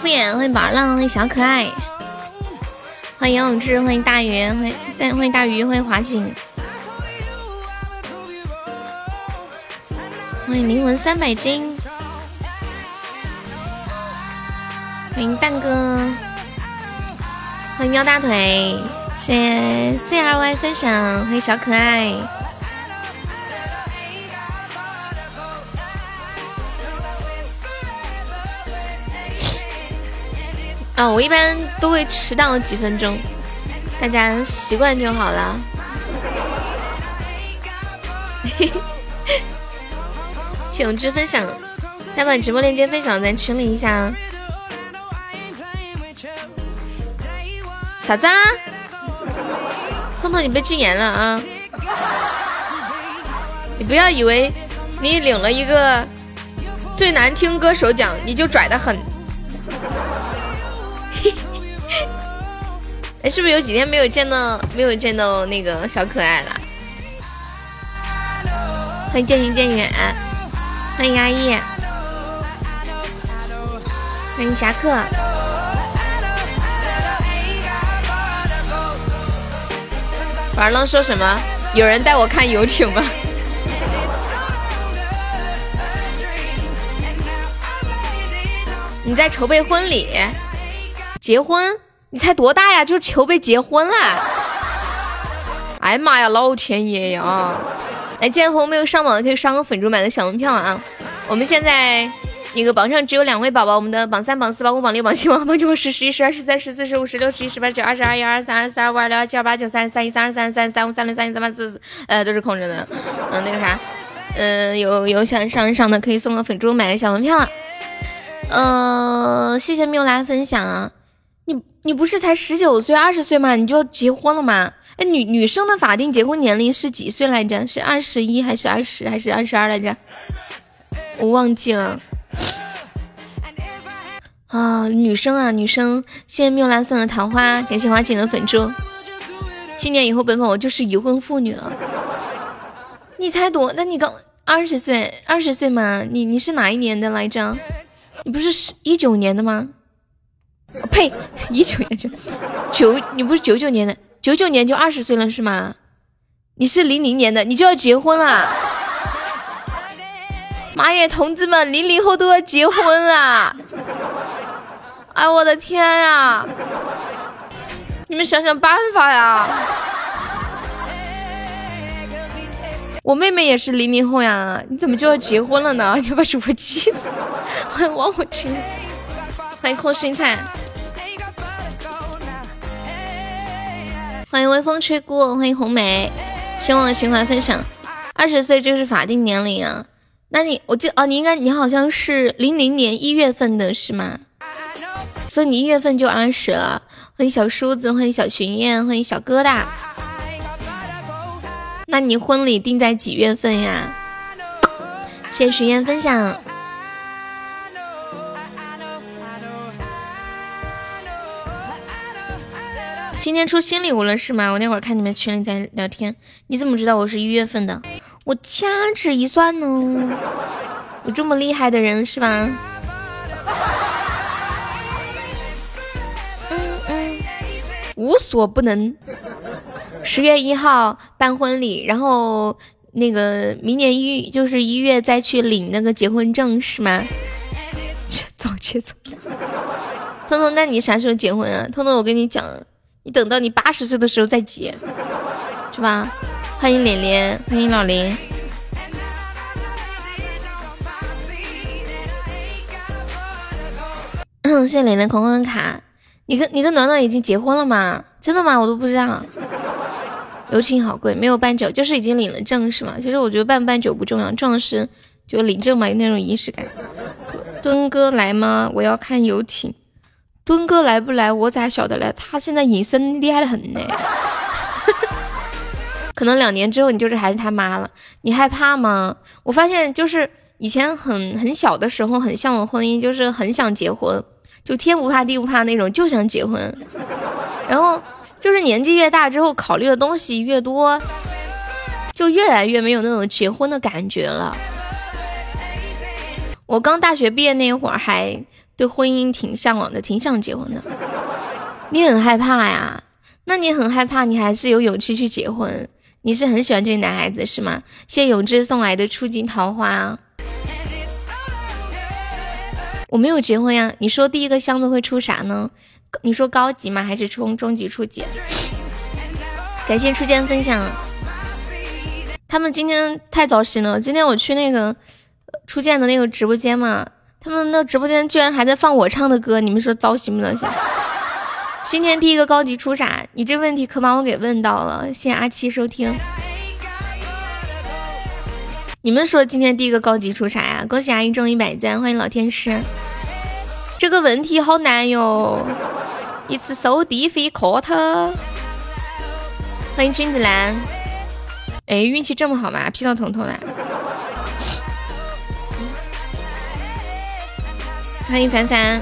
敷衍，欢迎宝儿浪，欢迎小可爱，欢迎杨永志，欢迎大鱼，欢迎大鱼，欢迎华景，欢迎灵魂300斤，欢迎蛋哥，欢迎喵大腿，谢谢 CRY 分享，欢迎小可爱。啊，我一般都会迟到几分钟，大家习惯就好了。谢永志分享，再把直播链接分享在群里一下。啥子啊？彤彤，你被禁言了啊！你不要以为你领了一个最难听歌手奖，你就拽得很。哎，是不是有几天没有见到那个小可爱了？欢迎渐行渐远，欢迎阿姨，欢迎侠客。宝儿浪说什么？有人带我看游艇吗？你在筹备婚礼？结婚？你才多大呀？就筹备结婚了？哎呀妈呀，老天爷呀！来，既然朋友没有上榜的，可以刷个粉猪买个小门票啊！我们现在那个榜上只有2位宝宝，我们的榜3、榜4、榜5、榜6、榜7、榜8、榜9、榜10、11、12、13、14、15、16、17、18、19、20、21、22、23、24、25、26、27、28、29、30、31、32、33、35、36、37、38、44，都是空着的。那个啥，有想上的可以送个粉猪买个小门票啊！谢谢缪兰分享啊！你不是才19岁、20岁吗？你就要结婚了吗？哎，女生的法定结婚年龄是几岁来着？是21还是20还是22来着？我忘记了。啊，女生，谢谢缪兰送的桃花，感谢华锦的粉猪。7年以后，本宝就是已婚妇女了。你才多？那你刚20岁嘛？你是哪一年的来着？你不是19年的吗？呸，19年你不是99年的，99年就20岁了是吗？你是00年的，你就要结婚了？妈耶，同志们，00后都要结婚了！哎，我的天呀！你们想想办法呀！我妹妹也是00后呀，你怎么就要结婚了呢？你要把主播气死！欢迎王我清，欢迎空心菜。欢迎微风吹过，欢迎红梅，希望循环分享。20岁就是法定年龄啊？那我记得哦，你好像是00年1月份的是吗？所以你1月份就20了。欢迎小梳子，欢迎小群燕，欢迎小疙瘩。那你婚礼定在几月份呀？谢谢群燕分享。今天出新礼物了是吗？我那会儿看你们群里在聊天。你怎么知道我是1月份的？我掐指一算呢。有这么厉害的人是吧？无所不能。10月1号办婚礼，然后那个明年1月再去领那个结婚证是吗？切走。彤彤，那你啥时候结婚啊？彤彤，我跟你讲，你等到你80岁的时候再结，是吧？欢迎脸脸，欢迎老林。谢谢脸脸狂欢卡。你跟暖暖已经结婚了吗？真的吗？我都不知道。有请好贵，没有办酒，就是已经领了证是吗？其实我觉得办酒不重要，重要是就领证嘛，有那种仪式感。敦哥来吗？我要看游艇。敦哥来不来？我咋晓得嘞？他现在隐身厉害的很呢。可能2年之后你就是孩子他妈了，你害怕吗？我发现就是以前很小的时候很向往婚姻，就是很想结婚，就天不怕地不怕那种，就想结婚。然后就是年纪越大之后考虑的东西越多，就越来越没有那种结婚的感觉了。我刚大学毕业那会儿还对婚姻挺向往的，挺想结婚的。你很害怕呀？那你很害怕，你还是有勇气去结婚？你是很喜欢这个男孩子是吗？谢谢永志送来的初级桃花。我没有结婚呀，你说第一个箱子会出啥呢？你说高级吗？还是中级、初级？感谢初见分享。他们今天太糟心了，今天我去那个初见的那个直播间嘛，他们那直播间居然还在放我唱的歌，你们说糟心不糟心？今天第一个高级出啥？你这问题可把我给问到了。谢谢阿七收听。你们说今天第一个高级出啥呀？恭喜阿姨中100赞，欢迎老天师。这个问题好难哟，It's so difficult。欢迎君子兰。哎，运气这么好吗？劈到彤彤了。欢迎凡凡。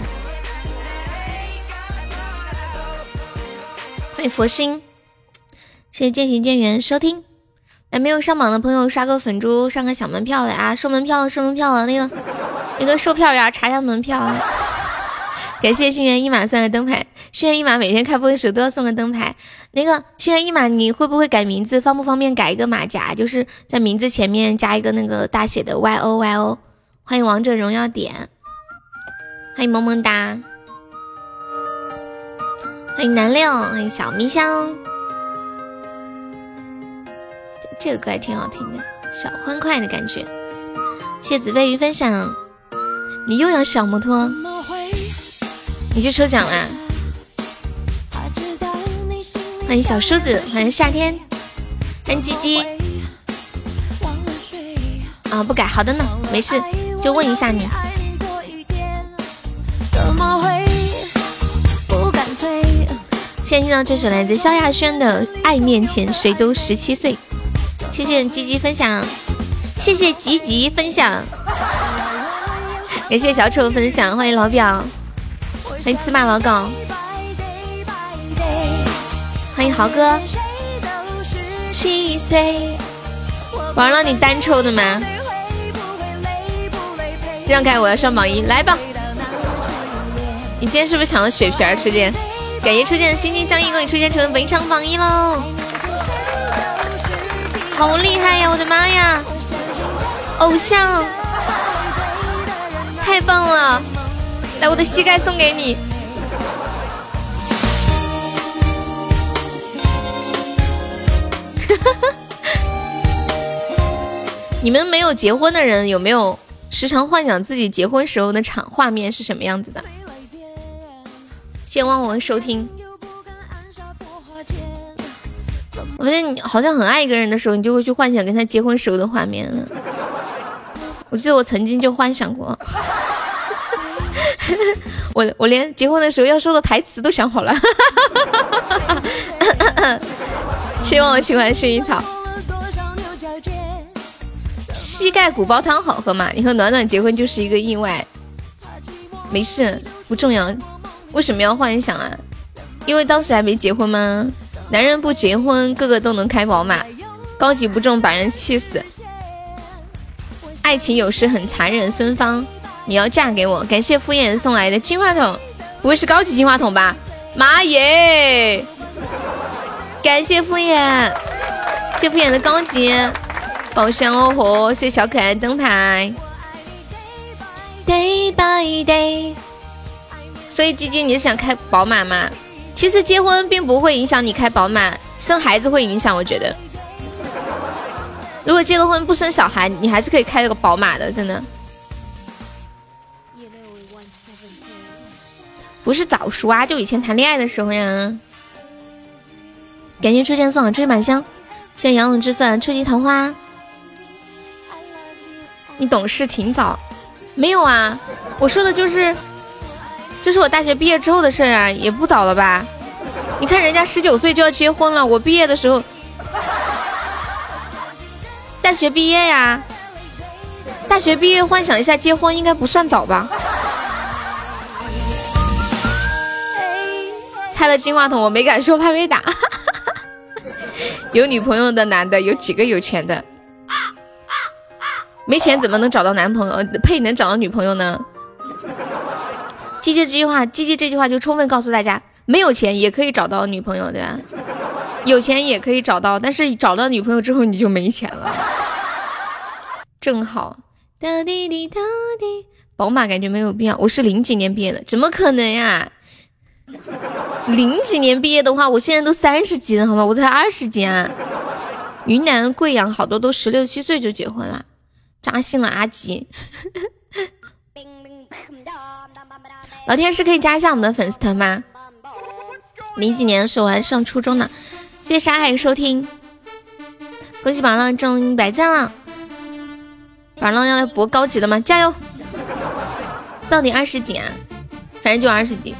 欢迎佛心。谢谢渐行渐远收听。哎，没有上榜的朋友刷个粉猪，上个小门票的啊！收门票了，收门票了，那个售票员查一下门票啊！感谢心猿一马送的灯牌，心猿一马每天开播的时候都要送个灯牌。那个心猿一马，你会不会改名字？方不方便改一个马甲？就是在名字前面加一个那个大写的 YOYO。欢迎王者荣耀点，欢迎萌萌哒，欢迎南六，欢迎小迷香。这个歌还挺好听的，小欢快的感觉。谢紫飞鱼分享，你又要小摩托，你去抽奖啦！欢迎小梳子，欢迎夏天，欢迎鸡鸡。啊，不改，好的呢，没事，就问一下你。现在听到这首来自萧亚轩的《爱面前谁都17岁》。谢谢吉吉分享，谢谢吉吉分享，感谢小丑分享，欢迎老表，欢迎刺马老狗，欢迎豪哥。7岁，完了，你单抽的吗？让开，我要上榜1，来吧！你今天是不是抢了血瓶儿？初见，感谢初见的心心相印，恭喜初见成为本场榜1喽！好厉害呀！我的妈呀，偶像，太棒了！来，我的膝盖送给你。你们没有结婚的人有没有时常幻想自己结婚时候的画面是什么样子的？谢望我收听。我发现你好像很爱一个人的时候，你就会去幻想跟他结婚时候的画面了。我记得我曾经就幻想过，我连结婚的时候要说的台词都想好了。希望我喜欢薰衣草。膝盖骨煲汤好喝吗？你和暖暖结婚就是一个意外，没事，不重要。为什么要幻想啊？因为当时还没结婚吗？男人不结婚，个个都能开宝马，高级不重把人气死。爱情有时很残忍，孙芳，你要嫁给我。感谢敷衍送来的金话筒，不会是高级金话筒吧？妈耶！感谢敷衍，谢敷衍的高级宝箱哦吼，谢小可爱灯牌。Day by day。所以鸡鸡你是想开宝马吗？其实结婚并不会影响你开宝马，生孩子会影响。我觉得如果结了婚不生小孩，你还是可以开个宝马的，真的不是早熟啊，就以前谈恋爱的时候呀。感谢初见送的追满香，谢谢杨永之算初级桃花。你懂事挺早。没有啊，我说的就是我大学毕业之后的事啊，也不早了吧？你看人家19岁就要结婚了，我毕业的时候，大学毕业呀，大学毕业幻想一下结婚应该不算早吧？猜了金话筒，我没敢说，怕被打。有女朋友的男的有几个有钱的？没钱怎么能找到男朋友？能找到女朋友呢？ 鸡鸡这句话就充分告诉大家，没有钱也可以找到女朋友，对吧？有钱也可以找到，但是找到女朋友之后你就没钱了。正好，哒滴滴哒滴。宝马感觉没有必要，我是00几年毕业的，怎么可能呀？00几年毕业的话，我现在都30几了，好吗？我才20几啊。云南贵阳好多都16、17岁就结婚了，扎心了阿吉。老天是可以加一下我们的粉丝团吗？00几年的时候我还上初中呢。谢谢沙海收听，恭喜宝浪中100赞了。宝浪要来博高级了吗？加油！到底20几啊？反正就20几。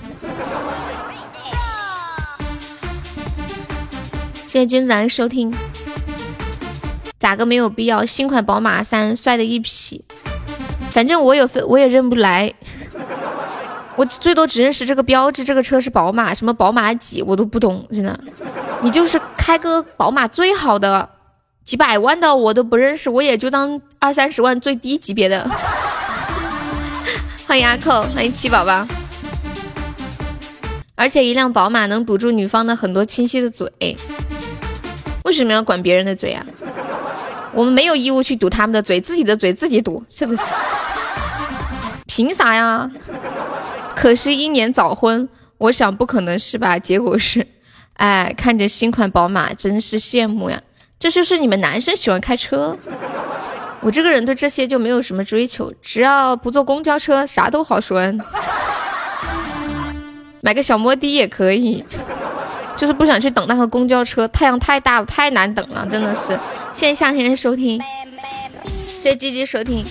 谢谢君子来收听。咋个没有必要？新款宝马3帅的一匹，反正我也认不来，我最多只认识这个标志，这个车是宝马，什么宝马几我都不懂，真的。你就是开个宝马最好的几百万的我都不认识，我也就当20-30万最低级别的。欢迎阿扣，欢迎七宝宝。而且一辆宝马能堵住女方的很多清晰的嘴，为什么要管别人的嘴啊？我们没有义务去堵他们的嘴，自己的嘴自己堵，是不是？凭啥呀？可是英年早婚，我想不可能是吧？结果是，哎，看着新款宝马真是羡慕呀。这就是你们男生喜欢开车，我这个人对这些就没有什么追求，只要不坐公交车啥都好说。买个小摩的也可以，就是不想去等那个公交车，太阳太大了，太难等了，真的是。谢谢夏天收听，谢谢鸡鸡收听。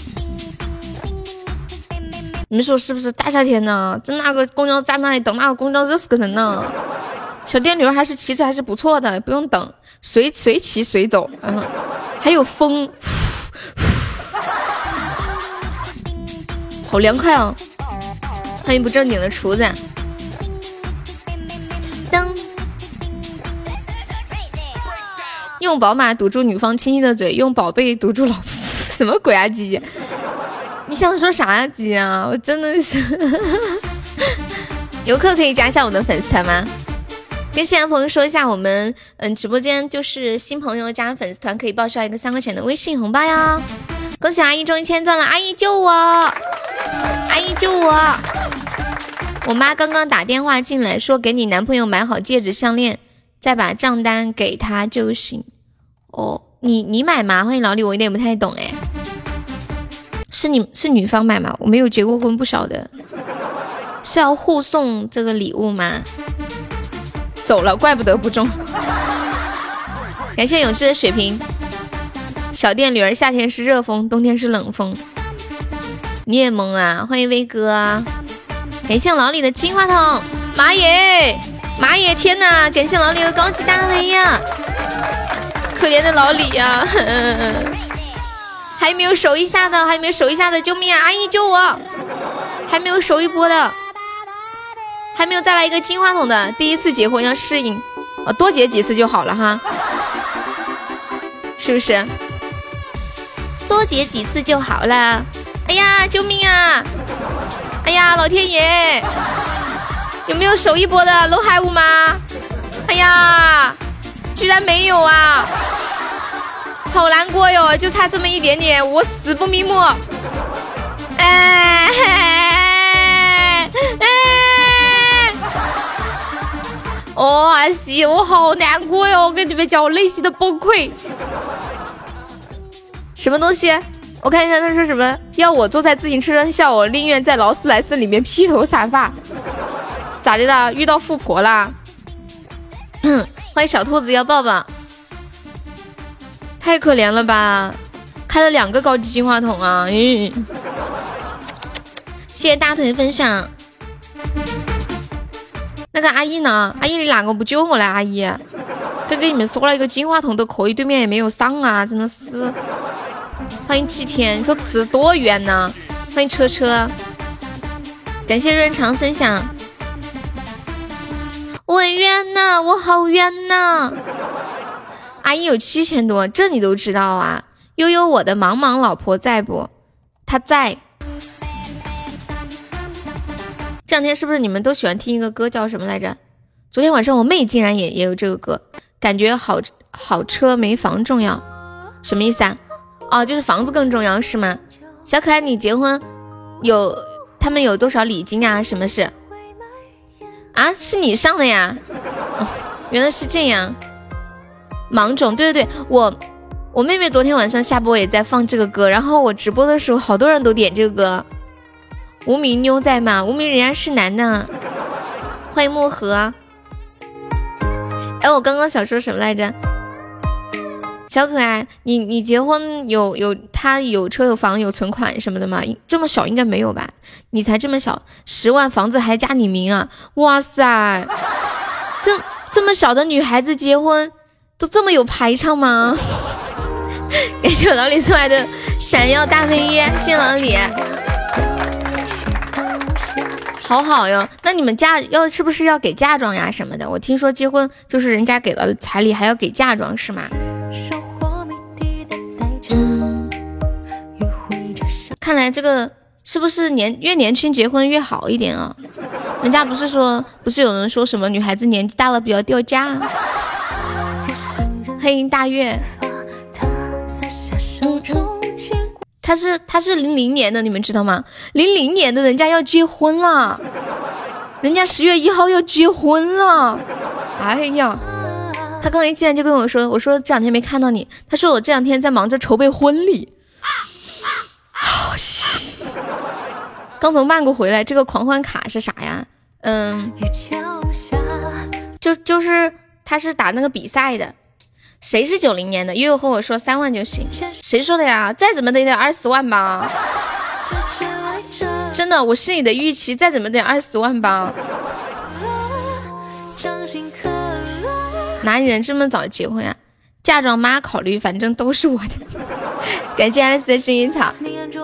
你们说是不是大夏天呢？在那个公交站那里等那个公交热死个人呢。小电驴还是骑着还是不错的，不用等，随骑随走，还有风，好凉快哦。欢迎不正经的厨子。噔，用宝马堵住女方亲亲的嘴，用宝贝堵住老夫，什么鬼啊鸡？你想说啥啊鸡啊？我真的是。游客可以加一下我的粉丝团吗？跟新来朋友说一下，我们直播间就是新朋友加粉丝团可以报销一个3块钱的微信红包呀！恭喜阿姨中1000钻了，阿姨救我！阿姨救我！我妈刚刚打电话进来说给你男朋友买好戒指项链，再把账单给他就行。哦，你买吗？欢迎老李，我有点不太懂哎。是女方买吗？我没有结过婚，不晓得。是要互送这个礼物吗？走了，怪不得不中。感谢永志的血瓶。小电驴儿，夏天是热风，冬天是冷风。你也懵啊？欢迎威哥。感谢老李的金话筒。马野，天哪！感谢老李的高级大 V 呀！可怜的老李呀！还没有守一下的，救命啊！阿姨救我！还没有守一波的。还没有再来一个金话筒的，第一次结婚要适应，多结几次就好了哈，是不是？多结几次就好了。哎呀，救命啊！哎呀，老天爷，有没有守一波的楼海舞吗？哎呀，居然没有啊！好难过哟，就差这么一点点，我死不瞑目。哦，阿西，我好难过哟！我跟你们讲，我内心的崩溃。什么东西？我看一下他说什么，要我坐在自行车上笑，我宁愿在劳斯莱斯里面披头散发。咋的啦？遇到富婆啦？欢迎小兔子要抱抱。太可怜了吧！开了2个高级金话筒啊！谢谢大腿分享。那个阿姨呢？阿姨你哪个不救我来？阿姨，刚跟你们说了一个金话筒都可以，对面也没有上啊，真的是。欢迎7天，你说词多冤呢？欢迎车车，感谢润肠分享。我很冤呐，我好冤呐！阿姨有7000多，这你都知道啊？悠悠，我的茫茫老婆在不？她在。 这两天是不是你们都喜欢听一个歌叫什么来着？昨天晚上我妹竟然也有这个歌，感觉好车没房重要，什么意思啊？哦，就是房子更重要是吗？小可爱，你结婚他们有多少礼金啊？什么事啊？是你上的呀？哦，原来是这样。芒种，对对对，我妹妹昨天晚上下播也在放这个歌，然后我直播的时候好多人都点这个歌。无名妞在吗？无名人家是男的。欢迎漠河。哎，我刚刚想说什么来着？小可爱，你结婚他有车有房有存款什么的吗？这么小应该没有吧？你才这么小，10万房子还加你名啊！哇塞，这么小的女孩子结婚都这么有排场吗？感谢我老李送来的闪耀大飞耶，谢谢老李。好好哟，那你们是不是要给嫁妆呀什么的？我听说结婚就是人家给了彩礼还要给嫁妆是吗？看来这个是不是越年轻结婚越好一点啊？人家不是有人说什么女孩子年纪大了比较掉价？欢迎大月。他是00年的，你们知道吗？00年的人家要结婚了，人家10月1号要结婚了。哎呀，他刚一进来就跟我说，我说这两天没看到你，他说我这两天在忙着筹备婚礼。好戏，刚从曼谷回来，这个狂欢卡是啥呀？就是他是打那个比赛的。谁是90年的？悠悠和我说3万就行。谁说的呀？再怎么得20万吧。真的，我是你的预期，再怎么得20万吧。哪里人这么早结婚呀？嫁妆妈考虑，反正都是我的。感谢 Alex 的薰衣草。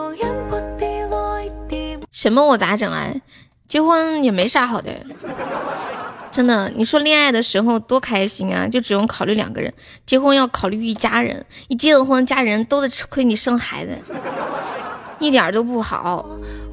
什么我咋整啊？结婚也没啥好的。真的，你说恋爱的时候多开心啊，就只用考虑2个人，结婚要考虑一家人，一结了婚家人都得吃亏你生孩子，一点都不好。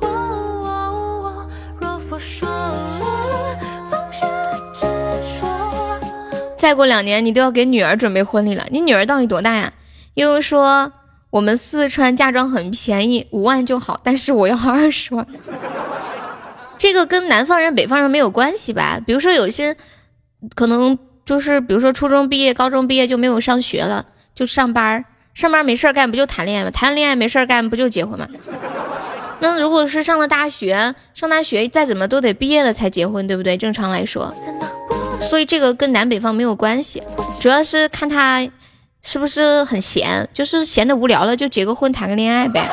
再过2年你都要给女儿准备婚礼了，你女儿到底多大呀？又说我们四川嫁妆很便宜，5万就好，但是我要20万。这个跟南方人北方人没有关系吧？比如说有些可能就是比如说初中毕业高中毕业就没有上学了，就上班没事干不就谈恋爱吗？谈恋爱没事干不就结婚吗？那如果是上大学再怎么都得毕业了才结婚，对不对？正常来说，所以这个跟南北方没有关系，主要是看他是不是很闲，就是闲的无聊了就结个婚谈个恋爱呗。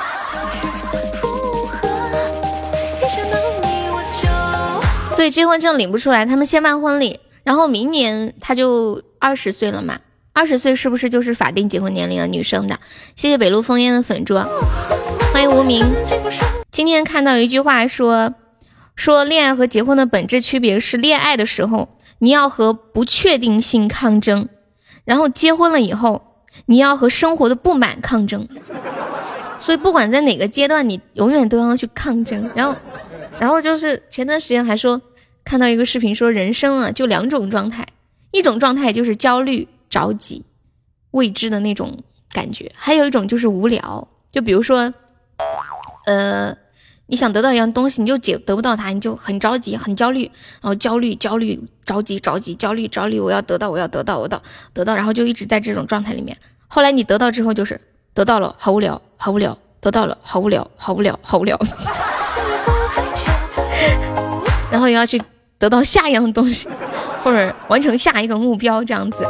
对，结婚证领不出来，他们先办婚礼，然后明年他就20岁了嘛。20岁是不是就是法定结婚年龄啊？女生的。谢谢北路烽烟的粉猪，欢迎无名。今天看到一句话说恋爱和结婚的本质区别是，恋爱的时候你要和不确定性抗争，然后结婚了以后你要和生活的不满抗争。所以不管在哪个阶段，你永远都要去抗争。然后就是前段时间还说看到一个视频说，人生啊就2种状态，一种状态就是焦虑着急未知的那种感觉，还有一种就是无聊。就比如说你想得到一样东西，你就得不到它，你就很着急很焦虑，然后焦虑着急焦虑，我要得到，然后就一直在这种状态里面。后来你得到之后就是得到了好无聊，得到了好无聊，然后也要去得到下一样东西，或者完成下一个目标，这样子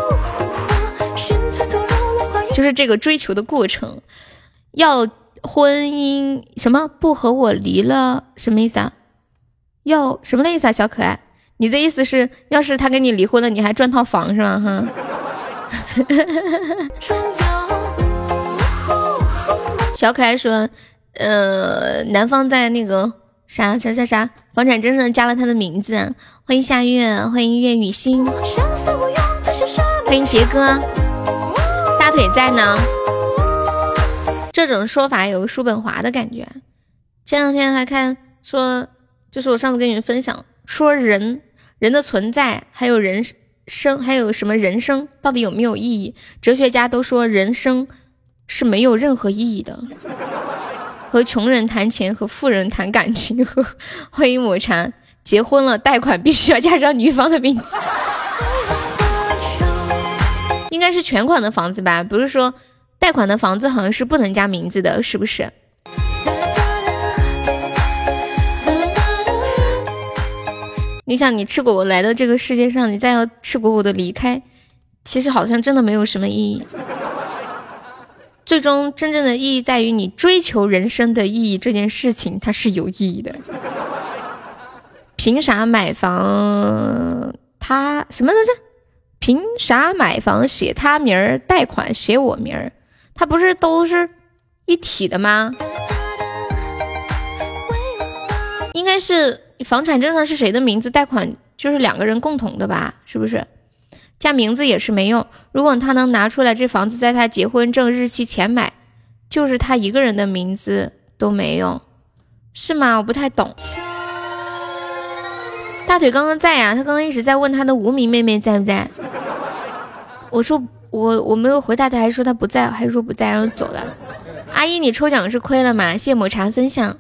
就是这个追求的过程。要婚姻什么不和我离了什么意思啊？要什么的意思啊？小可爱，你的意思是要是他跟你离婚了你还赚套房是吗？哈。小可爱说男方在那个啥房产证上加了他的名字啊。欢迎夏月，欢迎月雨欣，欢迎杰哥，大腿在呢。这种说法有叔本华的感觉。前两天还看说就是我上次跟你们分享说人的存在，还有人生，还有什么人生到底有没有意义？哲学家都说人生是没有任何意义的，和穷人谈钱，和富人谈感情，和婚姻抹茶。结婚了贷款必须要加上女方的名字，应该是全款的房子吧？不是说贷款的房子好像是不能加名字的，是不是？你想你吃果果来到这个世界上，你再要吃果果的离开，其实好像真的没有什么意义。最终真正的意义在于你追求人生的意义这件事情，它是有意义的。凭啥买房他什么的这？凭啥买房写他名儿，贷款写我名儿？他不是都是一体的吗？应该是房产证上是谁的名字，贷款就是两个人共同的吧？是不是？加名字也是没用。如果他能拿出来这房子在他结婚证日期前买，就是他一个人的名字都没用，是吗？我不太懂。大腿刚刚在呀，他刚刚一直在问他的无名妹妹在不在。我说我没有回答他，还说他不在，还说不在，然后走了。阿姨，你抽奖是亏了吗？谢谢抹茶分享。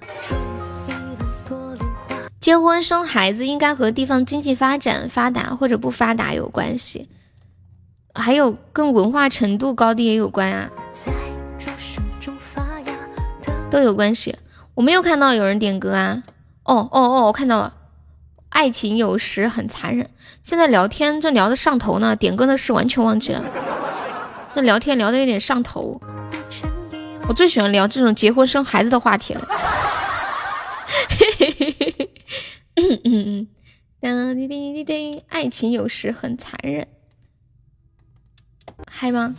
结婚生孩子应该和地方经济发展发达或者不发达有关系，还有跟文化程度高低也有关啊，都有关系。我没有看到有人点歌啊。哦，我看到了。爱情有时很残忍。现在聊天正聊得上头呢，点歌的事完全忘记了。那聊天聊得有点上头，我最喜欢聊这种结婚生孩子的话题了。爱情有时很残忍，嗨吗？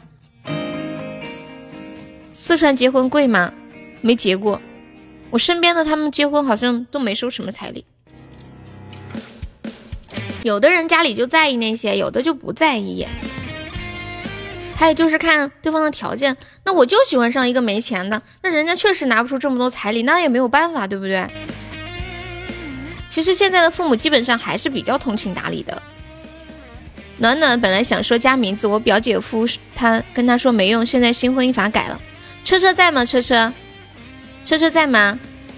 四川结婚贵吗？没结过，我身边的他们结婚好像都没收什么彩礼。有的人家里就在意那些，有的就不在意。还有就是看对方的条件，那我就喜欢上一个没钱的，那人家确实拿不出这么多彩礼，那也没有办法，对不对？其实现在的父母基本上还是比较通情达理的。暖暖本来想说加名字，我表姐夫他跟他说没用，现在新婚姻法改了。车车在吗？车车在吗？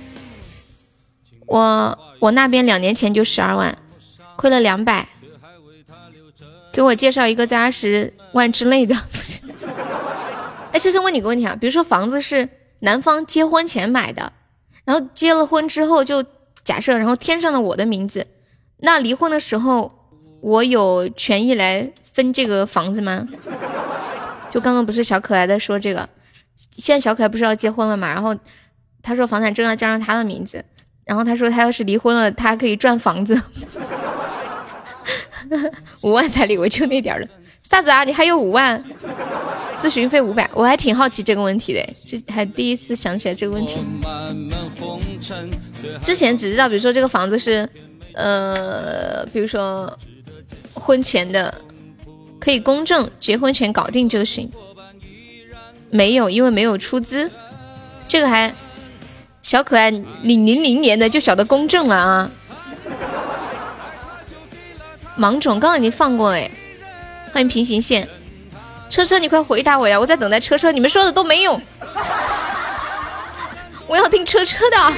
我那边2年前就12万，亏了200，给我介绍一个在20万之内的。哎，车车问你个问题啊，比如说房子是男方结婚前买的，然后结了婚之后就假设然后添上了我的名字，那离婚的时候我有权益来分这个房子吗？就刚刚不是小可爱在说这个，现在小可爱不是要结婚了嘛，然后他说房产证要加上他的名字，然后他说他要是离婚了他可以赚房子。5万彩礼我就那点了，啥子啊？你还有5万？咨询费500，我还挺好奇这个问题的，这还第一次想起来这个问题。之前只知道，比如说这个房子是，比如说婚前的，可以公证，结婚前搞定就行。没有，因为没有出资。这个还小可爱，你00年的就晓得公证了啊！芒种刚刚已经放过了哎，欢迎平行线。车车，你快回答我呀！我在等待车车，你们说的都没用，我要听车车的。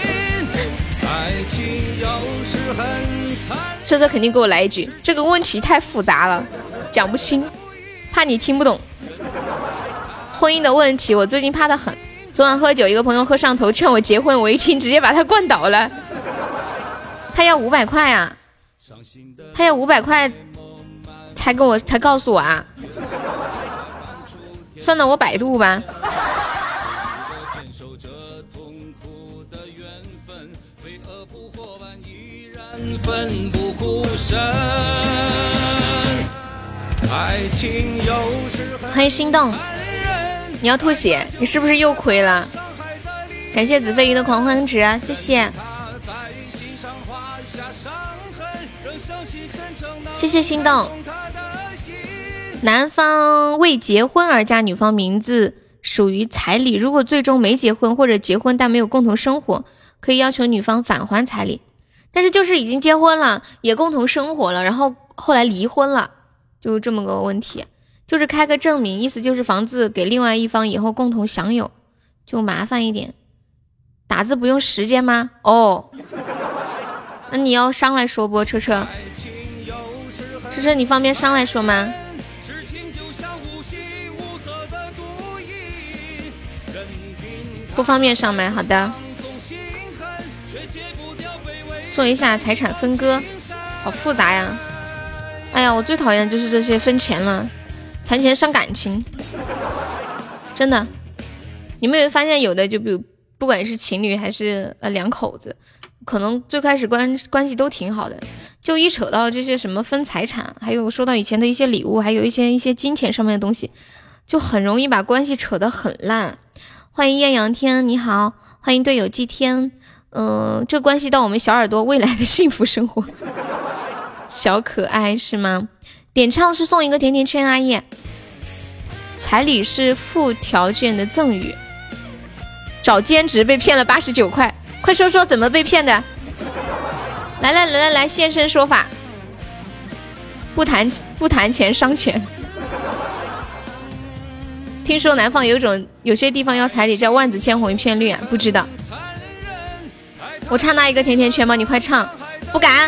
车车肯定给我来一句，这个问题太复杂了，讲不清，怕你听不懂。婚姻的问题，我最近怕得很。昨晚喝酒，一个朋友喝上头，劝我结婚，我一听直接把他灌倒了。他要500块啊！他要500块才告诉我啊！算了，我百度吧。欢迎心动，你要吐血，你是不是又亏了？感谢子飞鱼的狂欢值，谢谢，谢谢心动。男方为结婚而加女方名字属于彩礼，如果最终没结婚或者结婚但没有共同生活，可以要求女方返还彩礼。 但是就是已经结婚了，也共同生活了，然后后来离婚了，就这么个问题。就是开个证明，意思就是房子给另外一方以后共同享有，就麻烦一点。打字不用时间吗？哦，那你要上来说不？车车，车车，你方便上来说吗？不方便上麦，好的。做一下财产分割，好复杂呀！哎呀，我最讨厌的就是这些分钱了，谈钱伤感情，真的。你们有发现有的就比如不管是情侣还是两口子，可能最开始关系都挺好的，就一扯到这些什么分财产，还有说到以前的一些礼物，还有一些金钱上面的东西，就很容易把关系扯得很烂。欢迎艳阳天，你好，欢迎队友祭天。这关系到我们小耳朵未来的幸福生活。小可爱是吗？点唱是送一个甜甜圈，阿叶。彩礼是附条件的赠与。找兼职被骗了89块，快说说怎么被骗的？来，现身说法。不谈钱伤钱。听说南方有些地方要彩礼叫万紫千红一片绿啊，不知道。我唱那一个甜甜圈吗？你快唱。不敢，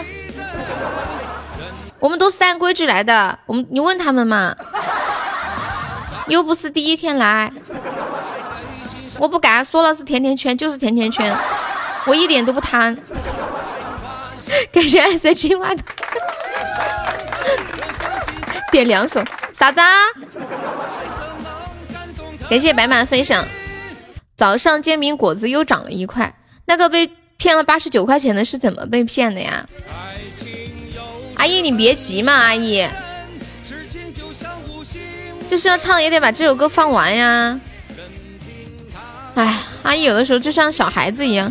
我们都是按规矩来的，你问他们嘛，又不是第一天来。我不敢说了，是甜甜圈就是甜甜圈，我一点都不贪。感谢爱色青蛙的点2首，啥子啊？感谢白马分享。早上煎饼果子又涨了1块，那个被骗了89块钱的是怎么被骗的呀？阿姨你别急嘛，阿姨就是要唱也得把这首歌放完呀。哎，阿姨有的时候就像小孩子一样。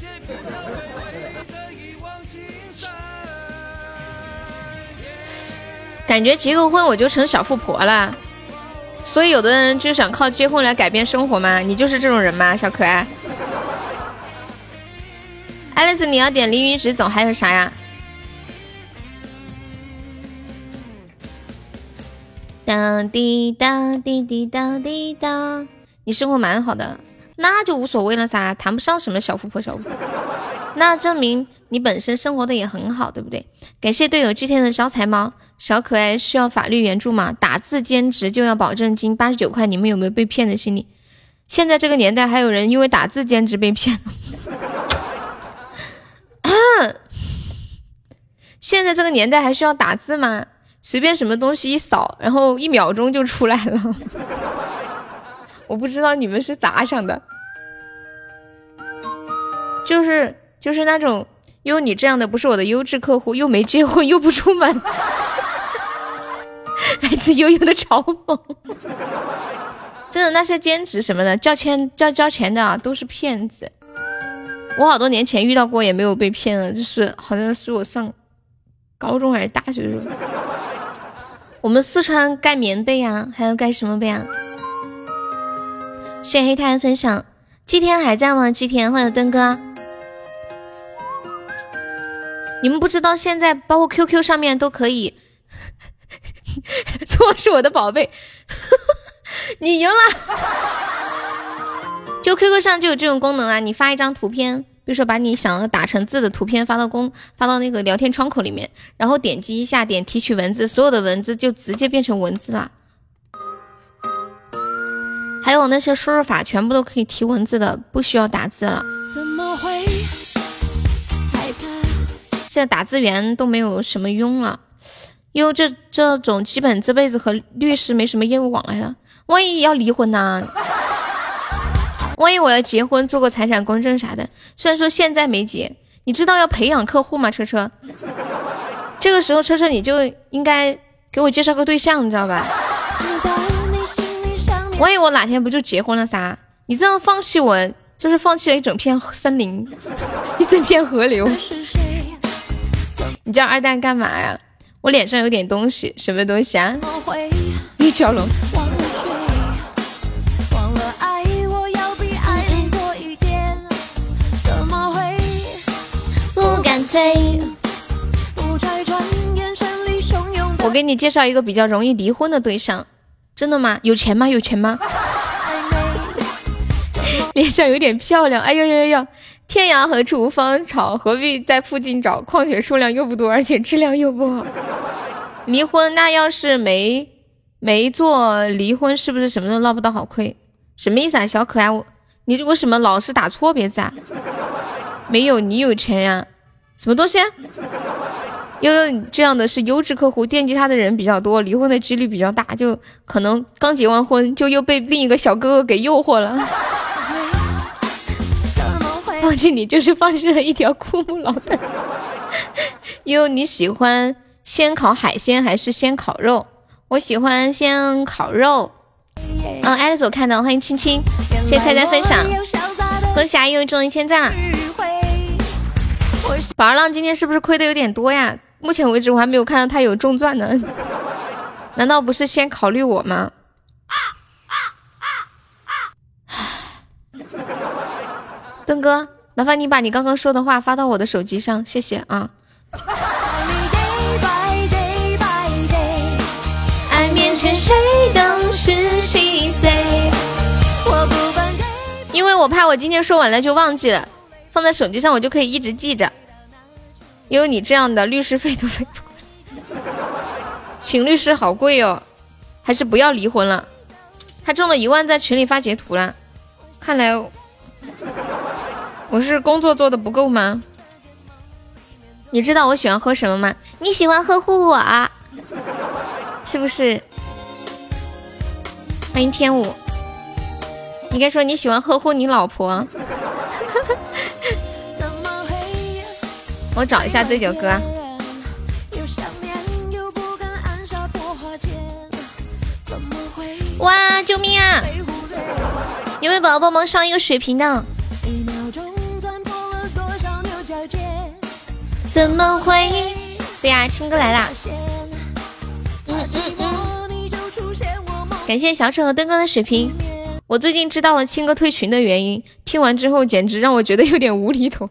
感觉结个婚我就成小富婆了，所以有的人就想靠结婚来改变生活吗？你就是这种人吗，小可爱？爱丽丝，你要点凌云直走还有啥呀？哒滴哒滴滴哒滴哒，你生活蛮好的，那就无所谓了噻，谈不上什么小富婆小富婆，那证明你本身生活的也很好，对不对？感谢队友祭天的招财猫。小可爱需要法律援助吗？打字兼职就要保证金89块，你们有没有被骗的心理？现在这个年代还有人因为打字兼职被骗现在这个年代还需要打字吗？随便什么东西一扫，然后1秒钟就出来了。我不知道你们是咋想的，就是那种有你这样的不是我的优质客户，又没结婚又不出门。来自悠悠的嘲讽。真的那些兼职什么的交钱的啊，都是骗子。我好多年前遇到过也没有被骗了，就是好像是我上高中还是大学的时候。我们四川盖棉被啊，还要盖什么被啊？谢谢黑太分享。祭天还在吗？祭天，欢迎墩哥。你们不知道现在包括 QQ 上面都可以错是我的宝贝你赢了就 QQ 上就有这种功能啊，你发一张图片，比如说把你想要打成字的图片发到那个聊天窗口里面，然后点击一下，点提取文字，所有的文字就直接变成文字啦。还有那些输入法全部都可以提文字的，不需要打字了。怎么会害怕？现在打字员都没有什么用了，因为这种基本这辈子和律师没什么业务往来了。万一要离婚呢？万一我要结婚做个财产公证啥的，虽然说现在没结，你知道要培养客户吗？车车，这个时候车车你就应该给我介绍个对象，你知道吧？万一我哪天不就结婚了噻？你这样放弃我，就是放弃了一整片森林，一整片河流。你叫二蛋干嘛呀？我脸上有点东西，什么东西啊？玉蛟龙。不干脆给你介绍一个比较容易离婚的对象。真的吗？有钱吗？有钱吗？脸上有点漂亮。哎呦呦呦！天涯何处无芳草，何必在附近找？况且数量又不多，而且质量又不好。离婚，那要是没做离婚，是不是什么都捞不到好亏？什么意思啊，小可爱？你为什么老是打错别字啊？没有，你有钱呀？什么东西啊？悠悠这样的是优质客户，惦记他的人比较多，离婚的几率比较大，就可能刚结完婚就又被另一个小哥哥给诱惑了。放弃你就是放弃了一条枯木老蛋。悠悠，你喜欢先烤海鲜还是先烤肉？我喜欢先烤肉。爱丽丝我看到，欢迎青青，谢谢菜菜分享，和霞悠悠中1000赞了。宝儿浪今天是不是亏的有点多呀？目前为止我还没有看到他有中钻呢。难道不是先考虑我吗？灯哥，麻烦你把你刚刚说的话发到我的手机上，谢谢啊。爱面前谁都是细碎，因为我怕我今天说完了就忘记了，放在手机上我就可以一直记着。有你这样的律师费都费不过来，请律师好贵哦，还是不要离婚了。他中了1万，在群里发截图了，看来我是工作做的不够吗？你知道我喜欢喝什么吗？你喜欢呵护我啊，是不是？欢迎天舞，应该说你喜欢呵护你老婆。我找一下这首歌。哇，救命啊！有没有宝宝帮忙上一个水瓶的？怎么会？对呀，青哥来啦！感谢小丑和灯哥的水瓶。我最近知道了青哥退群的原因，听完之后简直让我觉得有点无厘头。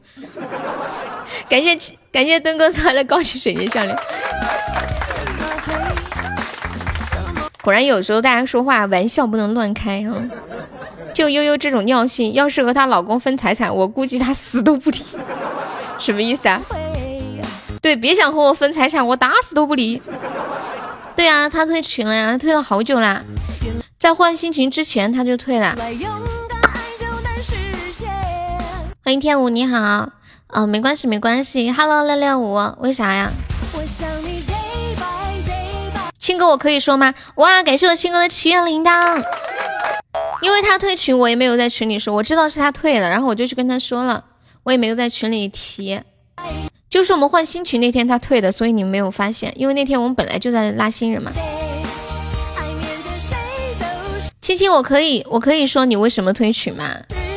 感谢灯哥送来的高级水晶项链。果然有时候大家说话玩笑不能乱开哈。就悠悠这种尿性，要是和她老公分财产，我估计她死都不离。什么意思啊？对，别想和我分财产，我打死都不离。对啊，他退群了呀，他退了好久啦，在换心情之前他就退了。欢迎天舞，你好。哦，没关系没关系。Hello 665，为啥呀？青哥我可以说吗？哇，感谢我青哥的祈愿铃铛。因为他退群，我也没有在群里说，我知道是他退了，然后我就去跟他说了，我也没有在群里提。就是我们换新群那天他退的，所以你们没有发现，因为那天我们本来就在拉新人嘛。青青，我可以说你为什么退群吗？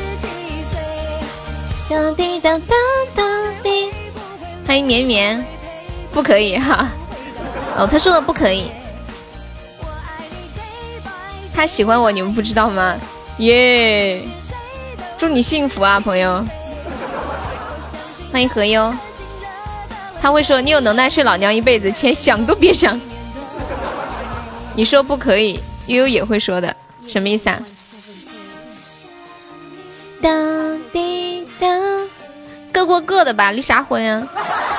欢迎绵绵，不可以哈。哦，他说的不可以。他喜欢我，你们不知道吗？耶！祝你幸福啊，朋友。欢迎何优。他会说你有能耐睡老娘一辈子，钱想都别想。你说不可以，悠悠也会说的，什么意思啊？当滴当，各过各的吧，离啥婚呀？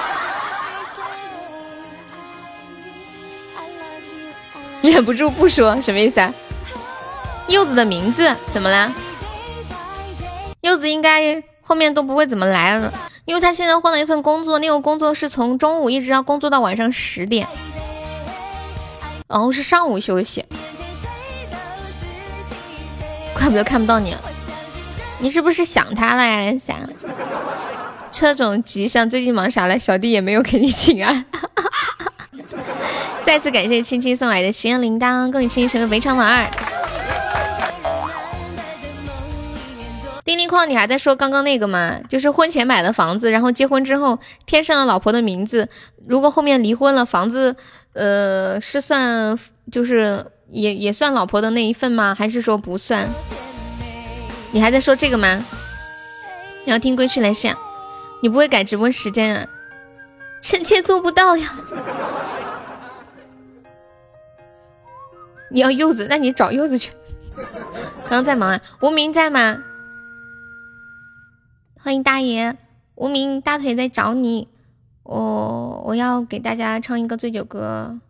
忍不住不说，什么意思啊？柚子的名字怎么啦？柚子应该后面都不会怎么来了，因为他现在换了一份工作，那个工作是从中午一直要工作到晚上10点，然后是上午休息，怪不得看不到你了。你是不是想他了呀？这种吉祥最近忙啥了？小弟也没有给你请安。再次感谢青青送来的祈愿铃铛，恭喜青青成为围场王2。丁力矿，你还在说刚刚那个吗？就是婚前买的房子，然后结婚之后添上了老婆的名字，如果后面离婚了，房子是算就是也算老婆的那一份吗？还是说不算？你还在说这个吗？你要听归去来想，你不会改直播时间啊？臣妾做不到呀。 你要柚子，那你找柚子去。刚刚在忙啊？无名在吗？欢迎大爷，无名大腿在找你。我要给大家唱一个醉酒歌。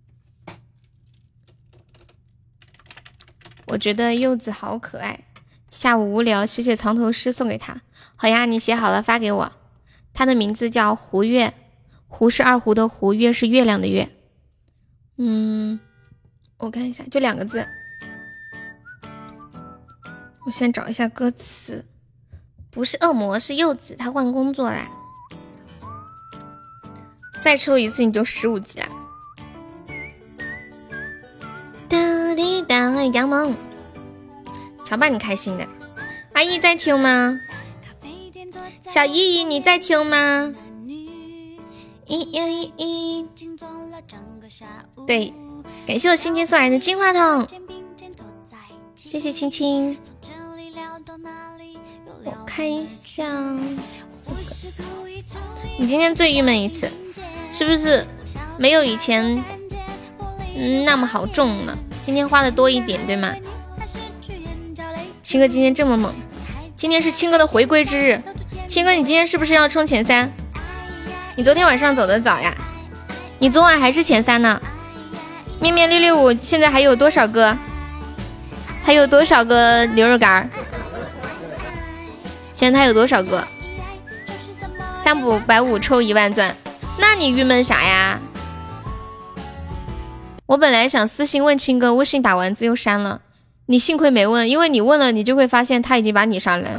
我觉得柚子好可爱，下午无聊写写藏头诗送给他。好呀，你写好了发给我。他的名字叫胡月，胡是二胡的胡，月是月亮的月。我看一下，就2个字。我先找一下歌词。不是恶魔，是柚子，他换工作啦。再抽一次你就15级啦。哒滴哒，杨萌，瞧把你开心的。阿姨在听吗？小依依你在听吗？对，感谢我青青送来的金话筒，谢谢青青。我看一下，你今天最郁闷一次，是不是没有以前那么好中了？今天花的多一点，对吗？青哥今天这么猛，今天是青哥的回归之日。青哥，你今天是不是要冲前3？你昨天晚上走的早呀？你昨晚还是前3呢？面面665现在还有多少个？还有多少个牛肉干？现在他有多少个？350抽1万钻，那你郁闷啥呀？我本来想私信问青哥，微信打完字又删了，你幸亏没问，因为你问了，你就会发现他已经把你删了。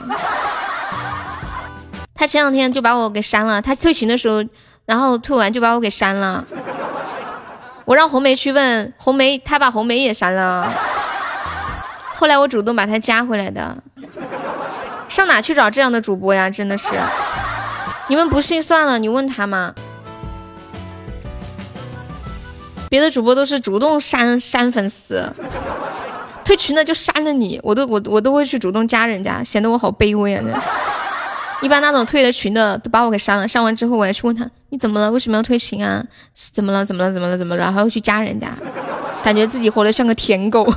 他前2天就把我给删了，他退群的时候，然后退完就把我给删了。我让红梅去问红梅，他把红梅也删了。后来我主动把他加回来的。上哪去找这样的主播呀？真的是，你们不信算了，你问他嘛。别的主播都是主动删粉丝，退群的就删了你，我都会去主动加人家，显得我好卑微啊！一般那种退了群的都把我给删了，删完之后我还去问他你怎么了，为什么要退群啊？怎么了？然后又去加人家，感觉自己活得像个舔狗。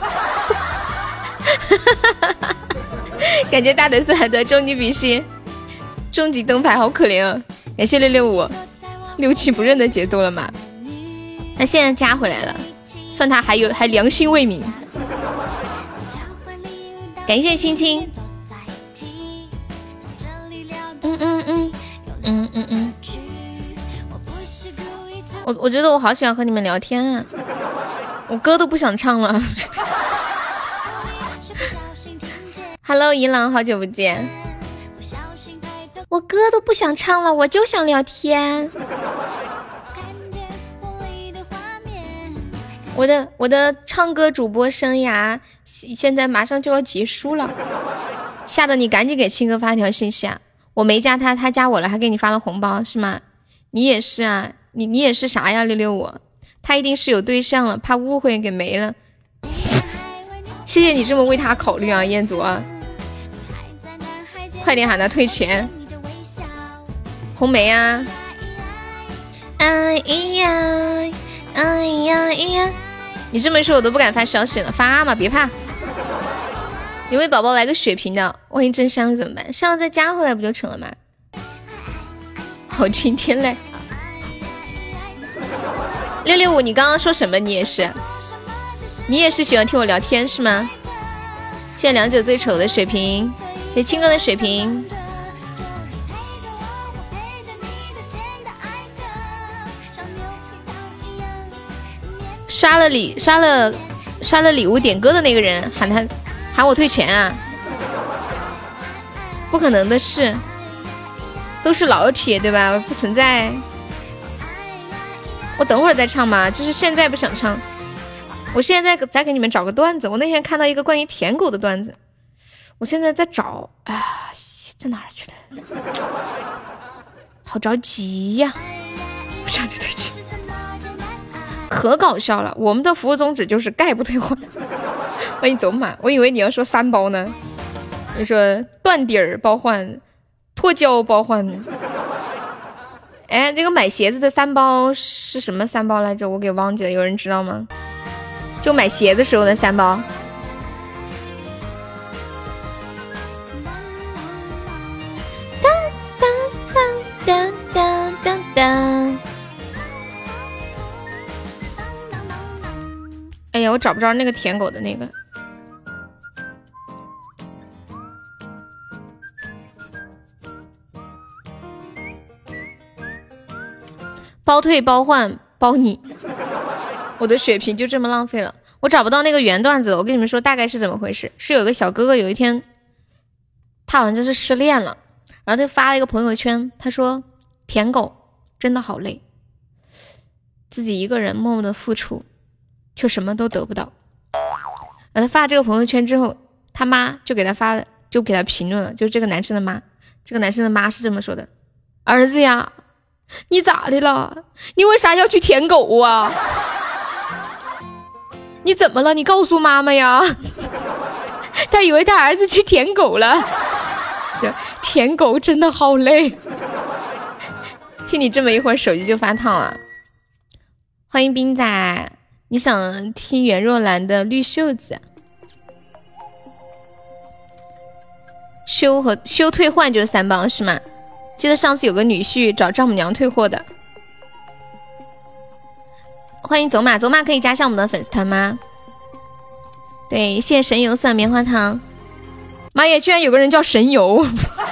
感觉大德斯还得终极比心，终极灯牌好可怜啊！感谢665，67不认得节奏了吗？他现在加回来了，算他还良心未泯。感谢青青。我觉得我好喜欢和你们聊天啊，我歌都不想唱了。Hello， 一郎，好久不见。我歌都不想唱了，我就想聊天。我的唱歌主播生涯现在马上就要结束了，吓得你赶紧给青哥发条信息啊！我没加他，他加我了，还给你发了红包是吗？你也是啊，你也是啥呀？665，他一定是有对象了，怕误会给没了。谢谢你这么为他考虑啊，彦祖啊！快点喊他退钱。红梅啊，哎呀哎呀呀！你这么说我都不敢发消息了，发嘛，别怕。有位宝宝来个血瓶的，万一真删了怎么办？删了再加回来不就成了吗？好晴天嘞！665，你刚刚说什么？你也是喜欢听我聊天是吗？谢谢2九最丑的水瓶，谢谢青哥的水瓶。刷了礼物点歌的那个人喊我退钱啊？不可能的事，都是老铁对吧？不存在。我等会儿再唱嘛，就是现在不想唱。我现在再给你们找个段子。我那天看到一个关于舔狗的段子，我现在在找，在哪儿去了？好着急呀！不想去退钱，可搞笑了。我们的服务宗旨就是概不退换。欢迎走马，我以为你要说3包呢。你说断底儿包换，脱胶包换。这个买鞋子的3包是什么3包来着？我给忘记了，有人知道吗？ 就买鞋子时候的3包。当当当当当。哎呀，我找不着那个舔狗的那个。包退包换包你，我的血瓶就这么浪费了。我找不到那个原段子，我跟你们说大概是怎么回事。是有个小哥哥有一天，他好像就是失恋了，然后他发了一个朋友圈，他说舔狗真的好累，自己一个人默默的付出，却什么都得不到。然后他发这个朋友圈之后，他妈就给他发了，就给他评论了，就是这个男生的妈。这个男生的妈是这么说的：儿子呀，你咋的了？你为啥要去舔狗啊？你怎么了？你告诉妈妈呀！他以为他儿子去舔狗了。舔狗真的好累。听你这么一会儿，手机就发烫了。欢迎冰仔，你想听袁若兰的《绿袖子》？修退换就是3包是吗？记得上次有个女婿找丈母娘退货的。欢迎走马，走马可以加上我们的粉丝团吗？对，谢谢神游送棉花糖。妈耶，居然有个人叫神游！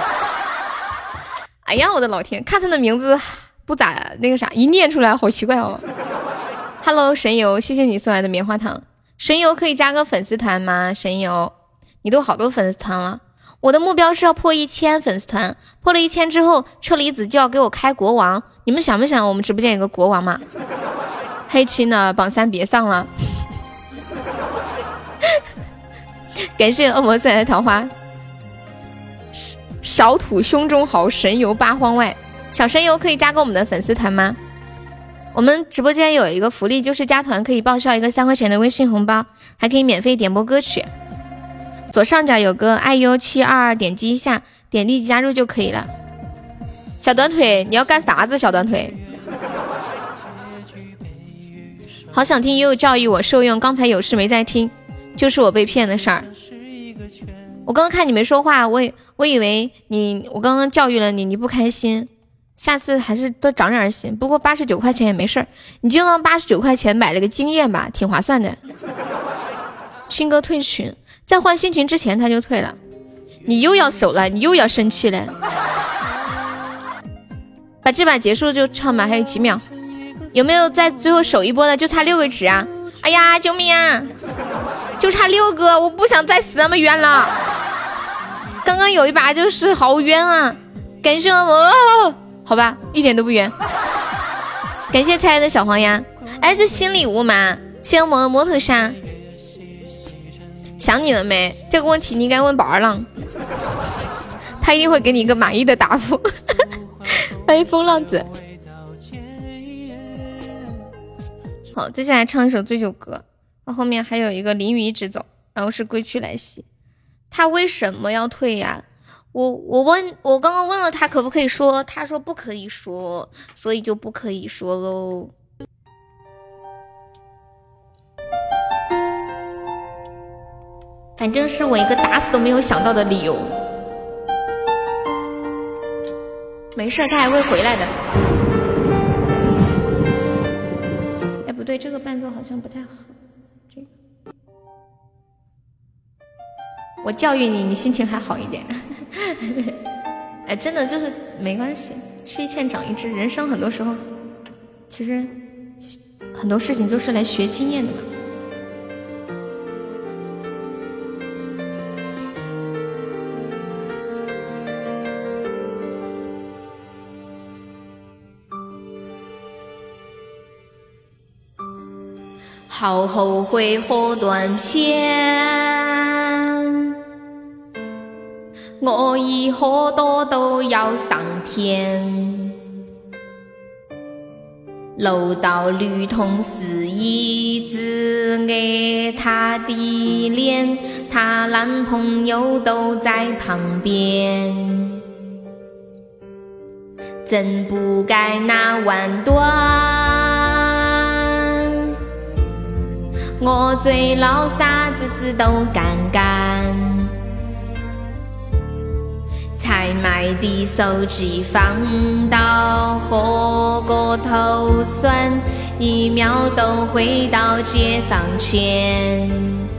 哎呀，我的老天，看他的名字不咋那个啥，一念出来好奇怪哦。Hello， 神游，谢谢你送来的棉花糖。神游可以加个粉丝团吗？神游，你都好多粉丝团了。我的目标是要破1000粉丝团，破了1000之后，车厘子就要给我开国王。你们想不想我们直播间有个国王嘛？黑青呢，榜3别上了。感谢恶魔送来的桃花。少土胸中豪，神游8荒外。小神游可以加个我们的粉丝团吗？我们直播间有一个福利，就是加团可以报销一个3块钱的微信红包，还可以免费点播歌曲。左上角有个 IU722，点击一下，点立即加入就可以了。小短腿，你要干啥子？小短腿，好想听悠悠教育我受用，刚才有事没在听，就是我被骗的事儿。我刚刚看你没说话，我以为我刚刚教育了你，你不开心，下次还是多长点心。不过89块钱也没事儿，你就用89块钱买了个经验吧，挺划算的。青哥退群，在换新群之前他就退了，你又要守了，你又要生气了。把这把结束就唱吧，还有几秒。有没有在最后守一波的？就差6个值啊！哎呀，救命啊！就差6个，我不想再死那么冤了。刚刚有一把就是好冤啊！感谢我，好吧，一点都不冤。感谢猜的小黄鸭，哎，这新礼物嘛，谢我的摩托沙。想你了没？这个问题你应该问宝儿浪，他一定会给你一个满意的答复。欢迎风浪子。好，接下来唱一首醉酒歌，后面还有一个淋雨一直走，然后是归去来兮。他为什么要退呀？我刚刚问了他可不可以说，他说不可以说，所以就不可以说喽。反正是我一个打死都没有想到的理由。没事，他还会回来的。哎，不对，这个伴奏好像不太合。这个，我教育你，你心情还好一点。哎，真的就是没关系，吃一堑长一智。人生很多时候，其实很多事情都是来学经验的嘛。好后悔喝断片，我已喝多都要上天。楼道女同事一直爱她的脸，她男朋友都在旁边，真不该那碗端。 我最老啥子事都干干。才买的手机放到火锅头酸，1秒都回到解放前。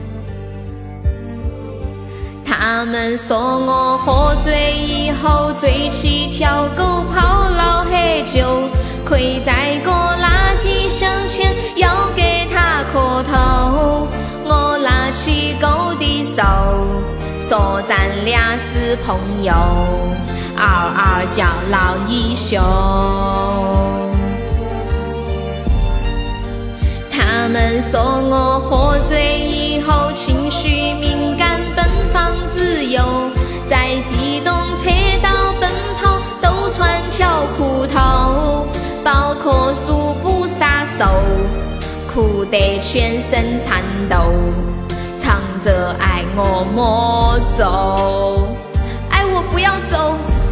他们说我喝醉以后嘴起条狗跑了很久，亏在过垃圾箱前要给他磕头。我拉起狗的手，说咱俩是朋友，嗷嗷叫老一宿。他们说我喝醉以后情绪敏感，奔放自由，在机动车道奔跑都穿条裤头，包括束缚杀手，哭得全身颤抖，唱着爱我莫走，爱我不要走。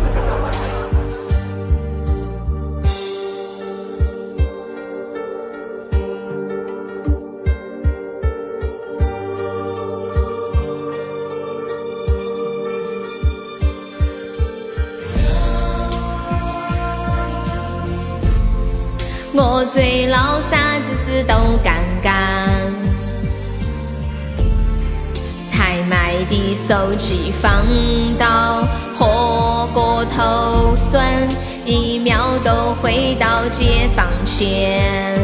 我最老啥子事都干干，才买的手机放到火锅头酸，1秒都回到解放前。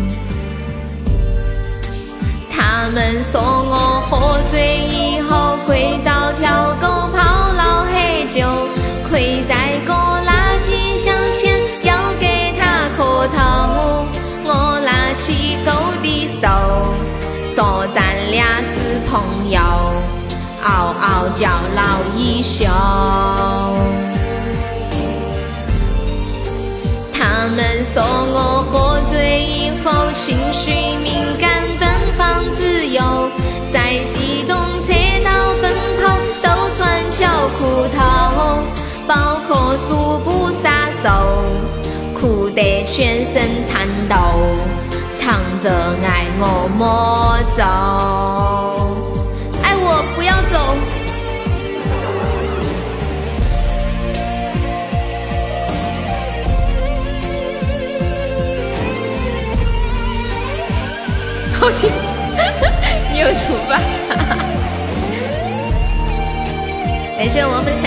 他们说我喝醉以后会找条狗跑了很久，亏在过垃圾箱前要给他磕头。我拉起狗的手，说咱俩是朋友，嗷嗷叫老一宿。他们说我喝醉以后情绪敏感，奔放自由，在机动车道奔跑都穿条裤头，包括束缚杀手，哭得全身颤抖，唱着爱我莫走，爱我不要走。好听，你有图吧？感谢我分享。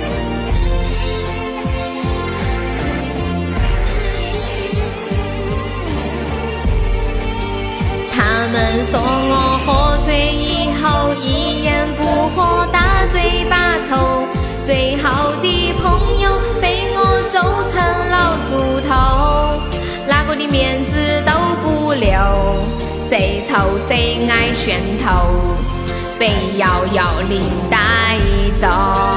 他们说我喝醉以后一言不合大嘴巴抽，最好的朋友被我揍成老猪头，哪个的面子都不留，谁抽谁挨拳头，被遥遥领带走。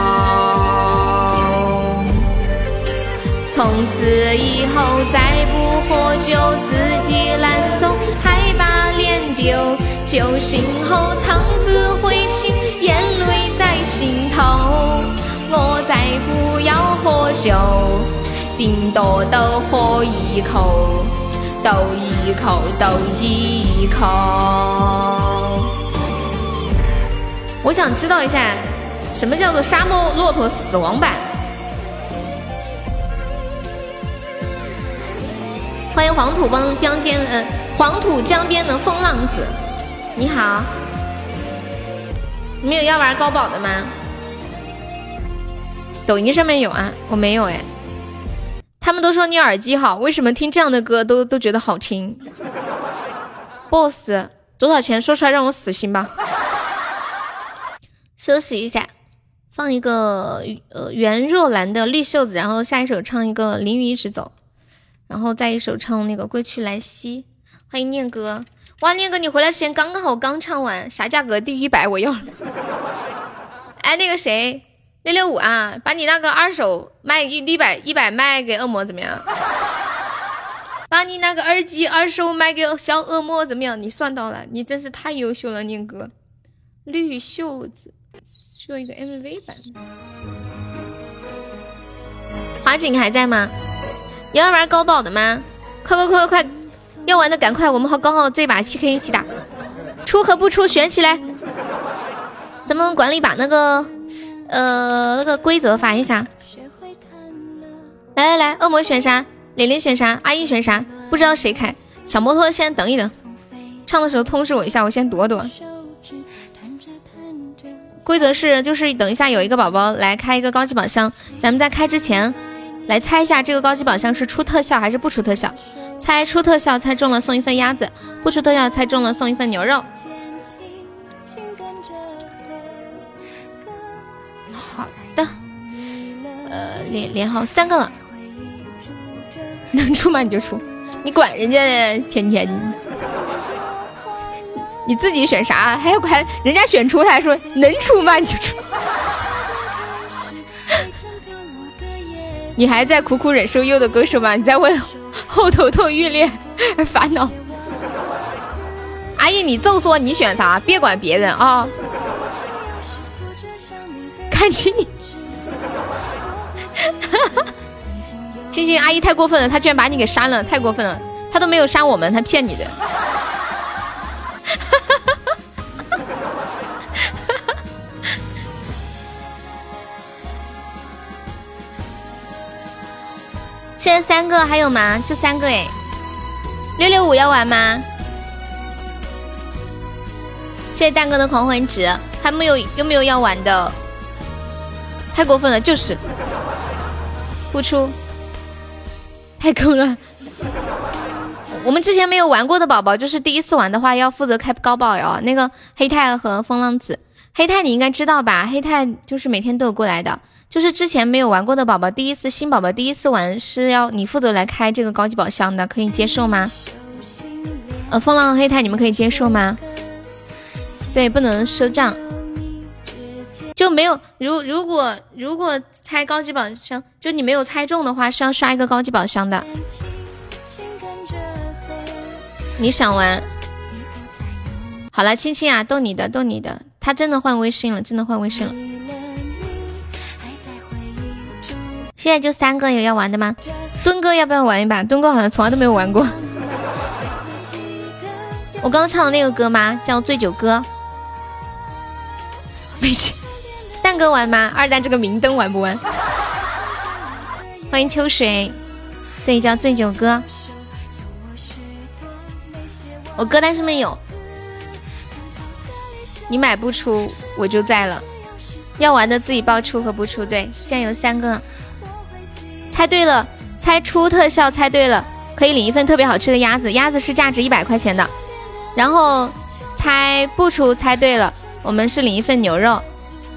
从此以后再不喝酒，自己难受，还把脸丢，酒醒后肠子悔青，眼泪在心头。我再不要喝酒，顶多都喝一口，都一口，都一口。我想知道一下，什么叫做沙漠骆驼死亡版？欢迎黄土江边的风浪子，你好，你们有要玩高保的吗？抖音上面有啊，我没有哎。他们都说你耳机好，为什么听这样的歌都觉得好听 ？boss 多少钱？说出来让我死心吧。休息一下，放一个袁若兰的绿袖子，然后下一首唱一个淋雨一直走。然后再一首唱那个归去来兮。欢迎念哥，哇，念哥你回来时间刚刚好，刚唱完，啥价格？低于100我要了。哎，那个谁665啊，把你那个二手卖100卖给恶魔怎么样？把你那个耳机二手卖给小恶魔怎么样？你算到了，你真是太优秀了，念哥。绿袖子做一个 MV 版。华景还在吗？你要玩高保的吗？快，要玩的赶快，我们和高浩这把 PK 一起打。 出和不出选起来。咱们管理把那个规则发一下。来，恶魔选啥？玲玲选啥？阿姨选啥？不知道谁开。小摩托先等一等，唱的时候通知我一下，我先躲躲。规则是就是等一下有一个宝宝来开一个高级宝箱，咱们在开之前来猜一下这个高级宝箱是出特效还是不出特效。猜出特效猜中了送一份鸭子，不出特效猜中了送一份牛肉。好的，连好3个了，能出吗你就出，你管人家的，天天你自己选啥？还人家选出，他还说能出吗你就出，你还在苦苦忍受优的歌手吗？你在为后头痛欲裂而烦恼。阿姨，你就说你选啥，别管别人啊。看起你星星阿姨太过分了，她居然把你给删了，太过分了，她都没有删我们，她骗你的。现在3个还有吗？就3个哎。665要玩吗？谢谢蛋哥的狂欢值，还没有有没有要玩的？太过分了，就是不出，太坑了。我们之前没有玩过的宝宝，就是第一次玩的话，要负责开高宝哟。那个黑太和风浪子，黑太你应该知道吧？黑太就是每天都有过来的，就是之前没有玩过的宝宝，新宝宝第一次玩是要你负责来开这个高级宝箱的，可以接受吗？风浪和黑太你们可以接受吗？对，不能赊账。就没有如果猜高级宝箱，就你没有猜中的话，是要刷一个高级宝箱的。你想玩？好了，青青啊，逗你的，他真的换微信了，现在就3个，有要玩的吗？墩哥要不要玩一把？墩哥好像从来都没有玩过。我刚刚唱的那个歌吗？叫《醉酒歌》。没事。蛋哥玩吗？二蛋这个明灯玩不玩？欢迎秋水，对，叫醉酒歌。我歌单上面有，你买不出我就在了。要玩的自己报出和不出。对，现在有3个。猜对了，猜出特效猜对了，可以领一份特别好吃的鸭子，鸭子是价值100块钱的。然后猜不出猜对了，我们是领一份牛肉。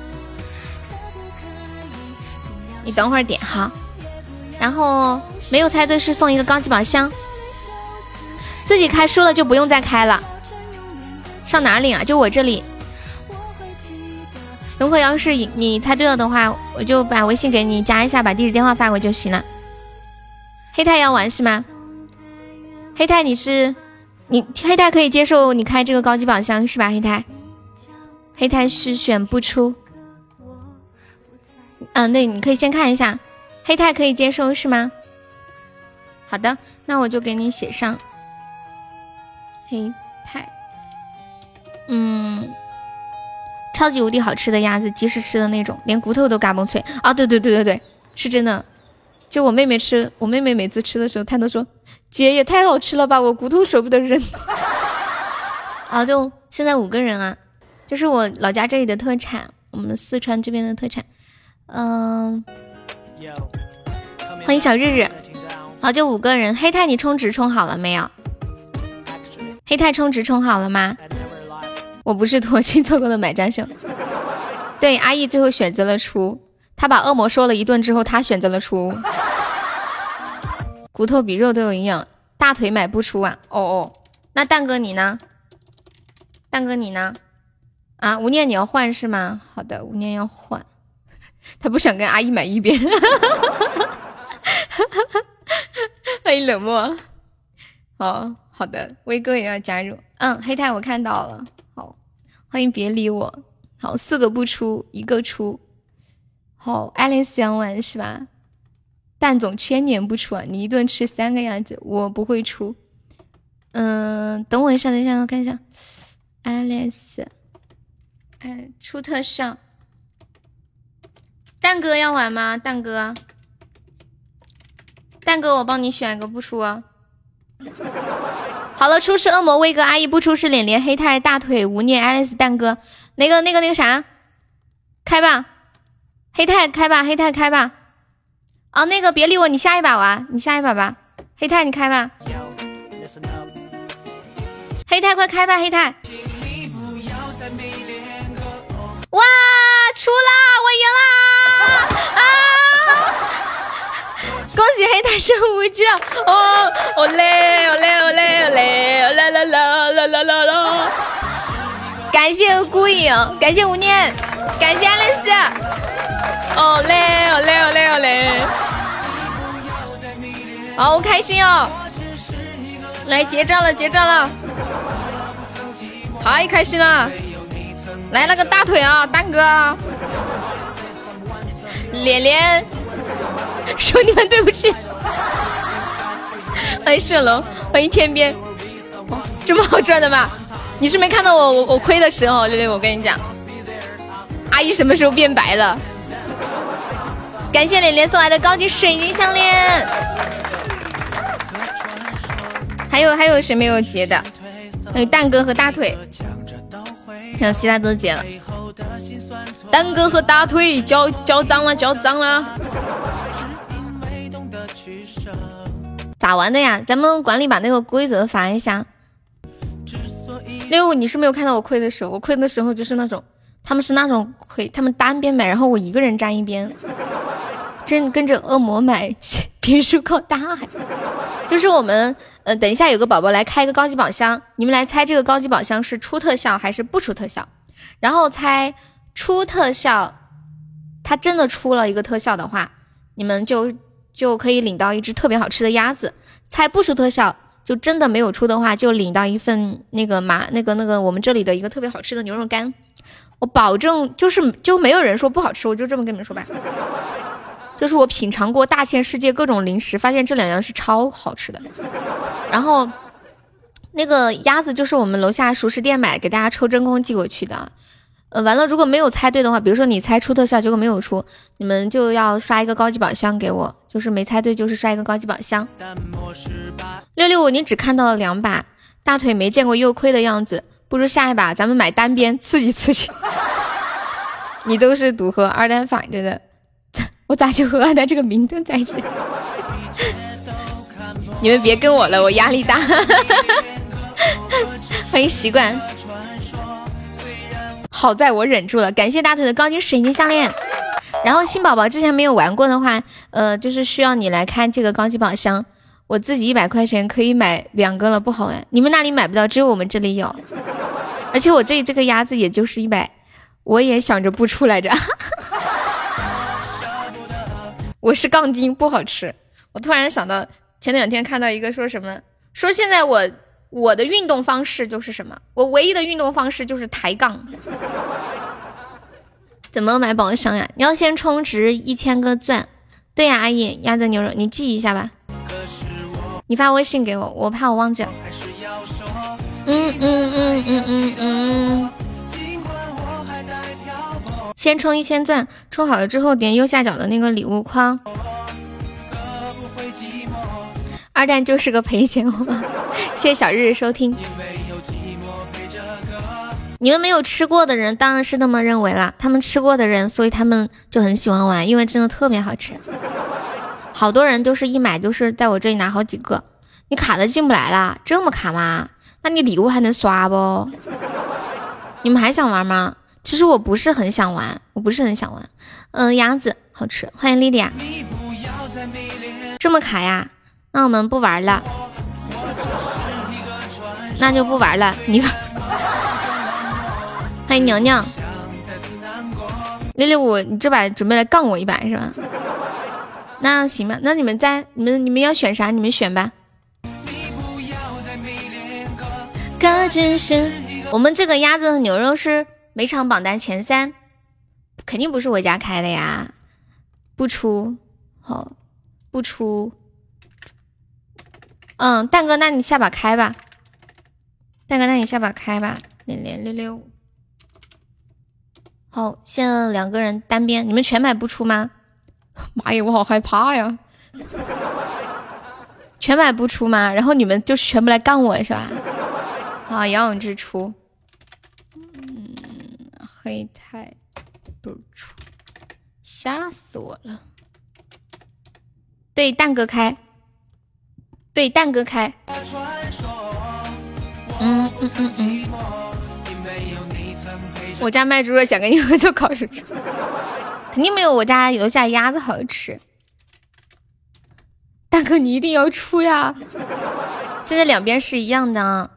你等会儿点好，然后没有猜对是送一个高级宝箱，自己开输了就不用再开了。上哪领啊？就我这里。等会要是你猜对了的话，我就把微信给你加一下，把地址电话发过就行了。黑太要玩是吗？黑太黑太可以接受你开这个高级宝箱是吧？黑太是选不出。对，你可以先看一下，黑太可以接受是吗？好的，那我就给你写上黑太。超级无敌好吃的鸭子，即使吃的那种，连骨头都嘎嘣脆啊！对，是真的。就我妹妹吃，我妹妹每次吃的时候，她都说姐也太好吃了吧，我骨头舍不得扔。啊，就现在5个人啊，这是我老家这里的特产，我们四川这边的特产。欢迎小日日。好，就5个人。黑太你充值充好了没有？黑太充值充好了吗？我不是脱去错过的买战胜。对，阿义最后选择了出，他把恶魔说了一顿之后，他选择了出。骨头比肉都有营养，大腿买不出啊。那蛋哥你呢？啊，无念你要换是吗？好的，无念要换。他不想跟阿姨买一边。欢迎冷漠。好的，威哥也要加入。黑太我看到了。好，欢迎别理我。好，4个不出，1个出。好，爱丽丝要玩是吧？蛋总1000年不出啊！你一顿吃3个鸭子，我不会出。等我一下，等一下，我看一下。 Alice， 出特效。蛋哥要玩吗？蛋哥，我帮你选个不出啊。好了，出是恶魔威哥阿姨，不出是脸脸黑太大腿无念 Alice 蛋哥。那个啥，开吧，黑太开吧，黑太开吧。哦，那个别理我，你下一把玩，你下一把吧。黑太你开吧，黑太快开吧，黑太。哇，出啦，我赢啦！啊！恭喜黑太胜无惧啊！哦，我嘞，啦啦啦啦啦啦啦！感谢孤影，感谢无念，感谢爱丽丝。哦嘞！好开心哦！来结账了，太开心了！来了个大腿啊，蛋哥，脸脸，说你们对不起。欢迎射龙，欢迎天边，哦，这么好赚的吗？你是没看到我亏的时候，对，我跟你讲，阿姨什么时候变白了？感谢脸脸送来的高级水晶项链。还有谁没有结的？还有蛋哥和大腿，看其他都结了。蛋哥和大腿交账了。咋玩的呀？咱们管理把那个规则发一下。65，你是没有看到我亏的时候，我亏的时候就是那种，他们是那种亏，他们单边买，然后我一个人站一边，真跟着恶魔买，别墅靠大海。就是我们等一下有个宝宝来开一个高级宝箱，你们来猜这个高级宝箱是出特效还是不出特效，然后猜出特效，它真的出了一个特效的话，你们就可以领到一只特别好吃的鸭子。猜不出特效，就真的没有出的话，就领到一份那个我们这里的一个特别好吃的牛肉干。我保证就没有人说不好吃，我就这么跟你们说吧。就是我品尝过大千世界各种零食，发现这两样是超好吃的。然后那个鸭子就是我们楼下熟食店买，给大家抽真空寄过去的。完了，如果没有猜对的话，比如说你猜出特效，结果没有出，你们就要刷一个高级宝箱给我，就是没猜对就是刷一个高级宝箱。665，你只看到了2把，大腿没见过又亏的样子，不如下一把咱们买单边刺激刺激。你都是赌和二单反着的，我咋就和二单这个名灯在一起？你们别跟我了，我压力大。欢迎习惯。好在我忍住了，感谢大腿的高级水晶项链。然后新宝宝之前没有玩过的话，就是需要你来开这个高级宝箱。我自己100块钱可以买2个了，不好玩。你们那里买不到，只有我们这里有。而且我这个鸭子也就是100，我也想着不出来着。我是杠精，不好吃。我突然想到，前2天看到一个说什么，说现在我的运动方式就是什么？我唯一的运动方式就是抬杠。怎么买宝箱呀？你要先充值1000个钻。对呀，阿姨，鸭子牛肉你记一下吧。你发微信给我，我怕我忘记了。先充1000钻，充好了之后点右下角的那个礼物框。二蛋就是个赔钱货。谢谢小日日收听。你们没有吃过的人当然是那么认为啦，他们吃过的人，所以他们就很喜欢玩，因为真的特别好吃。好多人都是一买就是在我这里拿好几个。你卡的进不来啦？这么卡吗？那你礼物还能刷不？你们还想玩吗？其实我不是很想玩，鸭子好吃，欢迎莉莉娅。这么卡呀？那我们不玩了，那就不玩了，你玩。欢迎娘娘。665，你这把准备来杠我一把是吧？那行吧，那你们要选啥？你们选吧。我们这个鸭子和牛肉是每场榜单前3，肯定不是我家开的呀，不出，好，不出。蛋哥，那你下把开吧。 连连665。好，现在2个人单边，你们全买不出吗？妈呀，我好害怕呀！全买不出吗？然后你们就是全部来干我是吧？好，杨永之出，黑太不出，吓死我了。对，蛋哥开，对，蛋哥开。我家卖猪肉，想跟你喝就烤熟猪，肯定没有我家楼下鸭子好吃。大哥，你一定要出呀！现在两边是一样的。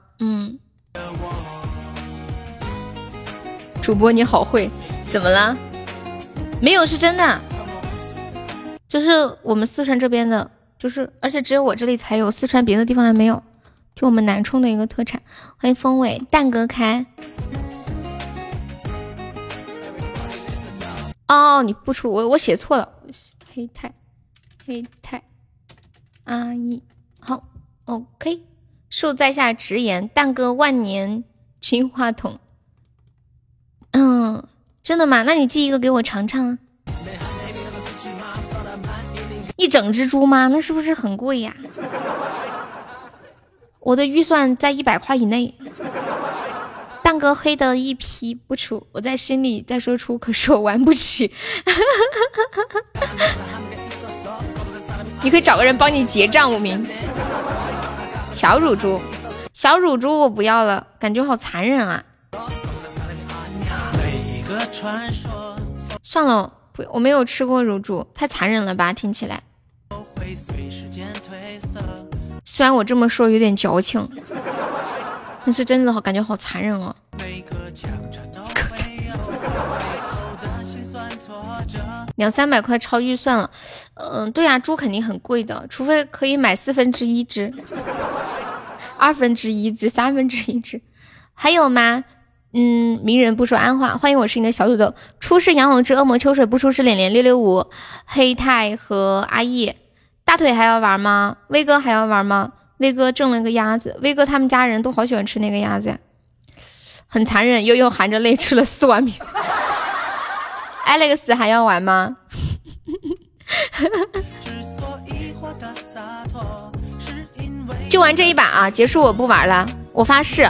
主播你好会，怎么了？没有，是真的。就是我们四川这边的，就是而且只有我这里才有，四川别的地方还没有，就我们南充的一个特产。欢迎风尾蛋哥开。哦，你不出，我写错了，黑太阿姨好 OK。 恕在下直言，蛋哥万年金话筒。真的吗？那你寄一个给我尝尝。一整只猪吗？那是不是很贵呀？我的预算在100块以内。蛋哥黑的一批不出，我在心里再说出，可是我玩不起。你可以找个人帮你结账，无名。小乳猪，小乳猪我不要了，感觉好残忍啊。算了，我没有吃过乳猪，太残忍了吧，听起来。虽然我这么说有点矫情，但是真的好感觉好残忍哦。200-300块超预算了。对啊，猪肯定很贵的，除非可以买1/4只，1/2只1/3只。还有吗？名人不说暗话。欢迎，我是你的小土豆。出是杨永之恶魔秋水，不出是连连665黑太和阿义。大腿还要玩吗？威哥还要玩吗？威哥挣了个鸭子，威哥他们家人都好喜欢吃那个鸭子呀，很残忍。悠悠含着泪吃了4碗米饭。Alex 还要玩吗？就玩这一把啊，结束我不玩了，我发誓。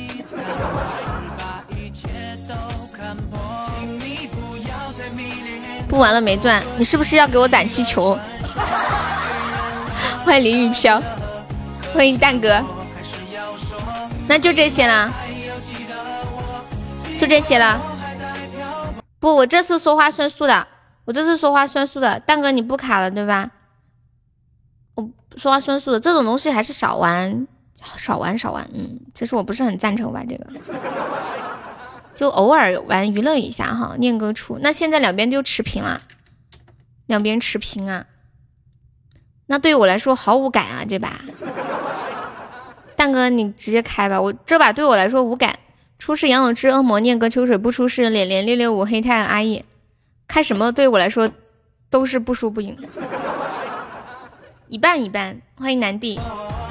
不玩了没赚，你是不是要给我攒气球？欢迎林雨飘，欢迎蛋哥。那就这些啦，就这些了。不，我这次说话算数的，蛋哥你不卡了对吧？我说话算数的，这种东西还是少玩。其实我不是很赞成玩这个，就偶尔玩娱乐一下哈。念歌出，那现在两边就持平了，两边持平啊。那对我来说毫无感啊，这把。蛋哥你直接开吧，我这把对我来说无感。出是杨永之恶魔念歌秋水，不出是连连665黑太阿叶。开什么对我来说都是不输不赢，一半一半。欢迎南帝。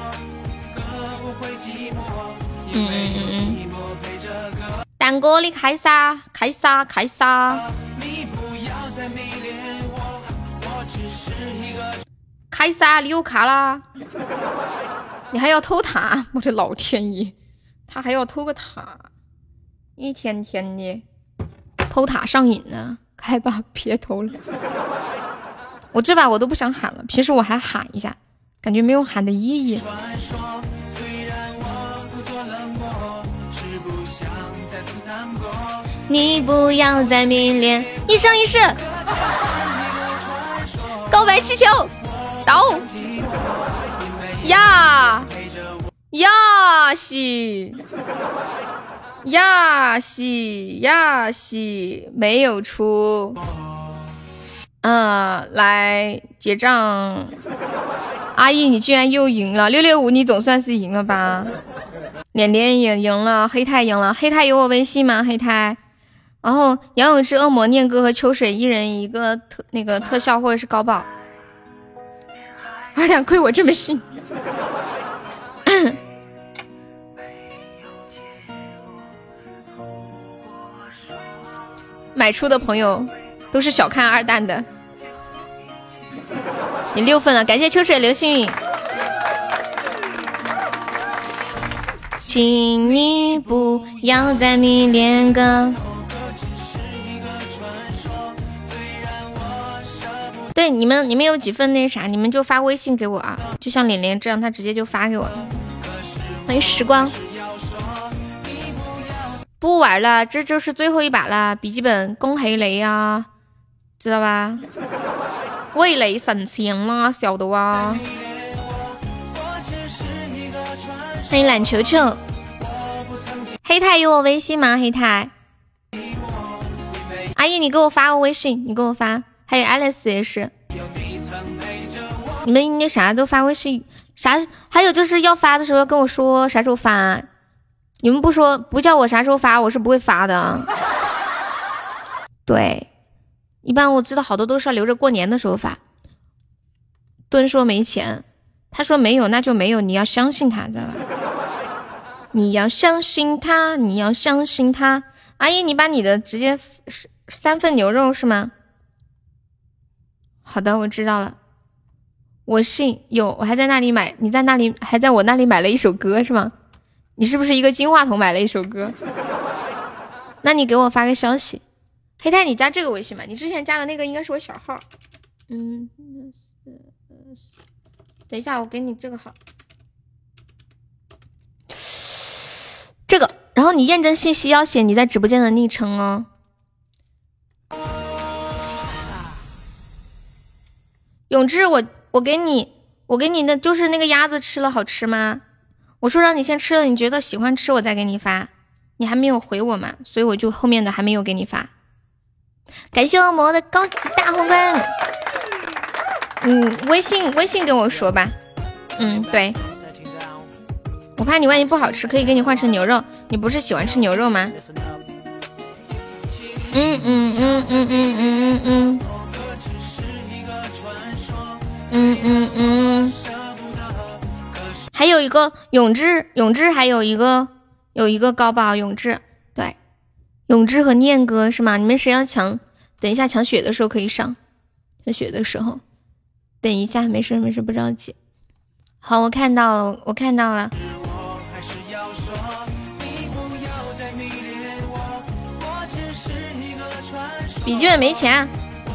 蛋哥你开撒开撒开撒，开撒你又卡啦，你还要偷塔，我的老天爷，他还要偷个塔，一天天的偷塔上瘾呢。开吧，别偷了。我这把我都不想喊了，平时我还喊一下，感觉没有喊的意义。你不要再迷恋，一生一世，告白气球到呀呀西呀西呀西，没有出。来结账。阿姨你居然又赢了，665你总算是赢了吧。脸脸也赢了，黑太赢了。黑太有我微信吗？黑太。然后杨永之恶魔念歌和秋水一人一个特效或者是高爆。2亏我这么信。 买出的朋友都是小看二蛋的。你6分了，感谢秋水流星雨。请你不要再迷恋个。对，你们有几份那啥，你们就发微信给我啊，就像脸脸这样，他直接就发给我。欢迎时光。不玩了，这就是最后一把了。笔记本恭喜你啊，知道吧？味蕾神仙啦，晓得哇。欢迎懒球球。黑太有我微信吗？黑太，阿姨你给我发个微信，你给我发。还有 Alice 也是，你们那啥都发微信啥？还有就是要发的时候要跟我说啥时候发，你们不说不叫我啥时候发，我是不会发的。对，一般我知道好多都是要留着过年的时候发。敦说没钱，他说没有那就没有，你要相信他，知道吧？你要相信他，你要相信他。阿姨，你把你的直接3份牛肉是吗？好的，我知道了。我信有，我还在那里买，你在那里还在我那里买了一首歌是吗？你是不是一个金话筒买了一首歌？那你给我发个消息。黑太，你加这个微信吧，你之前加的那个应该是我小号。等一下，我给你这个号。这个，然后你验证信息要写你在直播间的昵称哦。永志，我给你的就是那个鸭子吃了好吃吗？我说让你先吃了，你觉得喜欢吃我再给你发，你还没有回我嘛，所以我就后面的还没有给你发。感谢恶魔的高级大皇冠。微信跟我说吧。对，我怕你万一不好吃，可以给你换成牛肉，你不是喜欢吃牛肉吗？还有一个永志还有一个高宝永志，对，永志和念哥是吗？你们谁要抢？等一下抢血的时候可以上，抢血的时候，等一下，没事不着急。好，我看到了。笔记本没钱。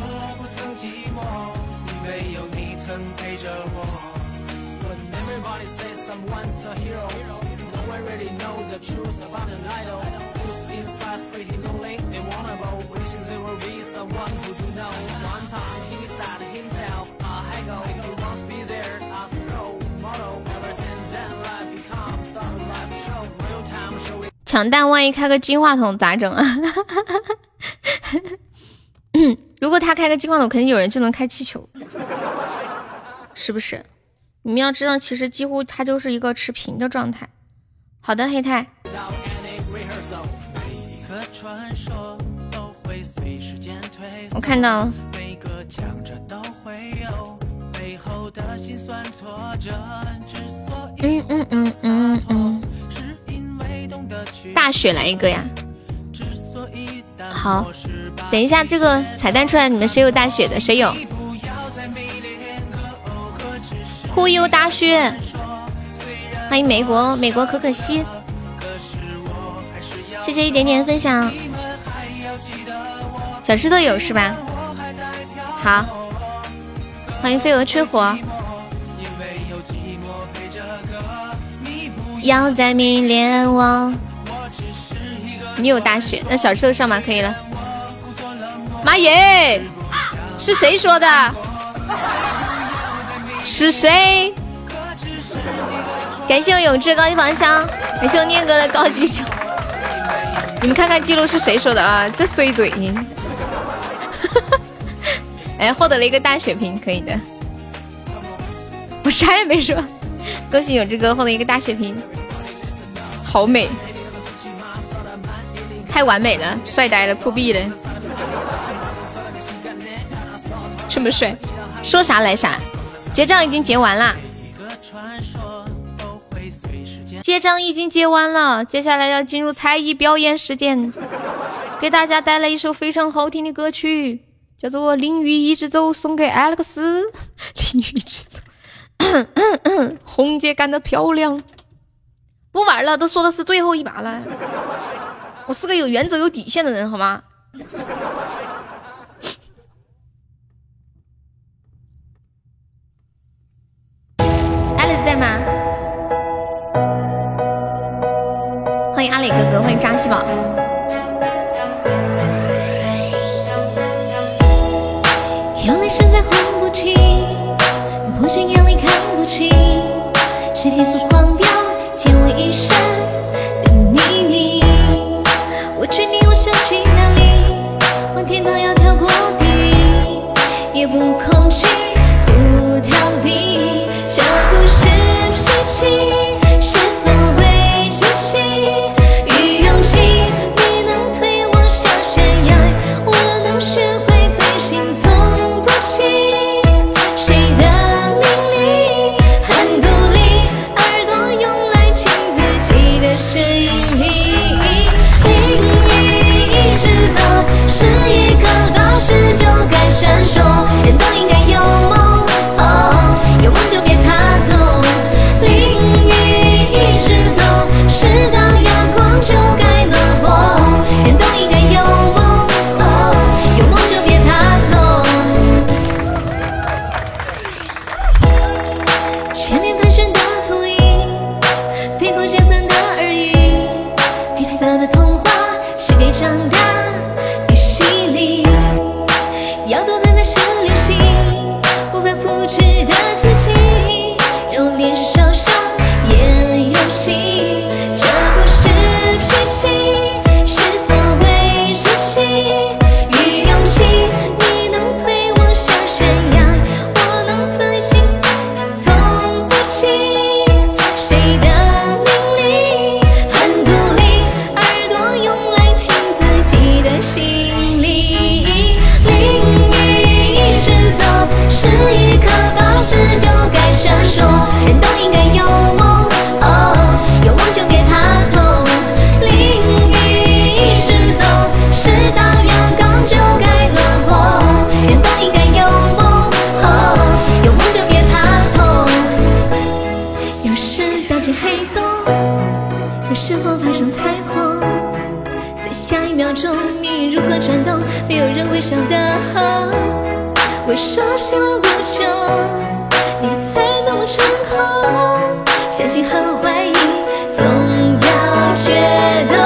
抢蛋万一开个金话筒咋整啊？如果他开个金话筒，肯定有人就能开气球，是不是？你们要知道，其实几乎它就是一个持平的状态。好的，黑太。我看到了。大雪来一个呀！好，等一下这个彩蛋出来，你们谁有大雪的？谁有？忽悠大雪！欢迎美国可可西，谢谢一点点分享。小石头有是吧？好，欢迎飞蛾吹火。要再迷恋我。你有大雪，那小石头上马可以了。妈耶，是谁说的？是谁？感谢我永志高级房箱，感谢我念哥的高级球。你们看看记录是谁说的啊？这碎嘴。哎，获得了一个大血瓶，可以的。我啥也没说。恭喜永志哥获得一个大血瓶，好美，太完美了，帅呆了，酷毙了，这么帅，说啥来啥。结账已经结完了，结账已经结完了，接下来要进入才艺表演时间。 给大家带来一首非常好听的歌曲，叫做《淋雨一直走》，送给艾克斯。淋雨一直走，红姐干得漂亮。不玩了，都说的是最后一把了。我是个有原则、有底线的人，好吗？艾丽在吗？欢迎阿磊哥哥，欢迎扎西宝。有泪声在红不起，破镜眼里看不清，是激素狂飙，溅我一身的泥泞。我去你，我想去哪里？往天堂要跳过地狱，也不恐惧，不逃避，这不是脾气。没有人会晓得，我说希望不朽，你才能成空。相信和怀疑，总要决斗。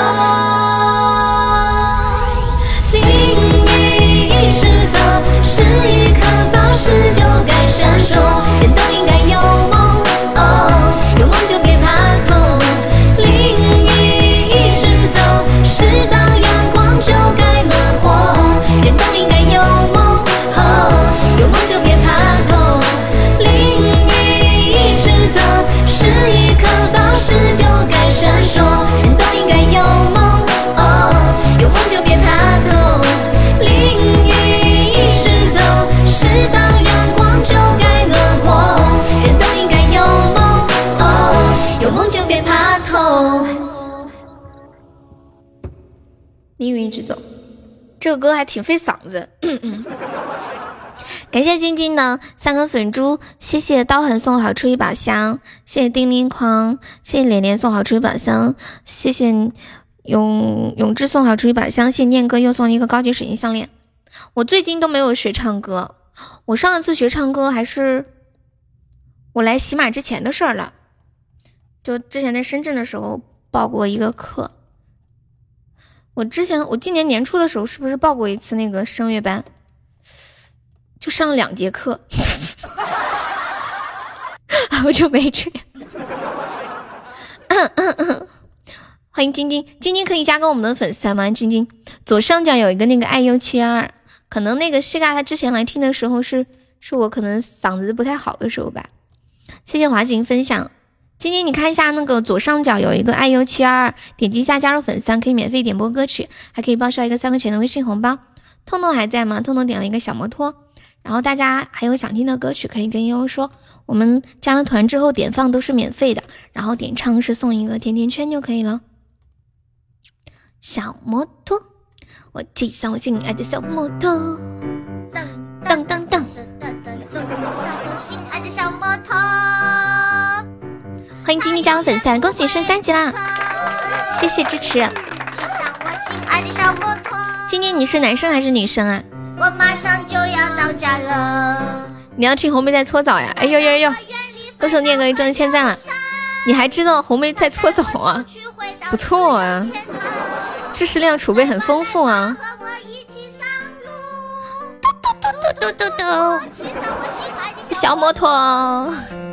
淋雨一直走，是一颗宝石就该闪烁。人都应该有梦，有梦就别怕痛。淋雨一直走，是到阳光就该暖和。人都应该有梦，有梦就别怕痛。淋雨一直走，是一颗宝石就该闪烁。人都应该有梦，有梦就别怕痛。淋雨一直走，是到阳光就该暖和。人都应该有梦，有梦就别怕痛。淋雨一直走。这个歌还挺费嗓子。感谢晶晶的3个粉珠，谢谢刀痕送好出一把香，谢谢叮铃哐，谢谢连连送好出一把香，谢谢永志送好出一把香，谢谢念哥又送一个高级水晶项链。我最近都没有学唱歌，我上一次学唱歌还是我来喜马之前的事儿了，就之前在深圳的时候报过一个课。我今年年初的时候是不是报过一次那个声乐班，就上了2节课。我就没去。欢迎晶晶，晶晶可以加个我们的粉丝吗？晶晶左上角有一个那个IU72，可能那个西嘎他之前来听的时候是我可能嗓子不太好的时候吧。谢谢华景分享。晶晶，你看一下那个左上角有一个 IU72，点击一下加入粉丝，可以免费点播歌曲，还可以报销一个3块钱的微信红包。痛痛还在吗？痛痛点了一个小摩托。然后大家还有想听的歌曲可以跟悠悠说，我们加了团之后点放都是免费的，然后点唱是送一个甜甜圈就可以了。小摩托， 我骑上我心爱的小摩托，当当当，心爱的小摩托。欢迎金妮加入粉丝，恭喜升3级啦！谢谢支持。今年你是男生还是女生啊？我马上就要到家了。你要听红梅在搓澡呀？哎呦呦呦！歌手念哥挣1000赞了，你还知道红梅在搓澡啊？不错啊，知识量储备很丰富啊。嘟嘟嘟嘟嘟嘟，小摩托。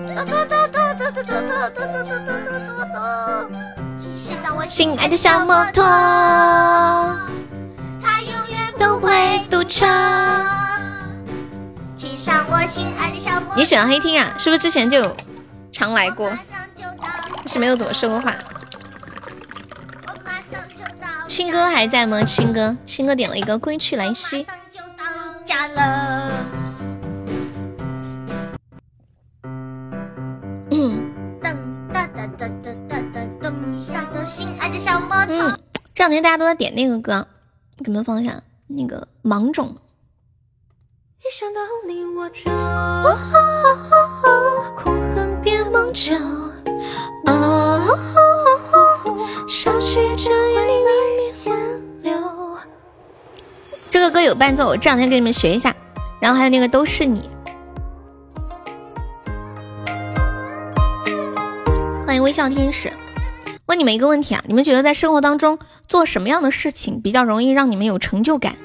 心爱的小摩托，它永远都会堵车。骑上我心爱的小摩托。你喜欢黑听啊？是不是之前就有常来过？但是没有怎么说过话。青哥还在吗？青哥点了一个归去来兮。这两天大家都在点那个歌，给你们放一下那个芒种。一想到你我就苦恨别梦久，想起这一面流。这个歌有伴奏，我这两天给你们学一下。然后还有那个都是你。欢迎微笑天使。问你们一个问题啊，你们觉得在生活当中做什么样的事情比较容易让你们有成就感？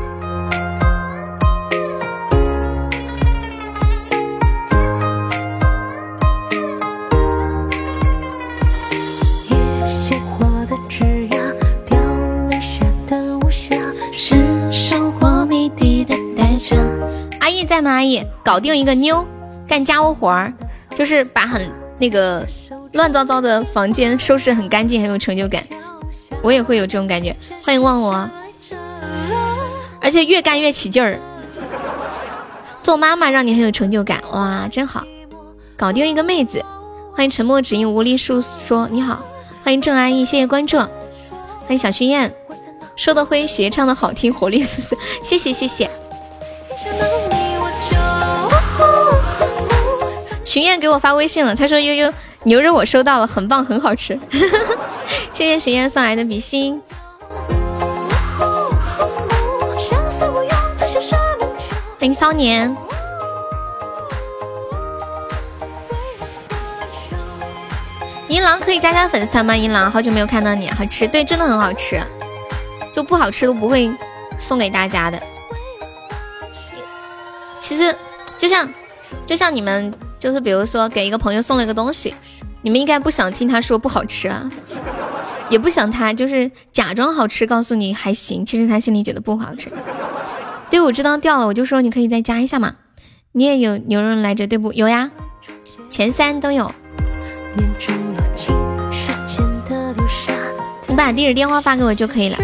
阿姨在吗？阿姨，搞定一个妞，干家务活儿，就是把很那个乱糟糟的房间收拾很干净，很有成就感。我也会有这种感觉。欢迎忘我，而且越干越起劲儿。做妈妈让你很有成就感，哇，真好。搞定一个妹子。欢迎沉默只因无力诉说，你好。欢迎郑阿姨，谢谢关注。欢迎小熏燕，说的诙谐，唱的好听，活力四射，谢谢谢谢。群燕给我发微信了，他说悠悠牛肉我收到了，很棒，很好吃。谢谢群燕送来的比心。欢迎骚年。银狼可以加粉丝团吗？银狼好久没有看到你，好吃，对，真的很好吃，就不好吃都不会送给大家的。其实就像你们就是比如说给一个朋友送了一个东西，你们应该不想听他说不好吃啊，也不想他就是假装好吃告诉你还行，其实他心里觉得不好吃。对，我知道掉了，我就说你可以再加一下嘛。你也有人来着对不？有呀，前3都有。你把地址电话发给我就可以了，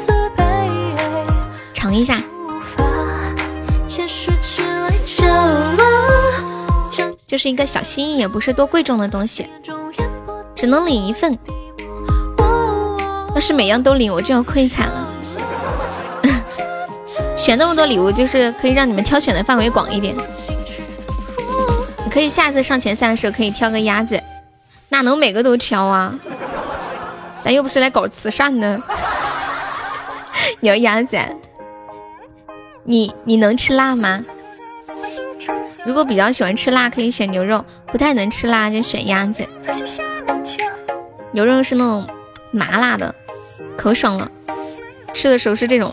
尝一下。就是一个小心意，也不是多贵重的东西，只能领一份。要是每样都领，我就要亏惨了。选那么多礼物，就是可以让你们挑选的范围广一点。你可以下次上前3的时候可以挑个鸭子，哪能每个都挑啊？咱又不是来搞慈善的。你要鸭子？你能吃辣吗？如果比较喜欢吃辣可以选牛肉，不太能吃辣就选鸭子。牛肉是那种麻辣的，可爽了，吃的时候是这种，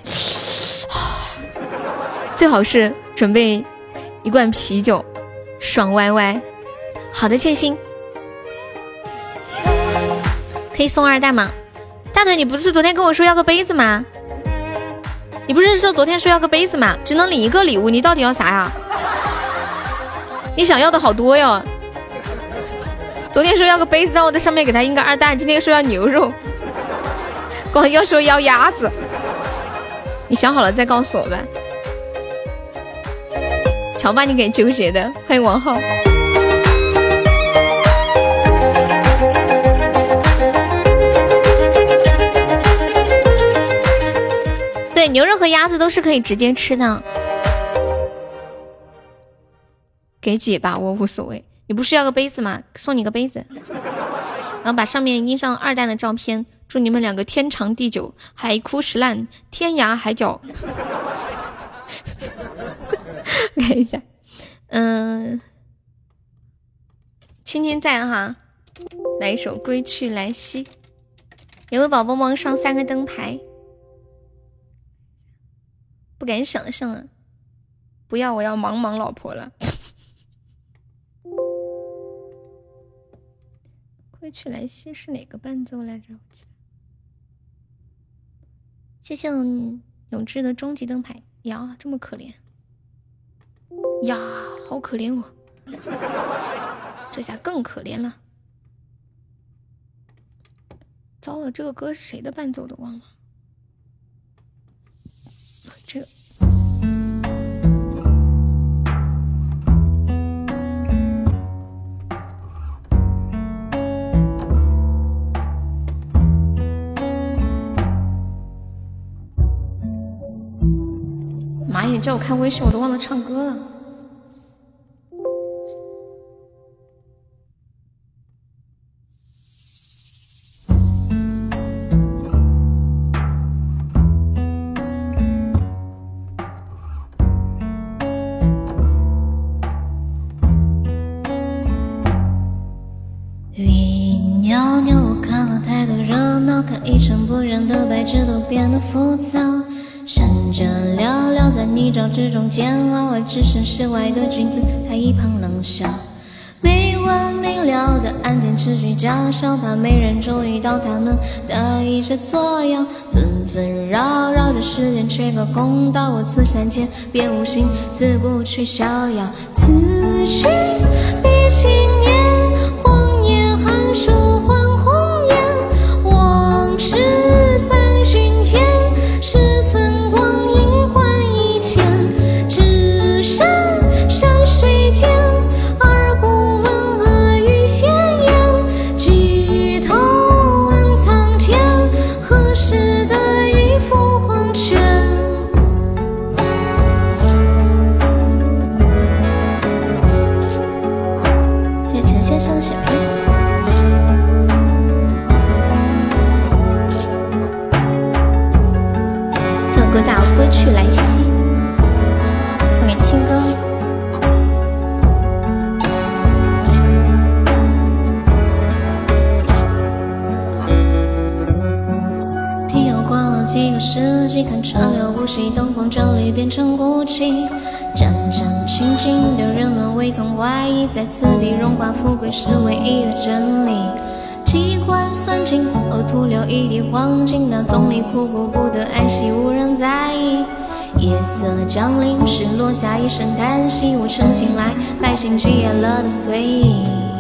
最好是准备一罐啤酒，爽歪歪。好的，切心可以送2袋吗？大腿，你不是昨天跟我说要个杯子吗？你不是说昨天说要个杯子吗？只能领一个礼物，你到底要啥呀？你想要的好多哟。昨天说要个杯子，让我在上面给他印个2蛋，今天说要牛肉，光要说要鸭子。你想好了再告诉我吧。瞧把你给纠结的。欢迎王浩。对， 对，牛肉和鸭子都是可以直接吃的。给姐吧，我无所谓。你不是要个杯子吗？送你个杯子，然后把上面印上2蛋的照片，祝你们2个天长地久，海枯石烂，天涯海角。看一下，青青在哈，来一首《归去来兮》。有没有宝宝帮上3个灯牌？不敢想象啊！不要，我要忙老婆了。归去来兮是哪个伴奏来着？谢谢永志的终极灯牌呀，这么可怜呀，好可怜哦！这下更可怜了。糟了，这个歌是谁的伴奏都忘了。这个。妈呀！叫我看微信，我都忘了唱歌了。云袅袅，我看了太多热闹，看一尘不染的白纸都变得浮躁。山着寥寥，在泥沼之中煎熬，而置身事外的君子在一旁冷笑。没完没了的案件持续叫嚣，怕没人注意到他们的一直作妖，纷纷扰扰着世间缺个公道。我此山间别无心，自不去逍遥。此去彼经年，荒野寒暑换红颜，往事散寻间，是寸光阴换一钱。只身山水间，而不闻恶语闲言。举头问苍天，何时的一幅黄泉？谢谢陈先生的血瓶。这首歌叫《归去来兮》，送给青哥。听又过了几个世纪，看川流不息，灯红酒绿变成孤寂。战战兢兢的人们未曾怀疑，在此地荣华富贵是唯一的真理。机关算尽后徒留一地黄金，那总理苦顾不得安息，无人在意。夜色降临时，落下一声叹息，我曾醒来，百姓剧演了的随意。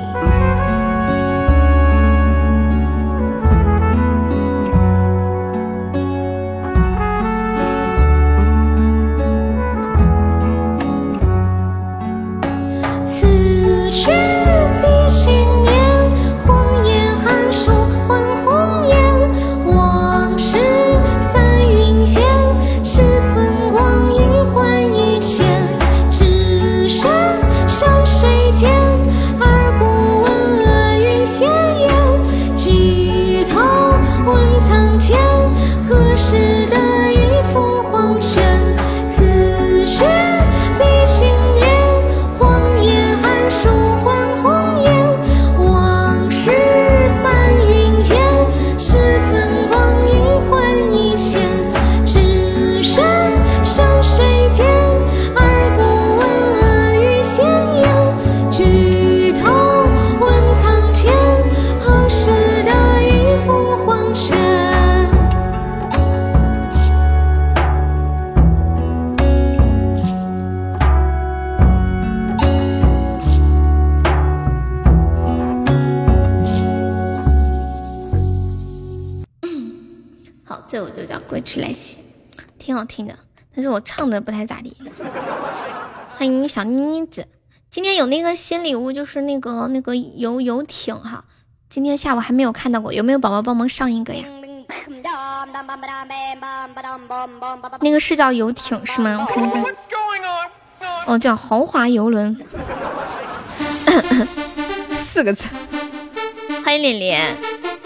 此去彼经年，荒野寒暑换红颜。往事散云间，是寸光阴换一钱。只身山水间，而不闻恶语闲言。举头问苍天，何时的一幅黄泉？此去彼经年，荒野寒暑换红颜。往事散云间，是寸光阴换一钱。只身山水间，而不闻恶语闲言。举头问苍天，何时的一幅黄泉？好，这首就叫《归去来兮》，挺好听的，但是我唱的不太咋地。欢迎小妮子，今天有那个新礼物，就是那个游艇哈，今天下午还没有看到过，有没有宝宝帮忙上一个呀？ 那个是叫游艇是吗？我看一下。哦，叫豪华游轮。4个字。欢迎脸脸。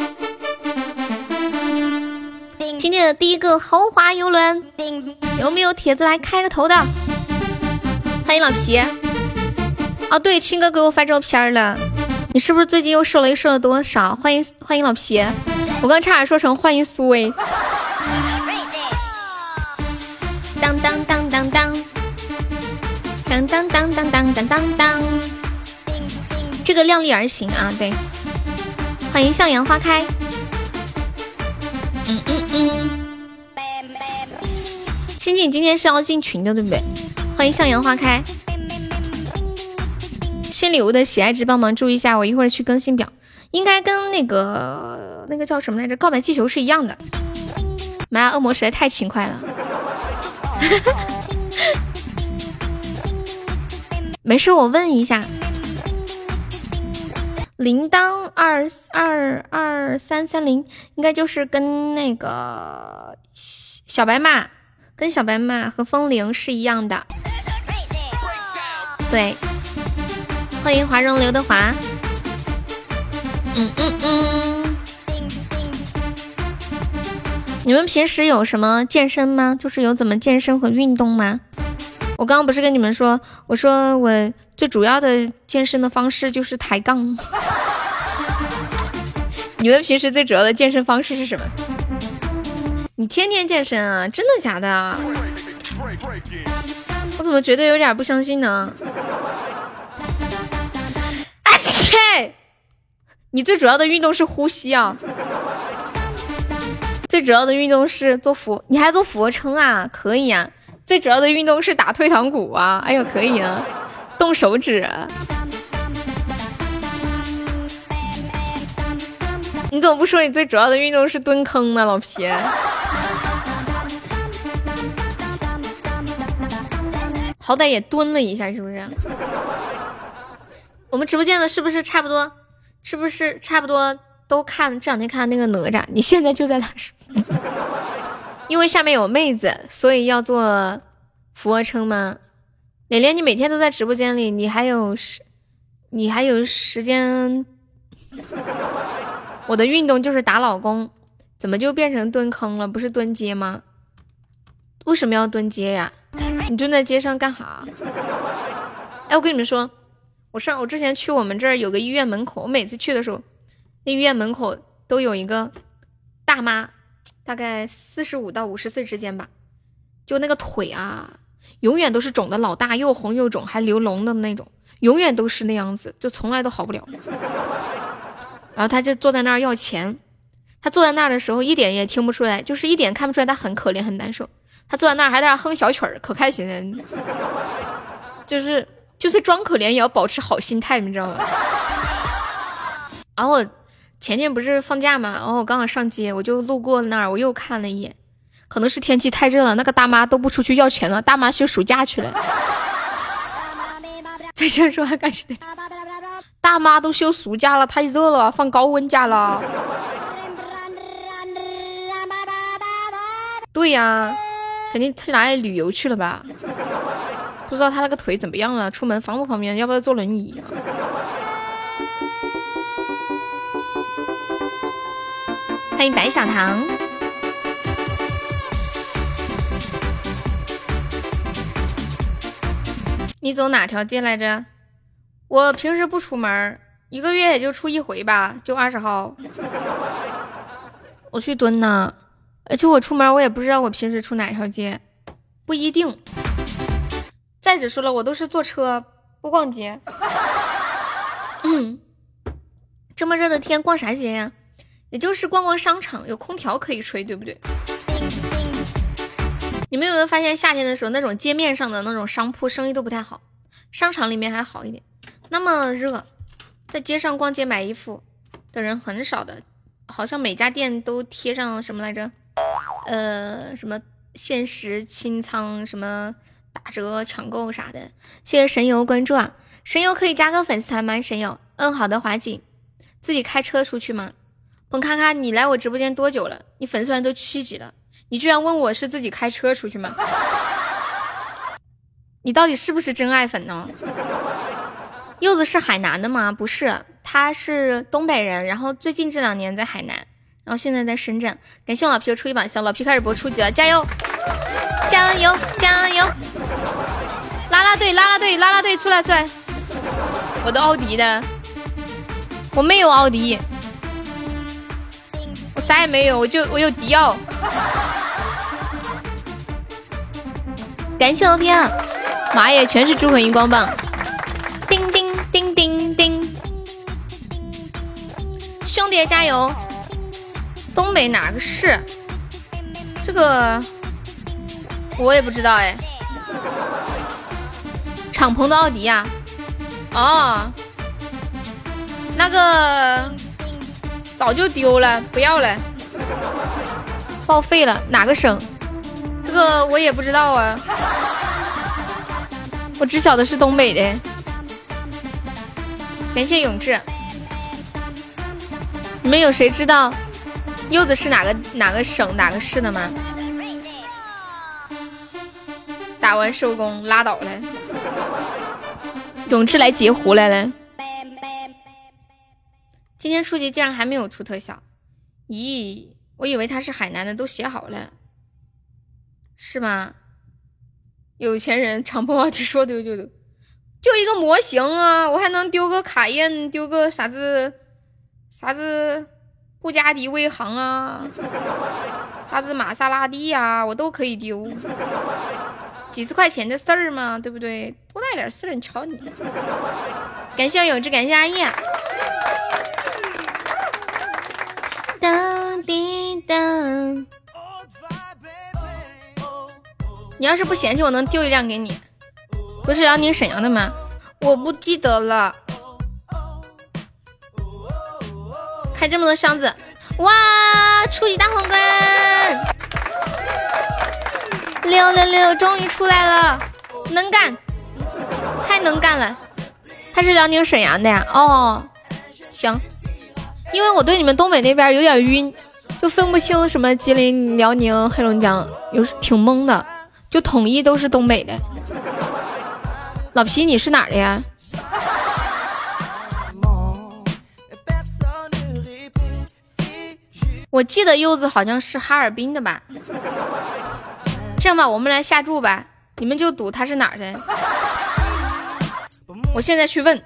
今天的第一个豪华游轮，有没有帖子来开个头的？欢迎老皮。哦，对，青哥给我发照片了。你是不是最近又瘦了？又瘦了多少？欢迎老皮。我刚差点说成欢迎苏薇。当当当当当，当当当当当当当当。这个量力而行啊，对。欢迎向阳花开。欣欣今天是要进群的，对不对？欢迎向阳花开。新礼物的喜爱值帮忙注意一下，我一会儿去更新表，应该跟那个叫什么来着？告白气球是一样的。妈呀，恶魔实在太勤快了。没事，我问一下。铃铛22330应该就是跟那个小白马和风铃是一样的。对，欢迎华容刘德华。你们平时有什么健身吗？就是有怎么健身和运动吗？我刚刚不是跟你们说，我说我最主要的健身的方式就是抬杠。你们平时最主要的健身方式是什么？你天天健身啊？真的假的啊？我怎么觉得有点不相信呢？啊切！你最主要的运动是呼吸啊？最主要的运动是你还做俯卧撑啊？可以啊。最主要的运动是打退堂鼓啊！哎呦，可以啊，动手指。你怎么不说你最主要的运动是蹲坑呢，老皮？好歹也蹲了一下，是不是？我们直播间的是不是差不多？是不是差不多都看这两天看那个哪吒？你现在就在哪说？因为下面有妹子，所以要做俯卧撑吗？脸脸，你每天都在直播间里，你还有时间？我的运动就是打老公，怎么就变成蹲坑了？不是蹲街吗？为什么要蹲街呀？你蹲在街上干啥？哎，我跟你们说，我之前去我们这儿有个医院门口，我每次去的时候，那医院门口都有一个大妈，大概45到50岁之间吧，就那个腿啊，永远都是肿的老大，又红又肿，还流脓的那种，永远都是那样子，就从来都好不了。然后他就坐在那儿要钱，他坐在那儿的时候一点也听不出来，就是一点看不出来他很可怜很难受，他坐在那儿还在那哼小曲儿，可开心了，就是装可怜也要保持好心态，你知道吗？然后前天不是放假嘛，然后我刚好上街，我就路过那儿，我又看了一眼，可能是天气太热了，那个大妈都不出去要钱了，大妈休暑假去了。在这说还感觉大妈都休暑假了，太热了，放高温假了。对呀，肯定去哪里旅游去了吧？不知道他那个腿怎么样了，出门方不方便？要不要坐轮椅？欢迎白小糖。你走哪条街来着？我平时不出门，1个月也就出1回吧，就20号。我去蹲呢，而且我出门我也不知道我平时出哪条街，不一定。再者说了，我都是坐车不逛街。这么热的天逛啥街呀？也就是逛逛商场，有空调可以吹，对不对？你们有没有发现夏天的时候那种街面上的那种商铺生意都不太好，商场里面还好一点。那么热，在街上逛街买衣服的人很少的，好像每家店都贴上什么来着？什么限时清仓，什么打折抢购啥的。谢谢神游关注啊，神游可以加个粉丝团吗？神游，好的，华锦，自己开车出去吗？ 彭卡卡，你来我直播间多久了？你粉丝团都7级了，你居然问我是自己开车出去吗？你到底是不是真爱粉呢？柚子是海南的吗？不是，他是东北人，然后最近这2年在海南，然后现在在深圳。感谢我老皮的出一把香，老皮开始播初级了，加油加油加油！啦啦队啦啦队啦啦队，出来出来！我的奥迪的，我没有奥迪，我啥也没有，我有迪奥。感谢老皮啊！妈耶，全是朱魂荧光棒！叮叮叮叮叮！兄弟加油！东北哪个市？这个我也不知道哎。敞篷的奥迪呀、哦，那个早就丢了，不要了，报废了。哪个省？这个我也不知道啊，我只晓得是东北的。感谢永志。你们有谁知道柚子是哪个省哪个市的吗？打完收工拉倒了。永志来截胡来了。今天初级竟然还没有出特效，咦，我以为他是海南的，都写好了，是吗？有钱人敞篷奥迪说丢就丢，就一个模型啊，我还能丢个卡宴，丢个啥子布加迪威航啊，啥子玛莎拉蒂啊，我都可以丢。几十块钱的事儿嘛，对不对？多带点事儿，你瞧你。感谢永志，感谢阿叶。当滴当，你要是不嫌弃，我能丢一辆给你。不是辽宁沈阳的吗？我不记得了。开这么多箱子，哇！初级大皇冠，666终于出来了，能干，太能干了。他是辽宁沈阳的呀？哦，行。因为我对你们东北那边有点晕，就分不清什么吉林、辽宁、黑龙江，有挺懵的，就统一都是东北的。老皮，你是哪儿的呀？我记得柚子好像是哈尔滨的吧？这样吧，我们来下注吧，你们就赌他是哪儿的。我现在去问。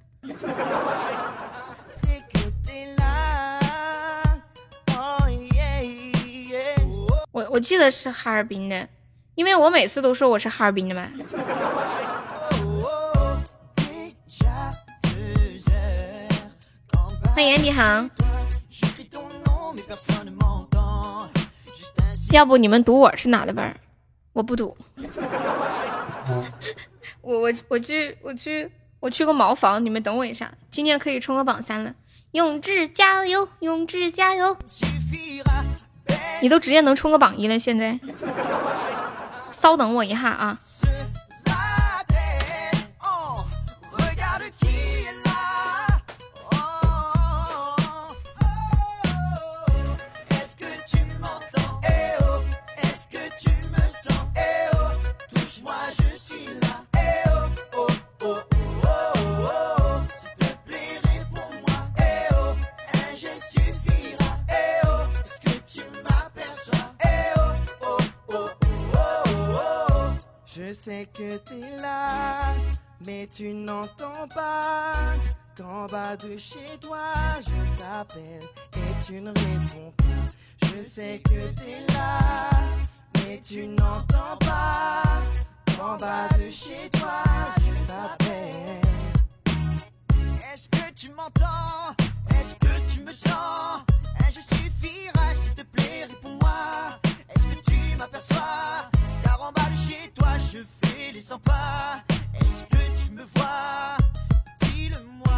我记得是哈尔滨的，因为我每次都说我是哈尔滨的嘛。欢迎安迪航。要不你们赌我是哪的班？我不赌。我去个茅房，你们等我一下，今天可以冲个榜3了。永志加油，永志加油！你都直接能冲个榜1了，现在稍等我一下啊。 Je sais que t'es là, mais tu n'entends pas qu'en bas de chez toi, je t'appelle et tu ne réponds pas. Je sais que t'es là, mais tu n'entends pas qu'en bas de chez toi, je t'appelle. Est-ce que tu m'entends? Est-ce que tu me sens? Je suffira, s'il te plaît, réponds-moi. Est-ce que tu m'aperçois? Car en bas de chez toi, je fais les 100 pas. Est-ce que tu me vois? Dis-le-moi.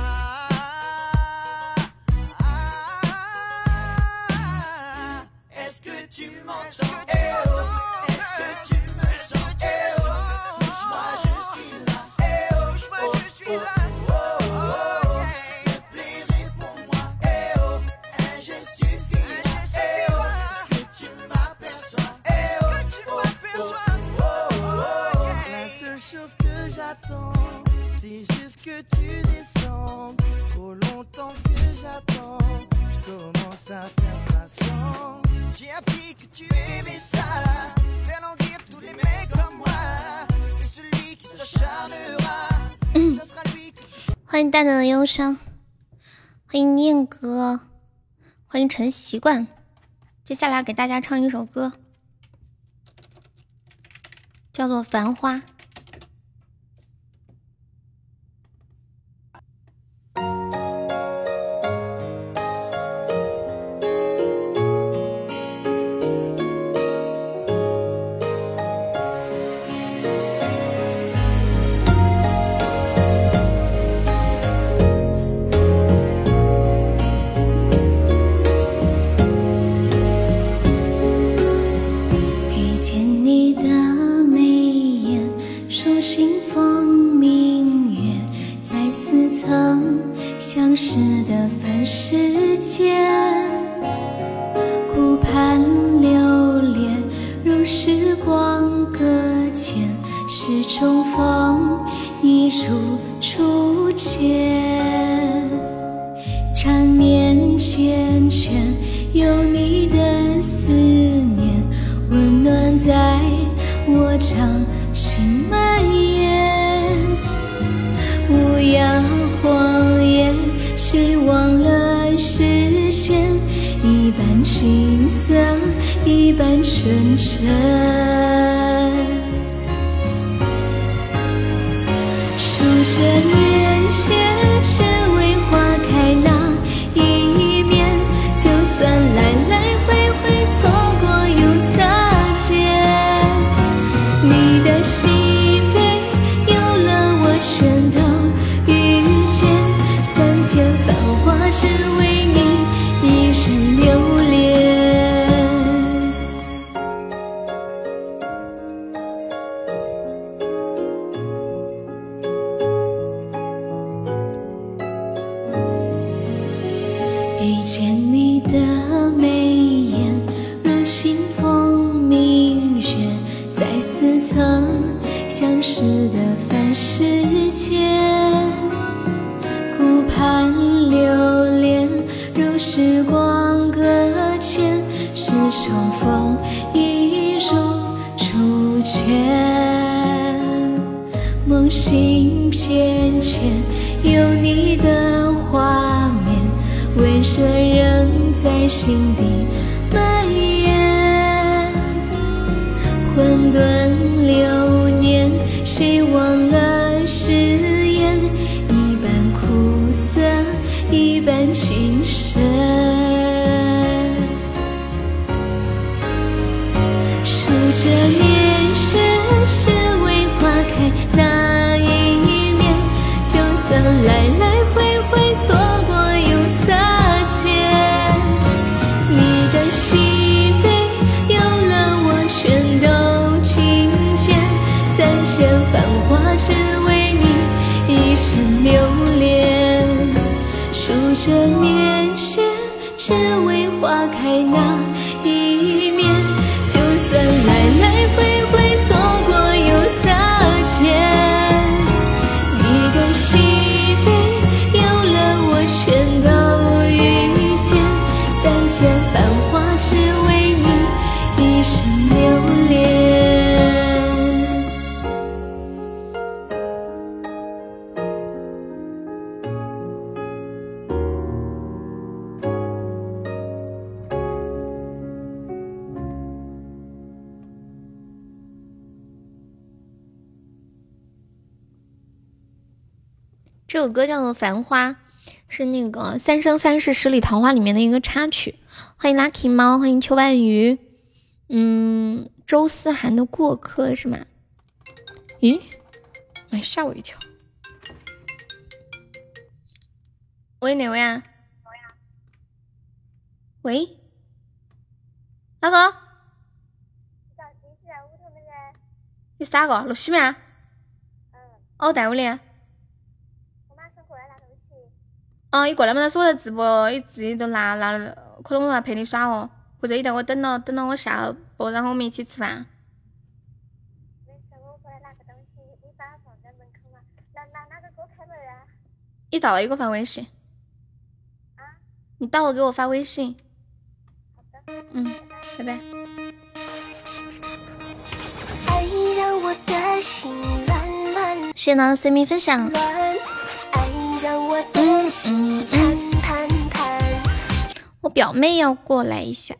Est-ce que tu m'entends? Est-ce que tu me sens? Touche-moi, je suis là. Touche-moi, je suis là. S'il te plaît, réponds-moi. Je suis 欢迎淡淡的忧伤，欢迎念哥，欢迎陈习惯。接下来给大家唱一首歌，叫做《繁花》。 相识的凡世间，顾盼流连，如时光搁浅，是重逢，一如初见。缠绵缱绻，有你的思念，温暖在我掌心蔓延。无恙谎言，谁忘了时间？一半青涩，一半纯真。数着年月，只为花开那一面。就算来来回回，错过又擦肩，你的心扉有了我全都遇见。三千繁华，只为你一人留恋。遇见你的眉眼，如清风明月，在似曾相识的凡世间。顾盼流连，如时光搁浅，是重逢，一如初见。梦醒缱绻，有你的画面，温热仍在心底蔓延。混沌流年，谁忘了誓言？一半苦涩，一半情深。数着年月，只为花开那一面。就算来来回回，错过又擦肩，你的心扉有了我全都听见。三千繁华，只为你一生留恋。数着年月，只为花开那一面。就算来来回回，错过又擦肩，你的心扉有了我全都遇见。三千繁华，只为你一生留恋。 这首歌叫做《繁花》，是那个《三生三世十里桃花》里面的一个插曲。欢迎 Lucky 猫，欢迎秋半鱼，周思涵的过客是吗？咦，哎，吓我一跳。喂，哪位啊？喂，哪个？你是哪个？录西面？哦，在屋里。哦，你过来嘛，他说我在直播，你自己都拿了，可能我要陪你耍哦，或者你等我等到我下播，然后我们一起吃饭。没事，我过来拿个东西，你把它放在门口嘛。哪个给我开门啊？你到了给我发微信。啊？你到了给我发微信。好的。拜拜。 谢谢呢随名分享。我表妹要过来一下。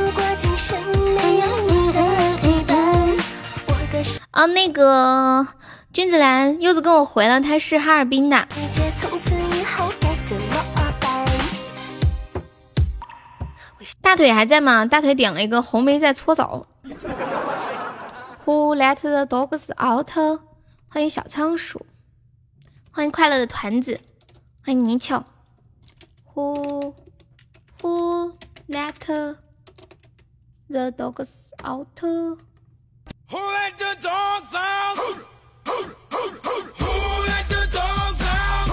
啊，那个君子兰柚子跟我回了，他是哈尔滨的。大腿还在吗？大腿点了一个红梅在搓澡。Who let the dogs out？ 欢迎小仓鼠，欢迎快乐的团子，欢迎泥鳅。Who let the dogs out？ Who let the dogs out? Who let the dogs out?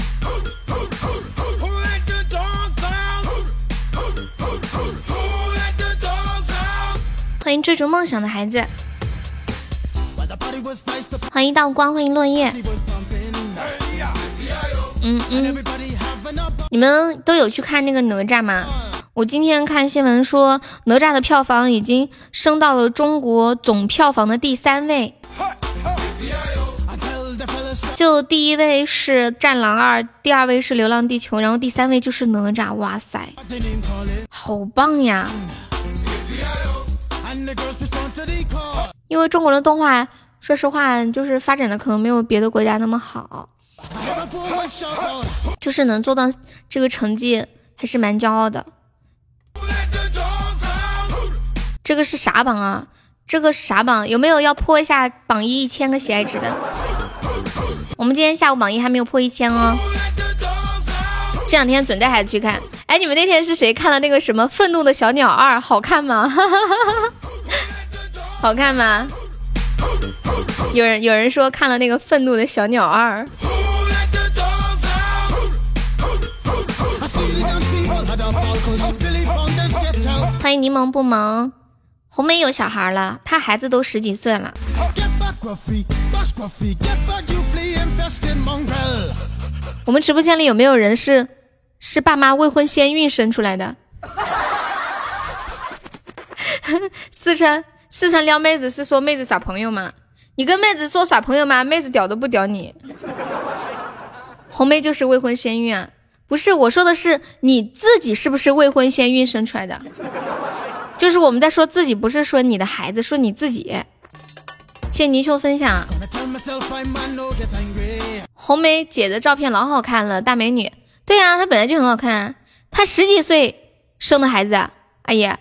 Who let the dogs out? Who let the dogs out? 欢迎追逐梦想的孩子，欢迎道光，欢迎落叶。你们都有去看那个哪吒吗？我今天看新闻说，哪吒的票房已经升到了中国总票房的第3位，就第1位是战狼2，第2位是流浪地球，然后第3位就是哪吒。哇塞，好棒呀！因为中国的动画说实话就是发展的可能没有别的国家那么好，就是能做到这个成绩还是蛮骄傲的。这个是啥榜啊？这个是啥榜？有没有要破一下榜1 1000个喜爱值的？我们今天下午榜1还没有破1000哦，这2天准带孩子去看。哎，你们那天是谁看了那个什么愤怒的小鸟2？好看吗？好看吗？有人说看了那个愤怒的小鸟2。欢迎柠檬不萌。红梅有小孩了，她孩子都10几岁了。我们直播间里有没有人是爸妈未婚先孕生出来的？四川撩妹子是说妹子耍朋友吗？你跟妹子说耍朋友吗？妹子屌都不屌你。红梅就是未婚先孕啊？不是，我说的是你自己是不是未婚先孕生出来的？就是我们在说自己，不是说你的孩子，说你自己。谢谢泥鳅分享。红梅姐的照片老好看了，大美女。对啊，她本来就很好看，她10几岁生的孩子，哎呀，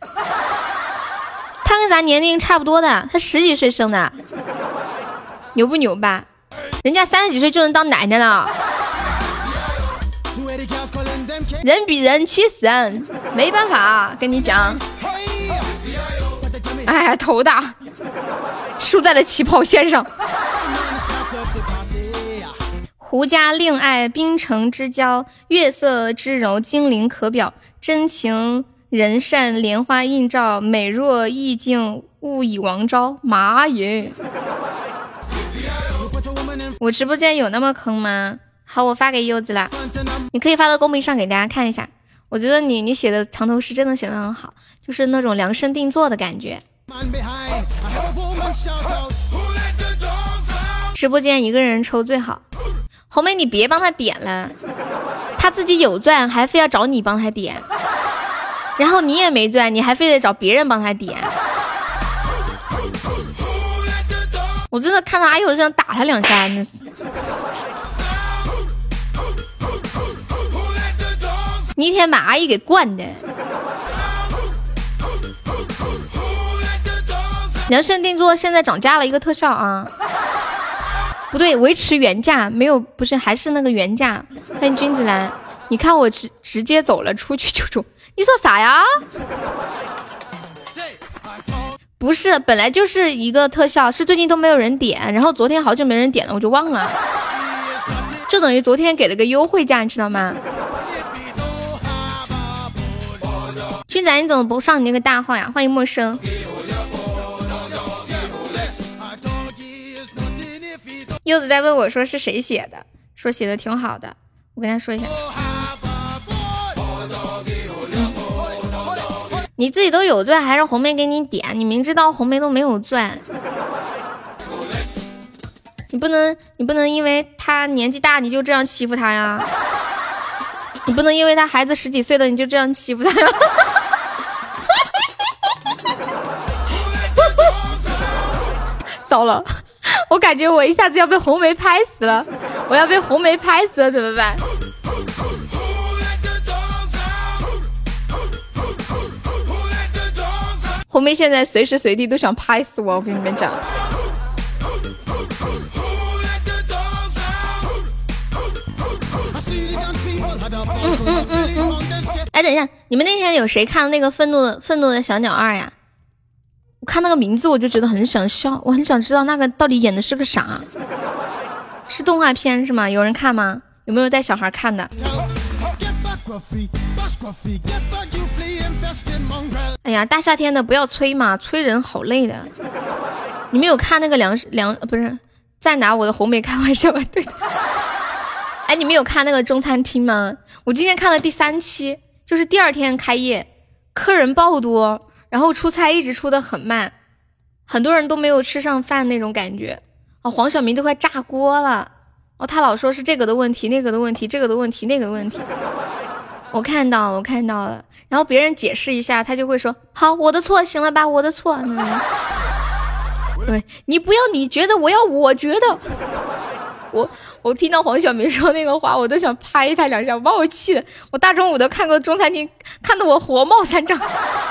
她跟咱年龄差不多的，她10几岁生的，牛不牛吧？人家30几岁就能当奶奶了。人比人气死人，没办法，跟你讲。哎呀，头大，输在了起跑线上。胡家令爱，冰城之交，月色之柔，精灵可表，真情人善，莲花映照，美若意境，物以王昭。妈耶！我直播间有那么坑吗？好，我发给柚子了，你可以发到公屏上给大家看一下。我觉得你写的藏头诗真的写得很好，就是那种量身定做的感觉。直播间一个人抽最好。红梅你别帮他点了，他自己有钻还非要找你帮他点，然后你也没钻，你还非得找别人帮他点。我真的看到阿佑想打他2下，那是。你一天把阿姨给惯的。量身定做现在涨价了，一个特效啊，不对，维持原价，没有，不是，还是那个原价。欢迎君子兰，你看我直接走了出去就中，你说啥呀？不是，本来就是一个特效，是最近都没有人点，然后昨天好久没人点了，我就忘了，就等于昨天给了个优惠价，你知道吗？君仔，你怎么不上你那个大号呀？欢迎陌生。柚子在问我说是谁写的，说写的挺好的，我跟他说一下。你自己都有钻，还是红梅给你点？你明知道红梅都没有钻， 你不能因为他年纪大你就这样欺负他呀，你不能因为他孩子10几岁了你就这样欺负他呀。糟了，我感觉我一下子要被红梅拍死了，我要被红梅拍死了怎么办？红梅现在随时随地都想拍死我，我跟你们讲。哎，等一下，你们那天有谁看那个愤怒的小鸟2呀？我看那个名字我就觉得很想笑，我很想知道那个到底演的是个啥？是动画片是吗？有人看吗？有没有带小孩看的？哎呀，大夏天的不要催嘛，催人好累的。你们有看那个不是再拿我的红梅开玩笑吧？对的。哎，你们有看那个中餐厅吗？我今天看了第3期，就是第2天开业，客人爆多，然后出菜一直出的很慢，很多人都没有吃上饭那种感觉。哦，黄晓明都快炸锅了。哦，他老说是这个的问题，那个的问题，这个的问题，那个的问题。我看到了，然后别人解释一下，他就会说好，我的错，行了吧，我的错。对，你不要你觉得，我要我觉得。我听到黄晓明说那个话，我都想拍他2下，我把我气的，我大中午的看个中餐厅，看得我火冒3丈。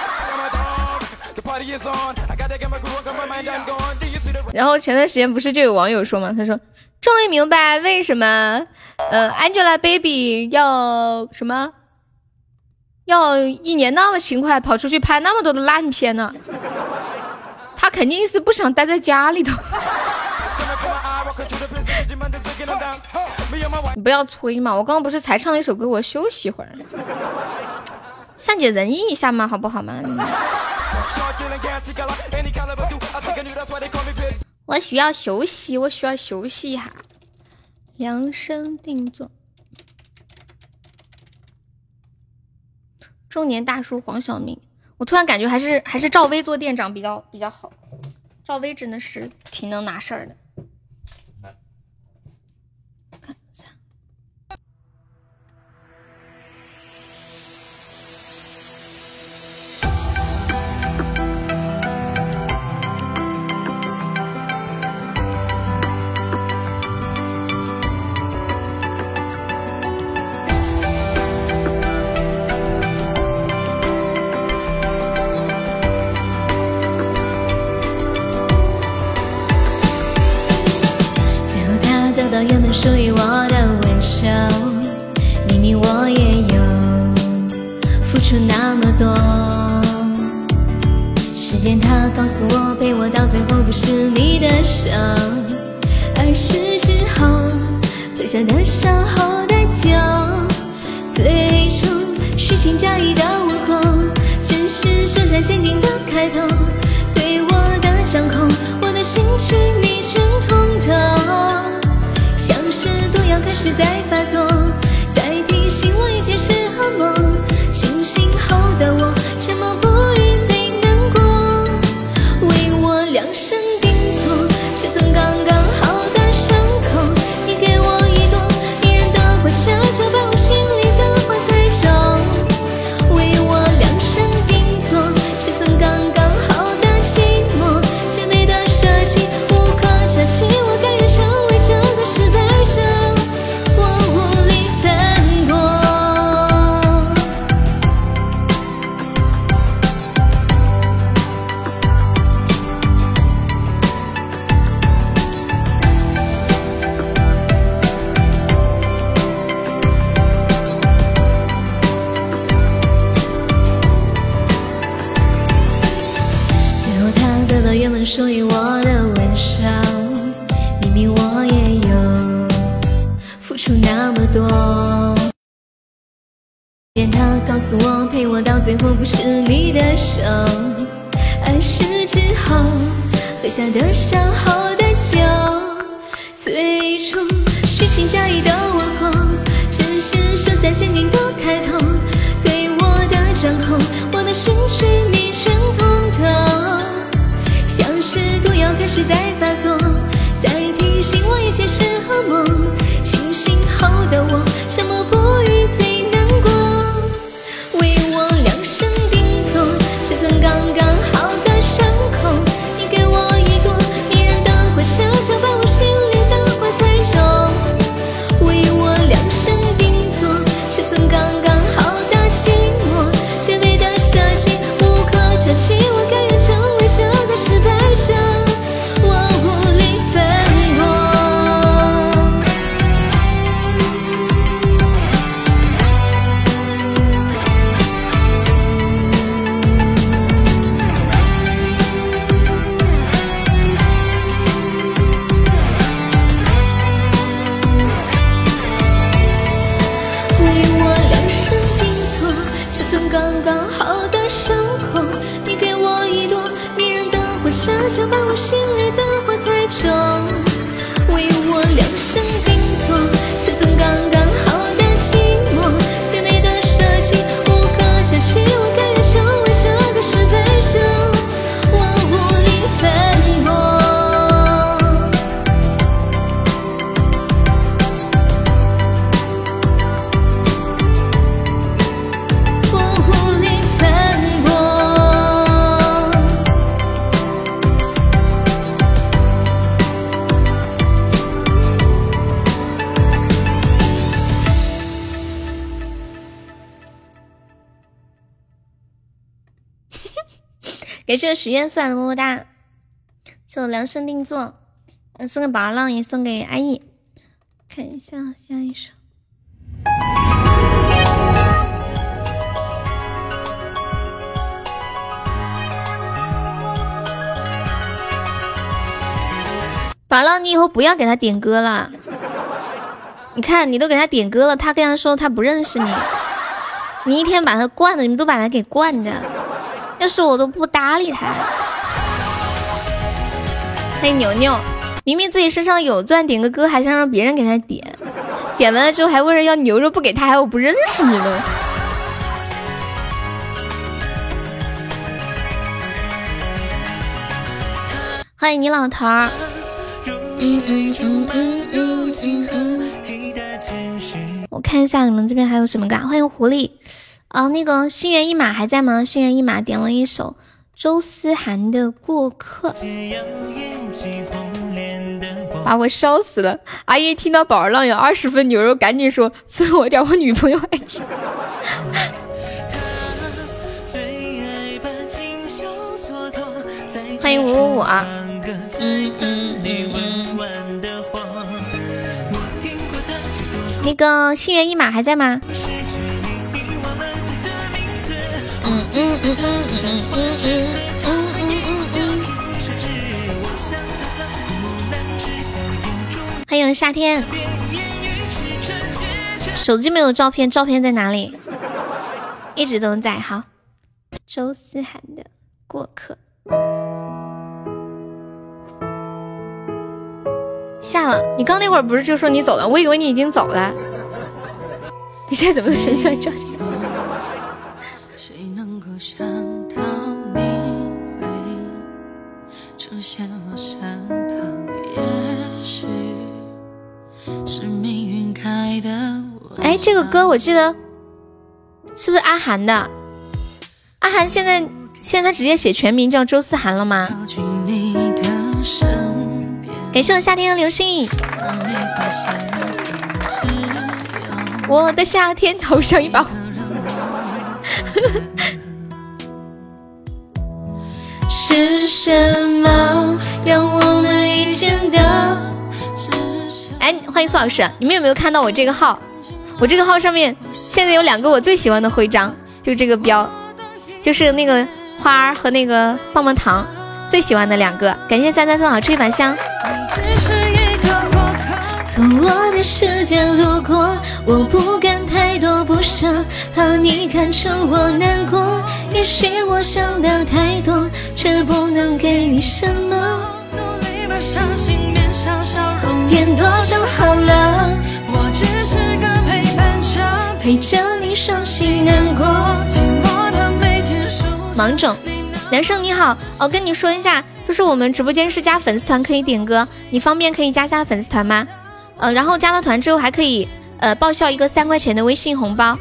然后前段时间不是就有网友说嘛，他说终于明白为什么Angelababy 要什么要1年那么勤快跑出去拍那么多的烂片呢？他肯定是不想待在家里头。你不要催嘛，我刚刚不是才唱了一首歌，我休息一会儿，善解人意一下嘛，好不好嘛？我需要休息一下，量身定做。中年大叔黄晓明，我突然感觉还是赵薇做店长比较好，赵薇真的是挺能拿事儿的。原本属于我的温柔，明明我也有付出那么多，时间它告诉我，陪我到最后不是你的手，而是之后喝下的伤后的酒，最初虚情假意的问候，只是设下陷阱的开头，对我的掌控，我的心绪你全通透，像是毒药开始在发作，在提醒我一切是噩梦，清醒后的我沉默不语最难过，为我量身定做尺寸刚刚好的伤口，你给我一朵迷人的花，悄悄把我心里的话猜中，为我量身定做尺寸刚刚好的寂寞，甜美的设计无可插起，我甘愿成为这个是悲伤，我无力反驳。最后他得到原本属于我的温柔，明明我也有付出那么多，但他告诉我，陪我到最后不是你的手，而是之后喝下的伤后的酒，最初虚情假意的问候，只是设下陷阱的开头，对我的掌控，我的心绪你全通透，像是毒药开始在发作，在提醒我切是噩梦，清醒后的我沉默不语最难过，为我量身定做尺寸刚刚好的伤口，你给我一朵迷人的花，悄悄把我心里的花猜中，为我量身定做尺寸刚刚好的寂寞，绝美的设计无可挑剔，我甘愿成为这个失败者，我无力反驳。为我量身定做尺寸刚刚好的伤口，你给我一朵迷人的花，悄悄把我心里的花猜中，为我量身定做尺寸刚刚好的寂寞，最美的设计无可挑剔，我甘愿成为这个失败者，我无力反驳。给这个许愿算了，么么哒！就量身定做，送给宝儿浪，也送给安逸。看一下下一首。宝儿浪，你以后不要给他点歌了。你看，你都给他点歌了，他跟他说他不认识你，你一天把他惯的，你们都把他给惯着。要是我都不搭理他。欢迎牛牛，明明自己身上有钻，点个歌还想让别人给他点，点完了之后还问人要牛肉，不给他还我不认识你呢。欢迎你老头儿。我看一下你们这边还有什么歌。欢迎狐狸。那个心猿意马还在吗？心猿意马点了一首周思涵的《过客》，把我烧死了。阿姨听到宝儿浪有20份牛肉，赶紧说分我点，我女朋友爱吃。欢迎555啊！那个心猿意马还在吗？欢迎夏天。手机没有照片，照片在哪里？一直都在。好，周思涵的《过客》下了。你刚那会儿不是就说你走了？我以为你已经走了。你现在怎么神出来照片？谁能够想到你会出现我身旁，也许是命运开的。哎，这个歌我记得是不是阿涵的？阿涵现在他直接写全名叫周思涵了吗？感谢我夏天的流星。我的夏天头上一把火。是什么让我们遇见的？哎，欢迎苏老师，你们有没有看到我这个号？我这个号上面现在有2个我最喜欢的徽章，就这个标，就是那个花儿和那个棒棒糖，最喜欢的2个。感谢33送好吃一把香。从我的世界路过，我不敢太多不舍，怕你看出我难过。也许我想的太多，却不能给你什么。努力把伤心变小笑容变多就好了。我只是个陪伴者，陪着你伤心难过。寂寞的每天忙种。男生你好，跟你说一下， 就是我们直播间是加粉丝团可以点歌，你方便可以加下粉丝团吗？然后加了团之后还可以报销一个3块钱的微信红包。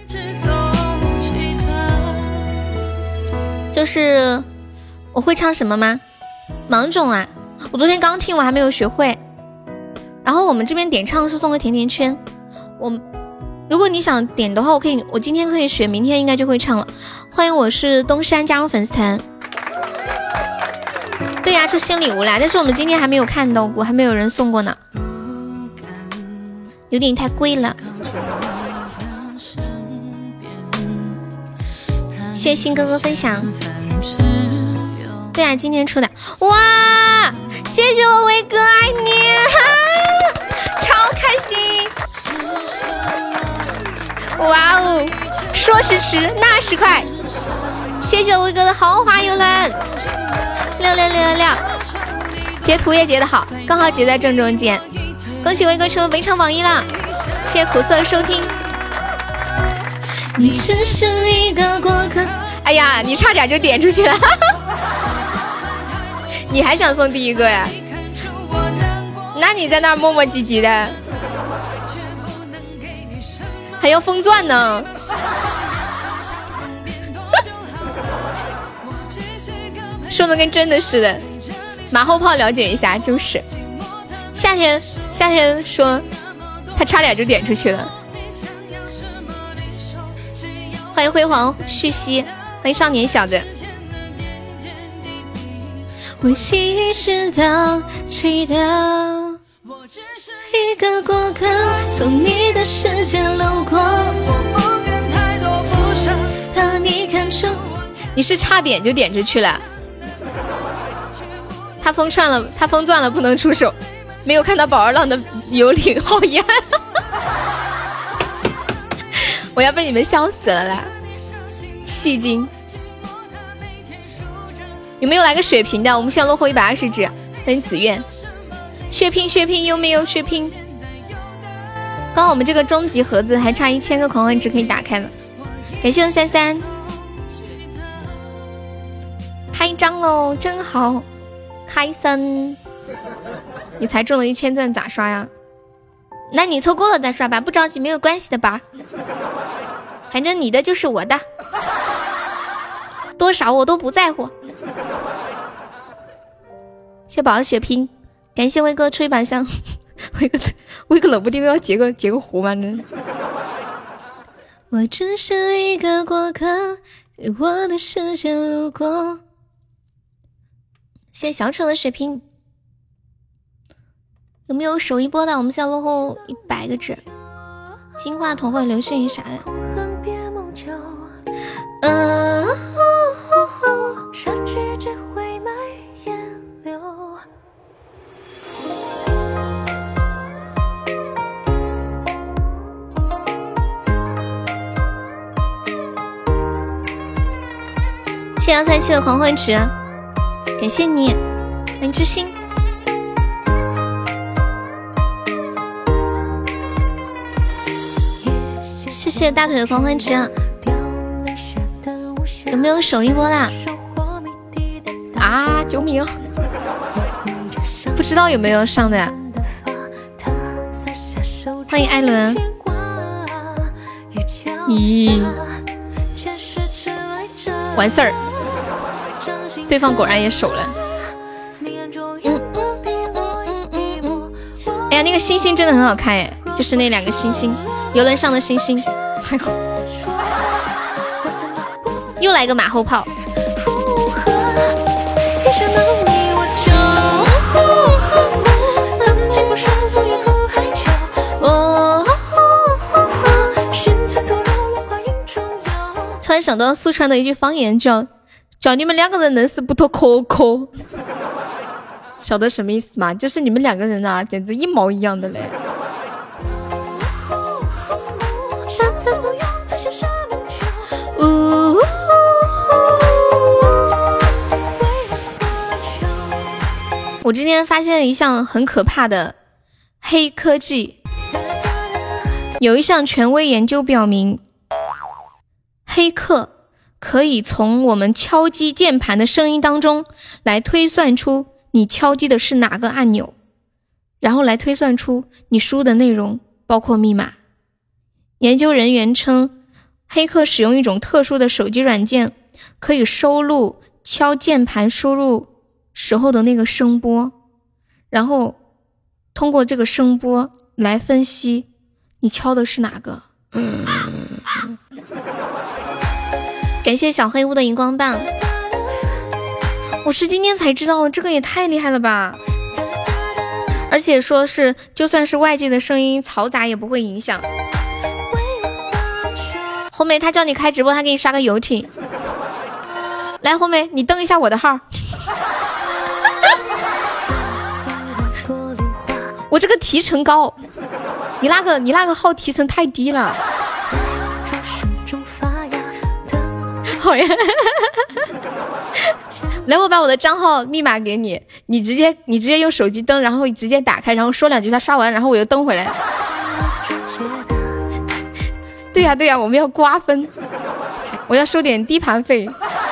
就是我会唱什么吗？芒种啊，我昨天刚听，我还没有学会。然后我们这边点唱是送个甜甜圈，如果你想点的话，我今天可以学，明天应该就会唱了。欢迎，我是东山，加入粉丝团。对呀，出新礼物啦，但是我们今天还没有看到过，还没有人送过呢，有点太贵了。谢谢新哥哥分享。对啊，今天出的。哇，谢谢我威哥，爱你，超开心。哇哦，说时迟那时快，谢谢威哥的豪华游轮，6666，截图也截得好，刚好截在正中间。恭喜威哥成为本场榜一了，谢谢苦涩收听。你只是一个过客。哎呀，你差点就点出去了，你还想送第一个呀？那你在那儿磨磨唧唧的，还要封钻呢。说的跟真的似的，马后炮了解一下，就是夏天说他差点就点出去了。欢迎辉煌旭熙，欢迎少年小子。我意识到祈祷我只是一个过客，从你的世界路过，我不敢太多，不想让你看出。你是差点就点出去了，他封钻了不能出手，没有看到宝儿浪的有领，好遗憾。我要被你们笑死了啦，戏精。有没有来个血瓶的？我们现在落后120只。欢迎紫苑，血瓶有没有血瓶？刚刚我们这个终极盒子还差1000个狂欢值可以打开了，感谢33，开张喽，真好，开心！你才中了1000钻咋刷呀？那你错过了再刷吧，不着急，没有关系的吧。反正你的就是我的，多少我都不在乎。谢宝的血拼，感谢威哥吹把香。威哥冷不丁要截个胡吗？我只是一个过客，在我的世界路过。谢谢小丑的血拼，有没有手一波的？我们现在落后100个值，金话筒或者流星雨啥的。谢237的狂欢值，感谢你，欢迎知心。谢谢大腿的狂欢值，有没有手一波的？啊，救命！不知道有没有上的呀？欢迎艾伦。咦，完事儿，对方果然也守了。哎呀，那个星星真的很好看哎，就是那2个星星，游轮上的星星。哎呦，又来个马后炮。突然想到四川的一句方言，叫你们2个人能是不脱壳壳，晓得什么意思吗？就是你们2个人啊，简直一毛一样的嘞。我今天发现了一项很可怕的黑科技，有一项权威研究表明，黑客可以从我们敲击键盘的声音当中来推算出你敲击的是哪个按钮，然后来推算出你输的内容包括密码。研究人员称，黑客使用一种特殊的手机软件，可以收录敲键盘输入时候的那个声波，然后通过这个声波来分析你敲的是哪个。感谢小黑屋的荧光棒，我是今天才知道，这个也太厉害了吧！而且说是就算是外界的声音嘈杂也不会影响。红梅他叫你开直播，他给你刷个游艇。来，红梅你登一下我的号。我这个提成高，你那个号提成太低了。好呀，来，我把我的账号密码给你，你直接用手机登，然后直接打开，然后说两句，他刷完，然后我又登回来。对呀，我们要瓜分，我要收点低盘费。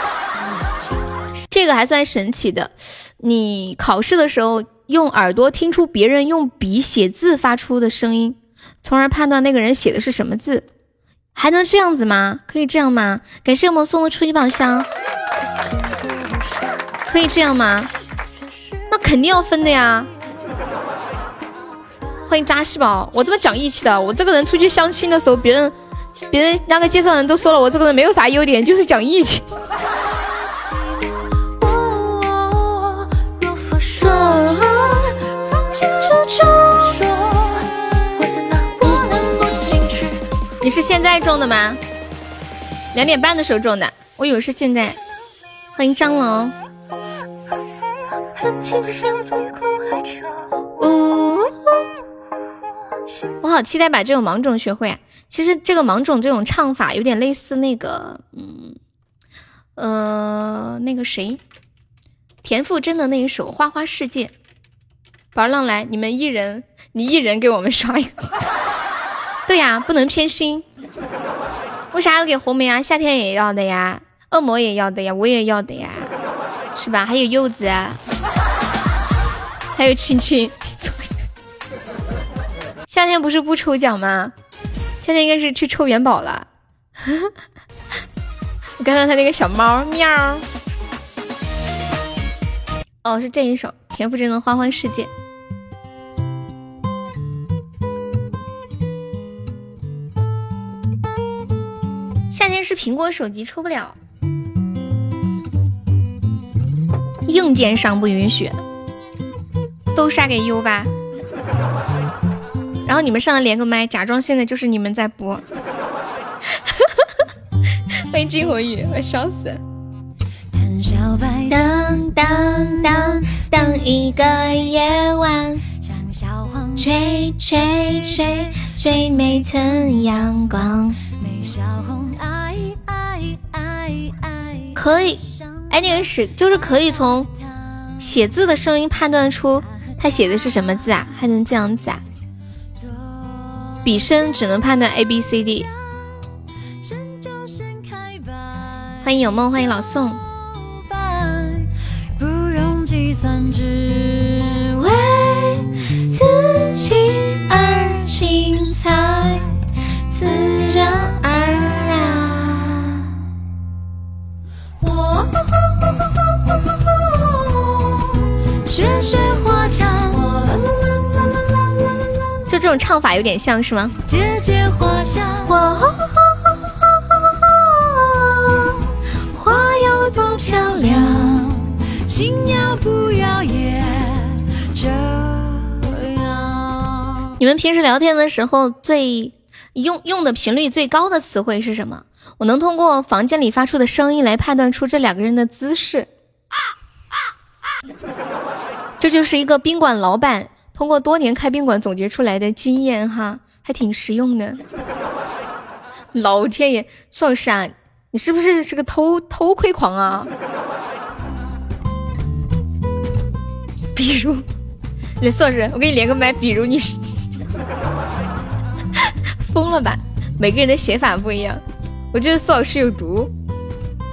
这个还算神奇的，你考试的时候用耳朵听出别人用笔写字发出的声音，从而判断那个人写的是什么字。还能这样子吗？可以这样吗？感谢我们送的初级宝箱。可以这样吗？那肯定要分的呀。欢迎扎西宝，我这么讲义气的，我这个人出去相亲的时候，别人那个介绍人都说了，我这个人没有啥优点，就是讲义气。你是现在中的吗？2点半的时候中的，我以为是现在。欢迎张龙。我好期待把这种芒种学会啊！其实这个芒种这种唱法有点类似那个，那个谁，田馥甄的那一首《花花世界》。宝儿浪来，你一人给我们刷一个。对呀，不能偏心。为啥要给红梅啊？夏天也要的呀，恶魔也要的呀，我也要的呀，是吧？还有柚子啊，还有青青。夏天不是不抽奖吗？夏天应该是去抽元宝了。我看到他那个小猫喵。哦，是这一首田馥甄的《花花世界》。夏天是苹果手机抽不了，硬件上不允许，都刷给优吧。然后你们上来连个麦，假装现在就是你们在播。欢迎金火雨，我笑死。当当当当一个夜晚，吹吹吹吹每层阳光。可以，哎，那个是就是可以从写字的声音判断出他写的是什么字啊？还能这样子啊？笔声只能判断 ABCD。欢迎有梦，欢迎老宋。不用计算，只为自己而精彩，自然而然。雪水花墙，就这种唱法有点像是吗？姐姐花香，花有多漂亮，心要不要也这样。你们平时聊天的时候最用的频率最高的词汇是什么？我能通过房间里发出的声音来判断出这两个人的姿势。这就是一个宾馆老板通过多年开宾馆总结出来的经验哈，还挺实用的。老天爷，宋山，你是不是个偷窥狂啊？比如，宋师，我给你连个麦，比如你是疯了吧？每个人的写法不一样，我觉得宋老师有毒。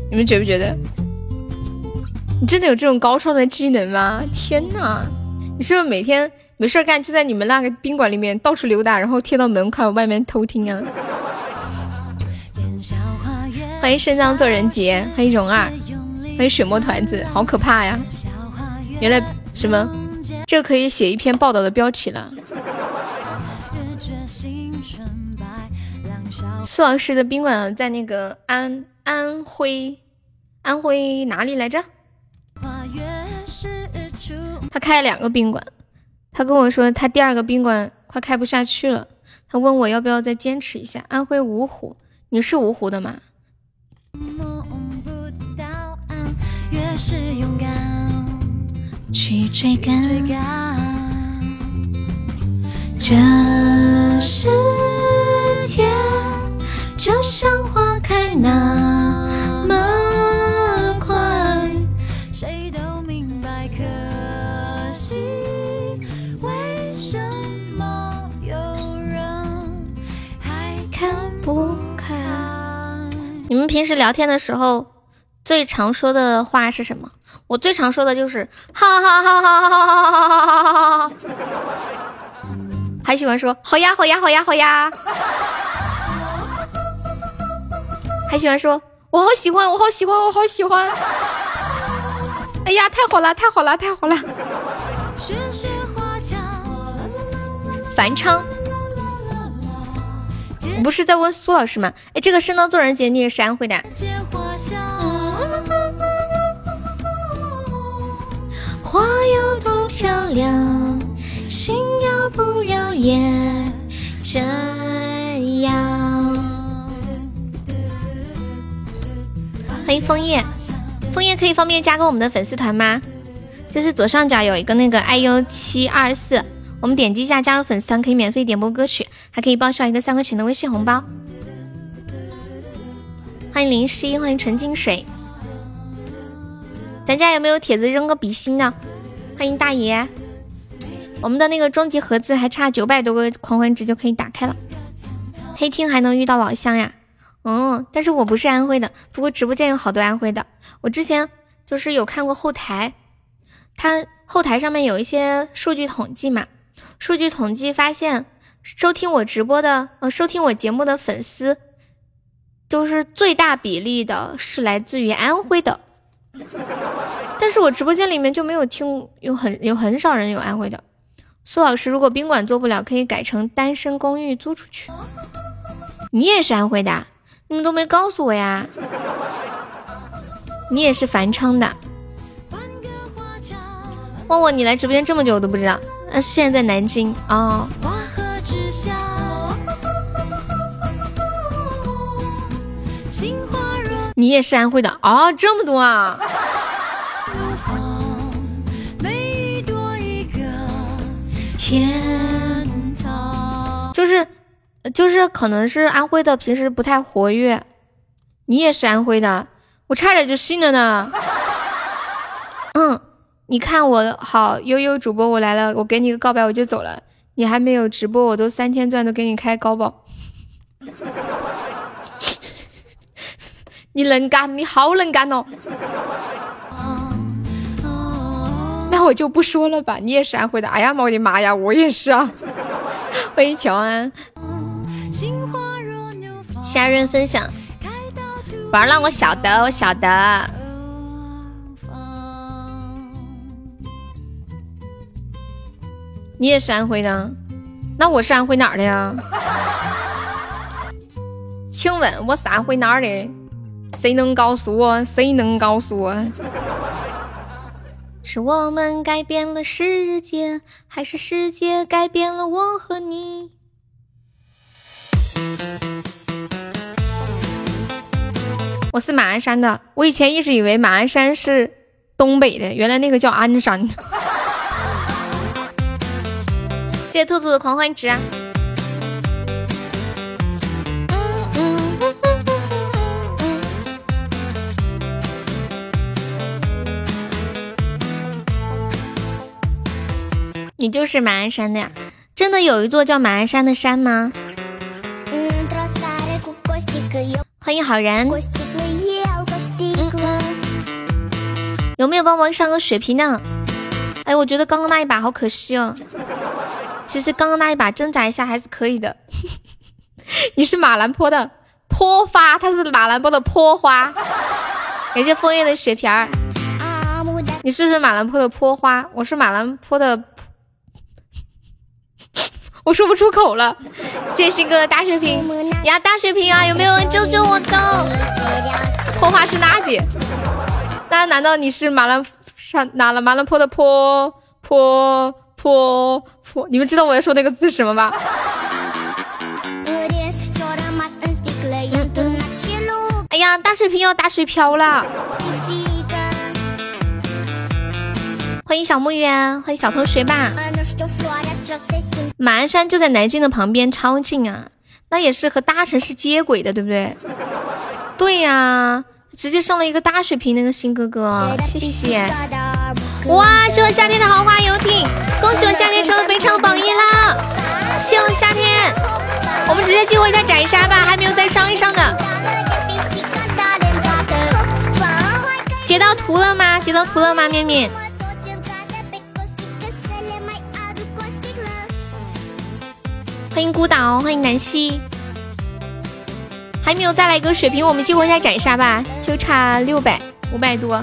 你们觉不觉得？你真的有这种高超的技能吗？天哪！你是不是每天没事干就在你们那个宾馆里面到处溜达，然后贴到门口外面偷听啊？欢迎肾脏做人杰，欢迎蓉儿，欢迎水墨团子，好可怕呀！原来什么？这可以写一篇报道的标题了。苏老师的宾馆在那个安徽哪里来着？他开了2个宾馆，他跟我说他第2个宾馆快开不下去了，他问我要不要再坚持一下。安徽芜湖，你是芜湖的吗？去追赶这世界，就像花开那么快，谁都明白，可惜为什么有人还看不开。你们平时聊天的时候最常说的话是什么？我最常说的就是哈哈哈哈哈哈哈哈哈，还喜欢说好呀好呀好呀好呀，还喜欢说我好喜欢我好喜欢我好喜欢，哎呀太好了太好了太好了。繁昌，你不是在问苏老师吗？哎，这个圣诞做人节你也是安徽的？花有多漂亮，心要不要也这样。欢迎枫叶，枫叶可以方便加个我们的粉丝团吗？就是左上角有一个那个 IU724，我们点击一下加入粉丝团，可以免费点播歌曲，还可以报销一个3块钱的微信红包。欢迎林夕，欢迎陈金水。咱家有没有帖子扔个比心的？欢迎大爷。我们的那个终极盒子还差900多个狂欢值就可以打开了。黑厅还能遇到老乡呀？但是我不是安徽的，不过直播间有好多安徽的。我之前就是有看过后台，它后台上面有一些数据统计嘛，数据统计发现收听我节目的粉丝，就是最大比例的是来自于安徽的。但是我直播间里面就没有听，有很少人有安徽的。苏老师，如果宾馆做不了，可以改成单身公寓租出去。你也是安徽的？你们都没告诉我呀。你也是繁昌的？旺旺，你来直播间这么久我都不知道。现在在南京哦。你也是安徽的哦？这么多啊！就是可能是安徽的平时不太活跃。你也是安徽的？我差点就信了呢。你看我好悠悠主播，我来了，我给你个告白我就走了，你还没有直播我都3天钻都给你开高保。你能干，你好能干哦。那我就不说了吧。你也是安徽的？哎呀我的妈呀，我也是啊。欢迎乔安。其他人分享，不要让我晓得，我晓得。你也是安徽的？那我是安徽哪儿的呀？请问我是安徽哪儿的？谁能告诉我？谁能告诉我？是我们改变了世界，还是世界改变了我和你？我是马鞍山的，我以前一直以为马鞍山是东北的，原来那个叫鞍山。谢谢兔子的狂欢值啊！你就是马鞍山的呀？真的有一座叫马鞍山的山吗？欢迎好人。 有没有帮忙上个血瓶呢？哎，我觉得刚刚那一把好可惜哦。其实刚刚那一把挣扎一下还是可以的。你是马兰坡的坡花，他是马兰坡的坡花。感谢枫叶的血瓶儿。你是不是马兰坡的坡花？我是马兰坡的，我说不出口了。谢谢新哥的大血瓶呀，大血瓶啊！有没有人救救我的？坡花是娜姐，那难道你是马兰坡的坡？你们知道我在说那个字是什么吗？哎呀，大水瓶要打水漂了！欢迎小木源，欢迎小同学吧。马鞍山就在南京的旁边，超近啊！那也是和大城市接轨的，对不对？对呀，直接上了一个大水瓶那个新哥哥，谢谢。哇，是我夏天的豪华游艇，恭喜我夏天成为本场榜一啦！谢我夏天，我们直接激活一下斩杀吧，还没有再上一上的。截到图了吗？截到图了吗？面面。欢迎孤岛，欢迎南希。还没有再来一个血瓶，我们激活一下斩杀吧，就差500多。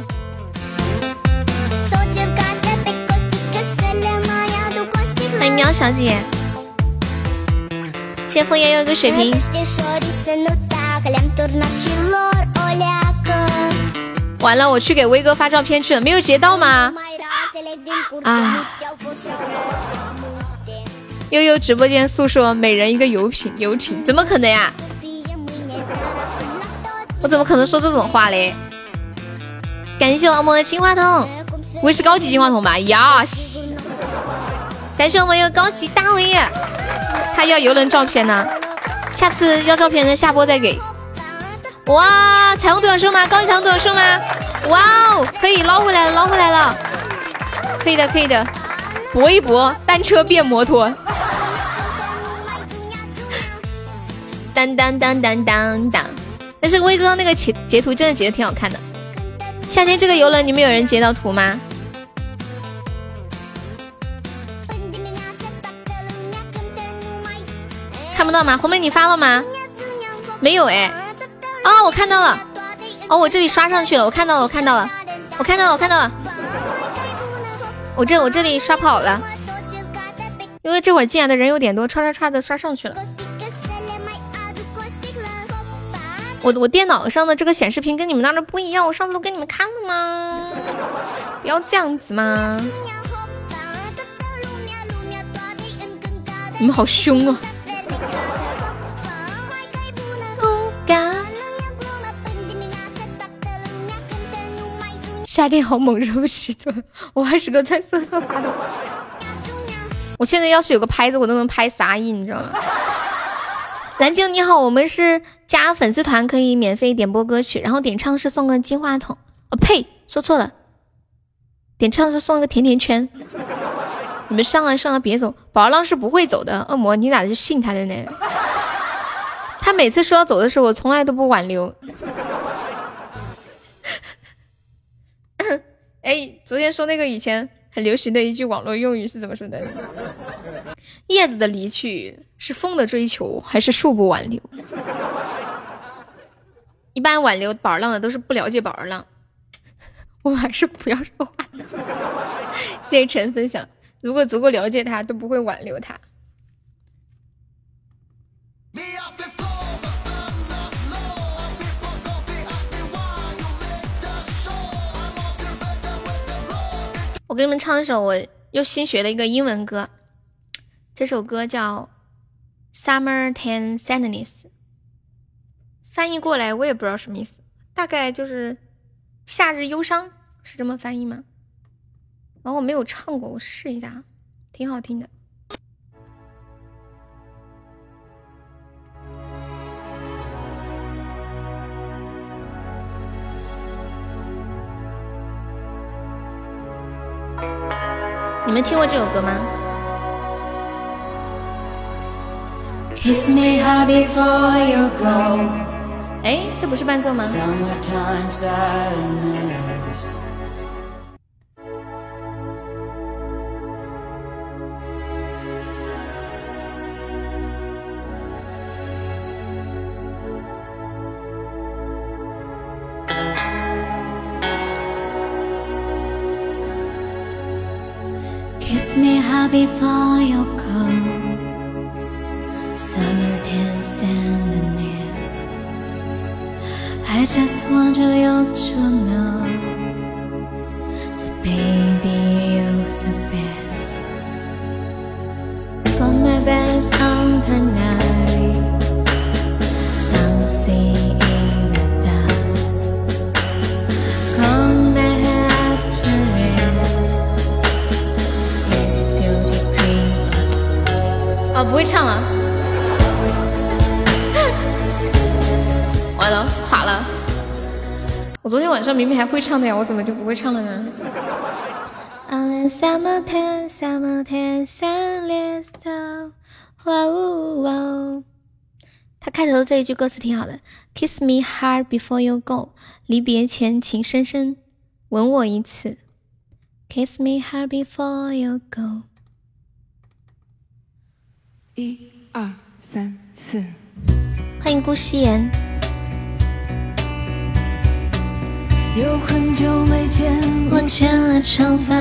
欢迎喵小姐，谢谢枫叶又一个血瓶。完了，我去给威哥发照片去了，没有截到吗？啊！悠悠直播间诉说每人一个游艇，怎么可能呀？我怎么可能说这种话嘞？感谢我们的金话筒，我是高级金话筒吧？呀西！感谢我们有高级大卫，他要游轮照片呢，下次要照片的下播再给。哇，彩虹独角兽吗？高级彩虹独角兽吗？哇哦，可以捞回来了，可以的，搏一搏，单车变摩托。当，但是威哥那个截图真的截的挺好看的。夏天这个游轮你们有人截到图吗？看不到吗？红梅你发了吗？没有哎。哦，我看到了。哦，我这里刷上去了，我看到了。我这里刷跑了，因为这会儿进来的人有点多，唰的刷上去了。我电脑上的这个显示屏跟你们那儿不一样，我上次都跟你们看了吗？不要这样子嘛！你们好凶啊！夏天好猛热不十足，我还是个穿色发的。我现在要是有个拍子，我都能拍撒印，你知道吗？蓝鲸你好，我们是加粉丝团可以免费点播歌曲，然后点唱是送个金话筒。哦呸，说错了，点唱是送一个甜甜圈。你们上了别走，宝儿浪是不会走的。恶魔，你咋就信他的呢？他每次说要走的时候，我从来都不挽留。哎，昨天说那个以前很流行的一句网络用语是怎么说的？叶子的离去是风的追求，还是树不挽留？一般挽留宝儿浪的都是不了解宝儿浪，我还是不要说话。谢谢陈分享，如果足够了解他，都不会挽留他。我给你们唱一首我又新学了一个英文歌，这首歌叫 Summertime Sadness， 翻译过来我也不知道什么意思，大概就是夏日忧伤，是这么翻译吗？然后我没有唱过，我试一下，挺好听的。你们听过这首歌吗？ Kiss me hard before you go。 哎，这不是伴奏吗？ Summertime sadness, 哎，这不是伴奏吗？ summertime sadness, 这不是伴奏吗？ summertime sadness, 这不是伴奏吗？ summertime sadness, summertime sadness, Kiss me hard before you go. Summer dance and the nails. I just want you to know that baby you're the best. Got my best on tonight. Dancing in the dark. Come back after it. It's beauty queen. 哦，不会唱了，完了，垮了。我昨天晚上明明还会唱的呀，我怎么就不会唱了呢？On the summertime, summertime, sunless down. 他开头的这一句歌词挺好的 ，Kiss me hard before you go。离别前，请深深吻我一次。Kiss me hard before you go。 1、2、3、4。 欢迎顾夕颜。 有很久没见， 我剪了长发。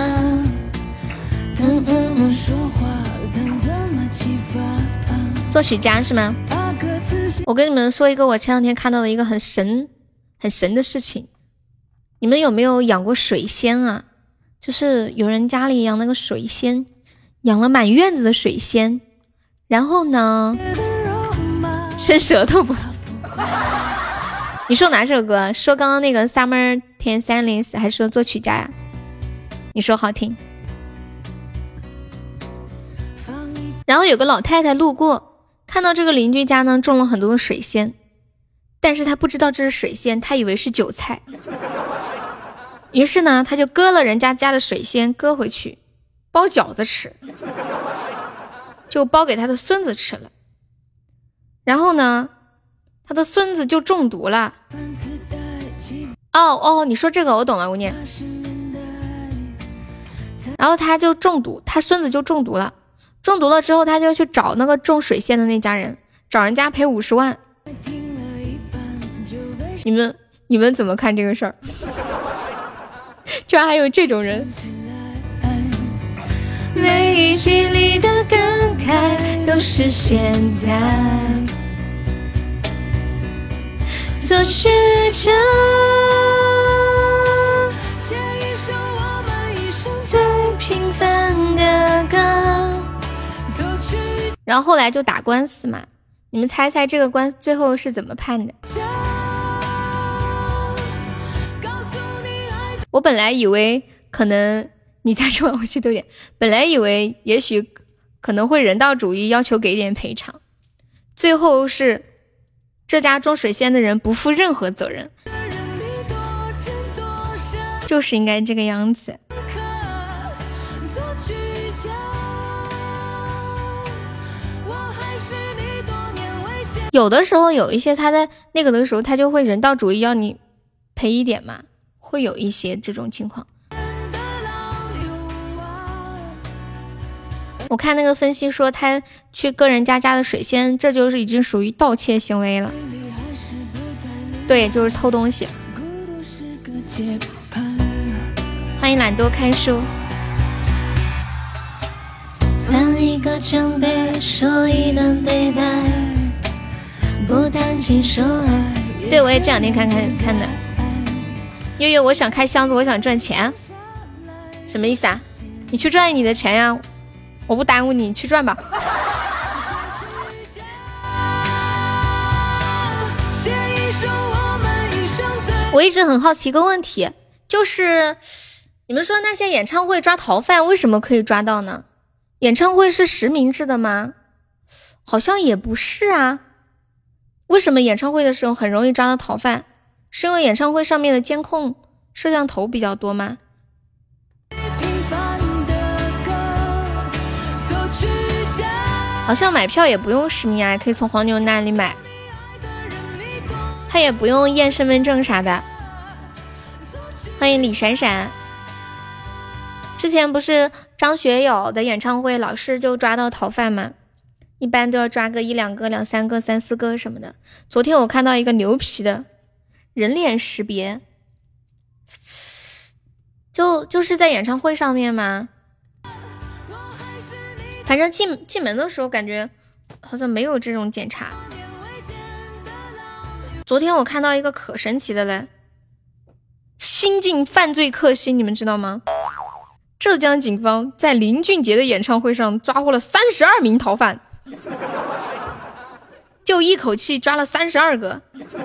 说话，但怎么激发？ 作曲家是吗？我跟你们说一个我前两天看到的一个很神的事情。你们有没有养过水仙啊？就是有人家里养那个水仙，养了满院子的水仙，然后呢，伸舌头不？你说哪首歌？说刚刚那个 Summer Ten Silence， 还是说作曲家呀？你说好听。然后有个老太太路过，看到这个邻居家呢种了很多的水仙，但是她不知道这是水仙，她以为是韭菜。于是呢，她就割了人家家的水仙，割回去包饺子吃，就包给她的孙子吃了。然后呢，他的孙子就中毒了。哦，你说这个我懂了，吴念。然后他就中毒，他孙子就中毒了。中毒了之后，他就去找那个种水仙的那家人，找人家赔50万。你们怎么看这个事儿？居然还有这种人。 每一句里的感慨都是现在。作曲家写一首我们一生最平凡的歌。 然后后来就打官司嘛，你们猜猜这个官司最后是怎么判的？我本来以为可能你再说我去丢点，本来以为也许可能会人道主义要求给点赔偿，最后是这家种水仙的人不负任何责任，就是应该这个样子。有的时候有一些他在那个的时候，他就会人道主义要你赔一点嘛，会有一些这种情况。我看那个分析说他去割人家的水仙，这就是已经属于盗窃行为了。对，就是偷东西。欢迎懒惰看书。 翻一个奖杯，说一段对白，不谈情说爱。 对，我也这两天看的。悠悠，我想开箱子，我想赚钱，什么意思啊？你去赚你的钱呀，我不耽误你，去赚吧。我一直很好奇一个问题，就是你们说那些演唱会抓逃犯为什么可以抓到呢？演唱会是实名制的吗？好像也不是啊。为什么演唱会的时候很容易抓到逃犯？是因为演唱会上面的监控摄像头比较多吗？好像买票也不用实名啊，可以从黄牛那里买，他也不用验身份证啥的。欢迎李闪闪。之前不是张学友的演唱会老是就抓到逃犯吗？一般都要抓个1、2个、2、3个、3、4个什么的。昨天我看到一个牛皮的人脸识别，就是在演唱会上面吗？ 反正进门的时候感觉好像没有这种检查。昨天我看到一个可神奇的了，新晋犯罪克星，你们知道吗？浙江警方在林俊杰的演唱会上抓获了32名逃犯，就一口气抓了32个，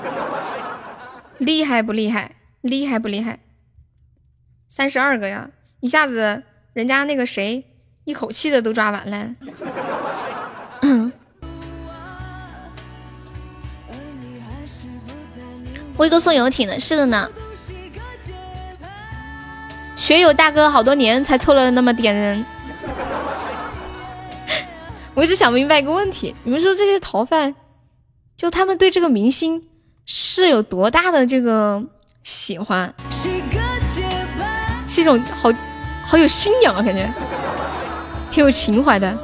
厉害不厉害？厉害不厉害？32个呀，一下子人家那个谁一口气的都抓完了。威哥送游艇的，是的呢。学友大哥好多年才凑了那么点人。我一直想明白一个问题，你们说这些逃犯，就他们对这个明星是有多大的这个喜欢？是一种好有信仰啊，感觉挺有情怀的。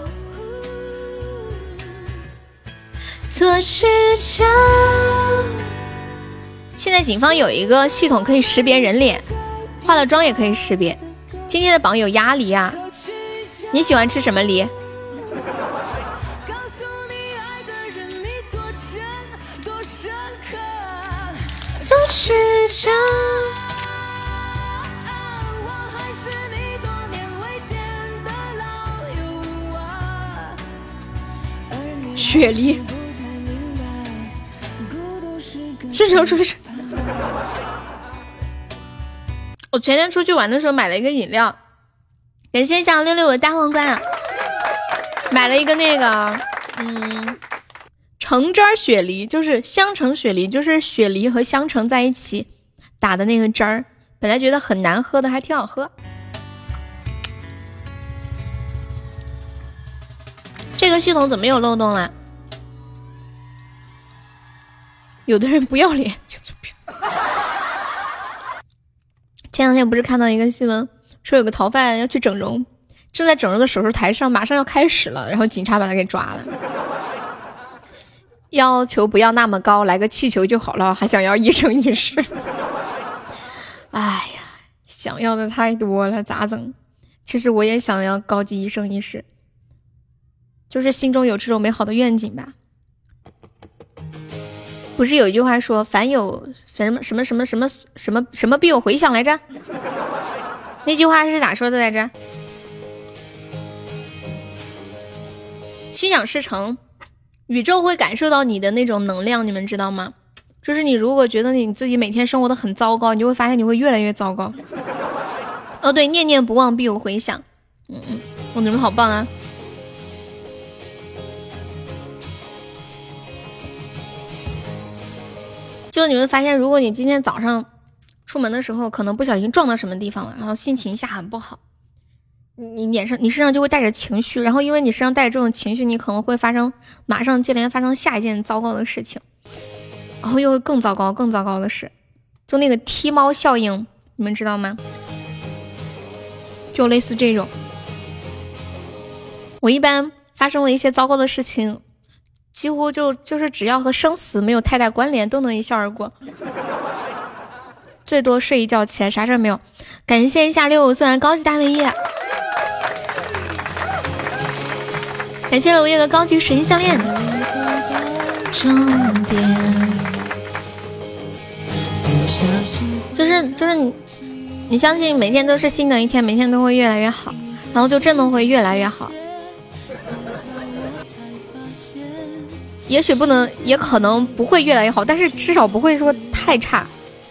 做虚假。现在警方有一个系统可以识别人脸，化了妆也可以识别。今天的榜有鸭梨啊，你喜欢吃什么梨？雪梨，顺手出去。我前天出去玩的时候买了一个饮料，感谢小66我的大皇冠，买了一个那个橙汁雪梨，就是香橙雪梨，就是雪梨和香橙在一起打的那个汁儿，本来觉得很难喝的，还挺好喝。这个系统怎么有漏洞了？有的人不要脸就前两天不是看到一个新闻，说有个逃犯要去整容，正在整容的手术台上，马上要开始了，然后警察把他给抓了。要求不要那么高，来个气球就好了，还想要一生一世。哎呀，想要的太多了，咋整？其实我也想要高级一生一世，就是心中有这种美好的愿景吧。不是有一句话说凡有什么什么什么什么什么什么必有回响来着？那句话是咋说的来着？心想事成，宇宙会感受到你的那种能量，你们知道吗？就是你如果觉得你自己每天生活的很糟糕，你就会发现你会越来越糟糕。哦对，念念不忘必有回响。你们好棒啊！就你们发现，如果你今天早上出门的时候可能不小心撞到什么地方了，然后心情一下很不好，你身上就会带着情绪，然后因为你身上带着这种情绪，你可能会马上接连发生下一件糟糕的事情，然后又会更糟糕的事，就那个踢猫效应，你们知道吗？就类似这种。我一般发生了一些糟糕的事情，几乎就是只要和生死没有太大关联，都能一笑而过。最多睡一觉起来，啥事没有。感谢一下65送来高级大卫衣，感谢了我一个高级神项链。就是你相信每天都是新的一天，每天都会越来越好，然后就真的会越来越好。也许不能，也可能不会越来越好，但是至少不会说太差。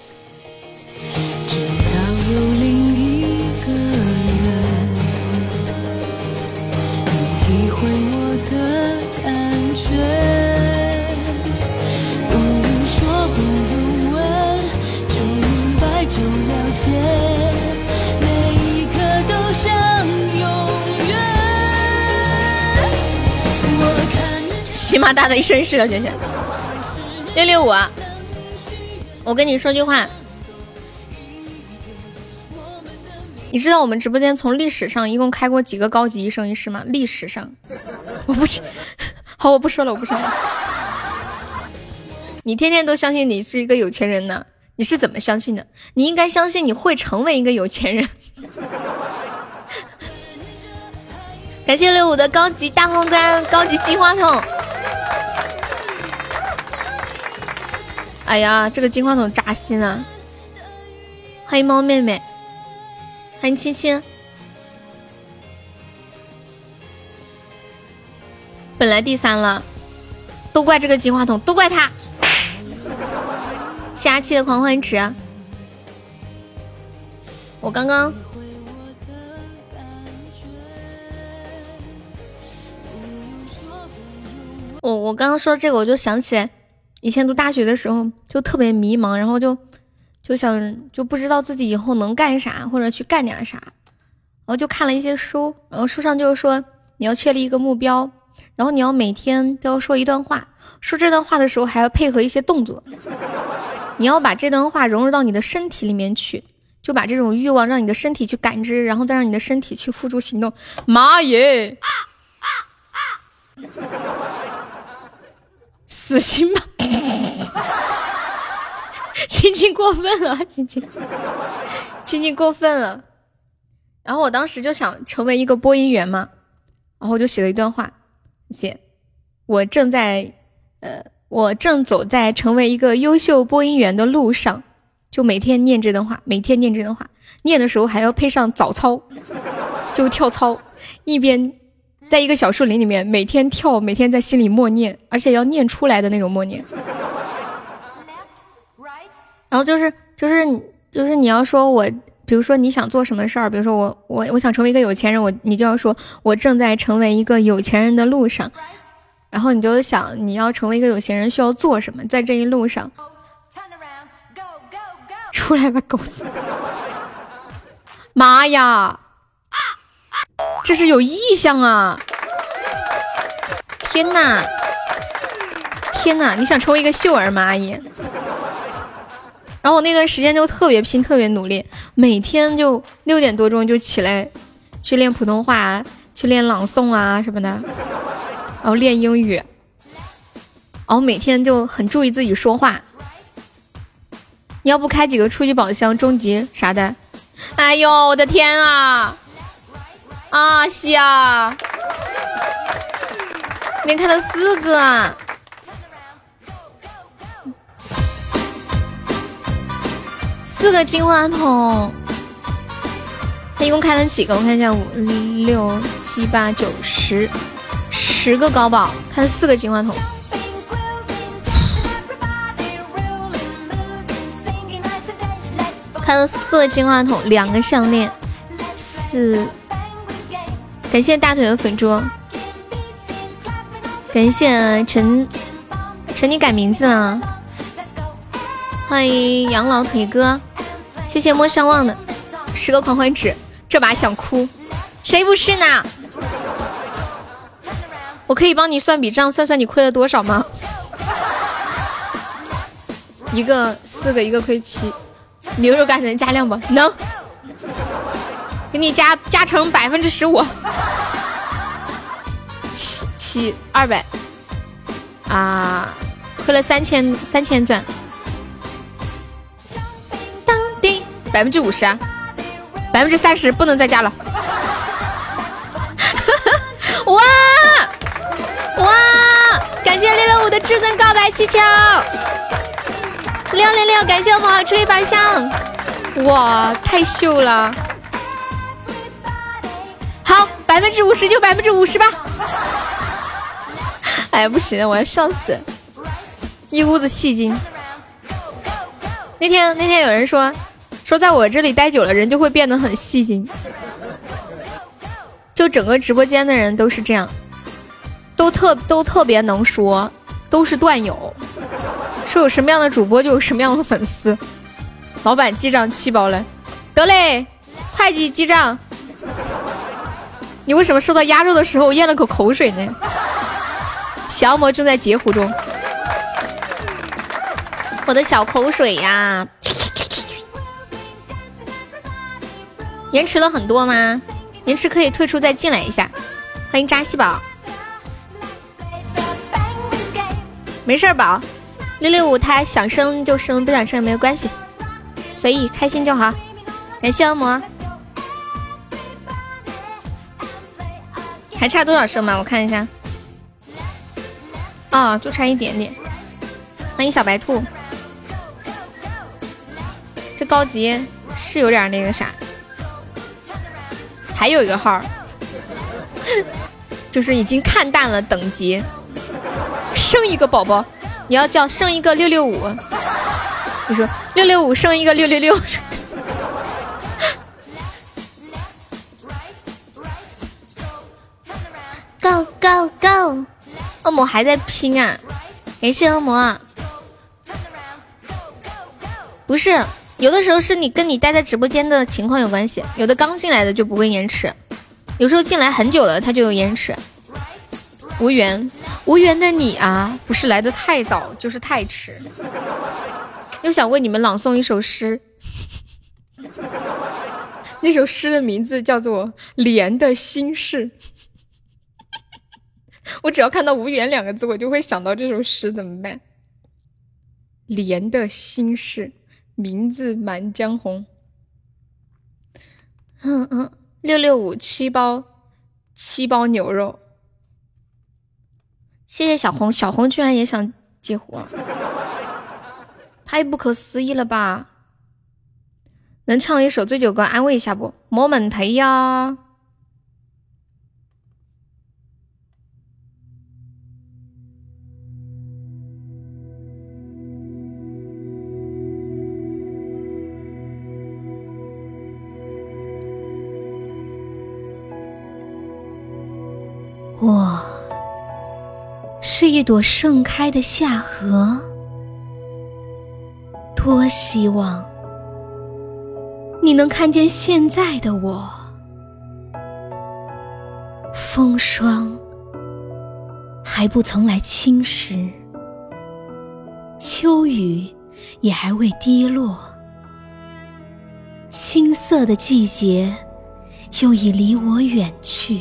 起码大的一身是了，姐姐。665啊，我跟你说句话，你知道我们直播间从历史上一共开过几个高级一生一世吗？历史上，好，我不说了。你天天都相信你是一个有钱人呢，你是怎么相信的？你应该相信你会成为一个有钱人。 感谢65的高级大皇冠、高级金话筒。哎呀，这个金话筒扎心啊！欢迎猫妹妹，欢迎青青。本来第3了，都怪这个金话筒，都怪他。下期的狂欢池，我刚刚我刚刚说这个，我就想起来以前读大学的时候就特别迷茫，然后就想就不知道自己以后能干啥或者去干点啥，然后就看了一些书，然后书上就是说你要确立一个目标，然后你要每天都要说一段话，说这段话的时候还要配合一些动作，你要把这段话融入到你的身体里面去，就把这种欲望让你的身体去感知，然后再让你的身体去付诸行动。妈耶！死心吧！青青过分了，青青过分了。然后我当时就想成为一个播音员嘛，然后我就写了一段话，写我正走在成为一个优秀播音员的路上，就每天念这段话，每天念这段话，念的时候还要配上早操，就跳操，一边在一个小树林里面每天跳，每天在心里默念，而且要念出来的那种默念。然后就是你要说我，比如说你想做什么事儿，比如说我想成为一个有钱人，你就要说我正在成为一个有钱人的路上，然后你就想你要成为一个有钱人需要做什么，在这一路上。出来吧，狗子！妈呀！这是有意向啊！天哪！天哪！你想成为一个秀儿吗，阿姨？然后我那段时间就特别拼，特别努力，每天就6点多钟就起来去练普通话，去练朗诵啊什么的，然后练英语，然后每天就很注意自己说话。你要不开几个初级宝箱、终极啥的？哎呦，我的天啊！啊西啊！连开了4个啊！4个金话筒，他一共开了几个？我看一下，5、6、7、8、9、10个高宝，开了4个金话筒。开了4个金话筒，2个项链，4。感谢大腿的粉猪，感谢陈你改名字了，欢迎养老腿哥，谢谢莫相忘的10个狂欢纸，这把想哭，谁不是呢？我可以帮你算笔账，算算你亏了多少吗？一个4个，一个亏7。牛肉干能加量不？能，给你加成15%，700啊，亏了3000钻，当丁50%啊，30%不能再加了。哇！感谢665的至尊告白气球。666，感谢我们好吹白香，哇，太秀了！好，50%就50%吧。哎，不行了，我要笑死，一屋子戏精。那天有人说在我这里待久了，人就会变得很戏精，就整个直播间的人都是这样，都特别能说，都是段友。说有什么样的主播就有什么样的粉丝。老板记账7包了，得嘞，会计记账。你为什么说到鸭肉的时候咽了口口水呢？小恶魔正在截胡中，我的小口水呀。延迟了很多吗？延迟可以退出再进来一下。欢迎扎西宝，没事宝。665他想生就生，不想生也没有关系，随意开心就好。感谢恶魔， 还差多少声吗？我看一下。啊、就差一点点。欢迎小白兔。这高级是有点那个啥。还有一个号，就是已经看淡了等级。生一个宝宝，你要叫生一个665。你说665生一个666。Go go go！ 恶魔还在拼啊！感谢恶魔。不是，有的时候是你跟你待在直播间的情况有关系，有的刚进来的就不会延迟，有时候进来很久了它就有延迟。无缘，无缘的你啊，不是来的太早，就是太迟。又想为你们朗诵一首诗，那首诗的名字叫做《莲的心事》。我只要看到无缘两个字，我就会想到这首诗，怎么办？莲的心事，名字满江红。665七包牛肉。谢谢小红，小红居然也想接活，太不可思议了吧！能唱一首醉酒歌安慰一下不？没问题呀。 我是一朵盛开的夏荷，多希望你能看见现在的我。风霜还不曾来侵蚀，秋雨也还未滴落，青涩的季节又已离我远去。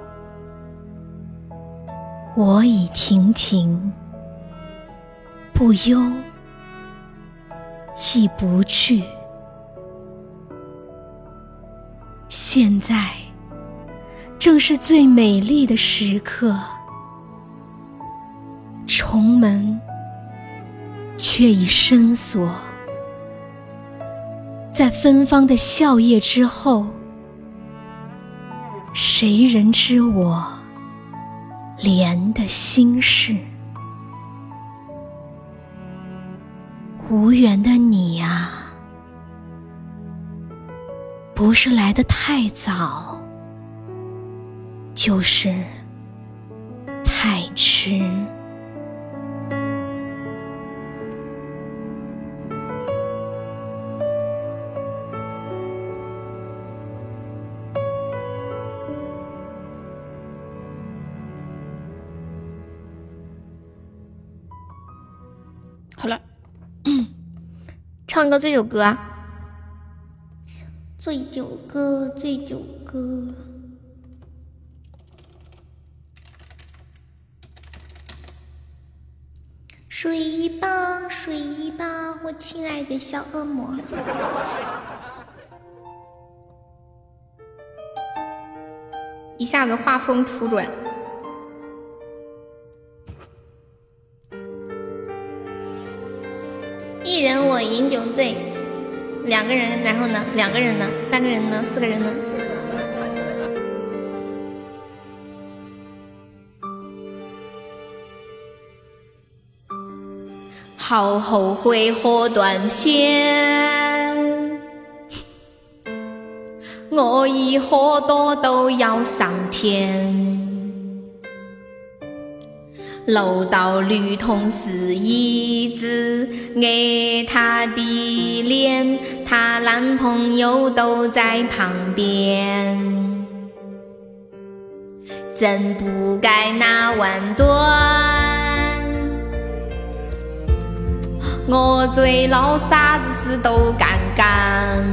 我已亭亭，不忧亦不惧。现在正是最美丽的时刻，重门却已深锁，在芬芳的笑靥之后，谁人知我莲的心事？无缘的你啊，不是来得太早，就是太迟。 好了，唱个醉酒歌啊！醉酒歌，醉酒歌。睡吧，睡吧，我亲爱的小恶魔。一下子画风突转。一人我饮酒醉，两个人，然后呢？两个人呢？三个人呢？四个人呢？好后悔喝断片，我一喝多都要上天。楼道女同事一直爱她的脸，她男朋友都在旁边，真不该那碗端。我醉了，啥子事都干干。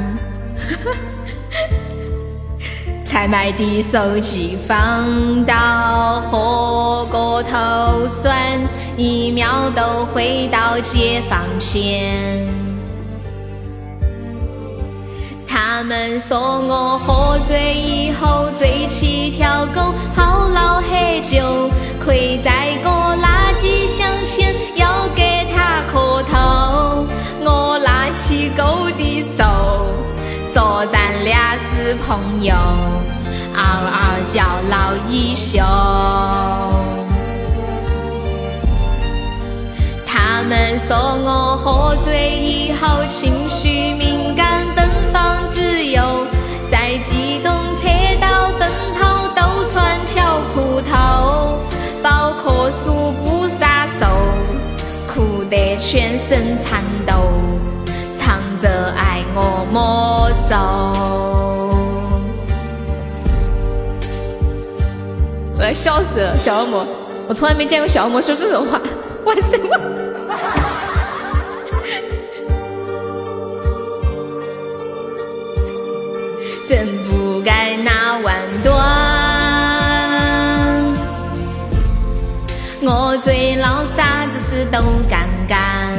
才买的手机放到喝过头酸，1秒都回到解放前。他他们说我喝醉以后醉起条狗，泡老喝酒，跪在个垃圾箱前要给他磕头。我拿起狗的手，说咱俩是朋友，嗷嗷叫老一宿。他们说我喝醉以后情绪敏感，奔放自由，在机动车道奔跑都穿条裤头，包括束不撒手，哭得全身颤抖，唱着爱我莫走。我要笑死了，小恶魔，我从来没见过小恶魔说这种话。哇塞！真不该那弯端，我最老啥子事都敢干。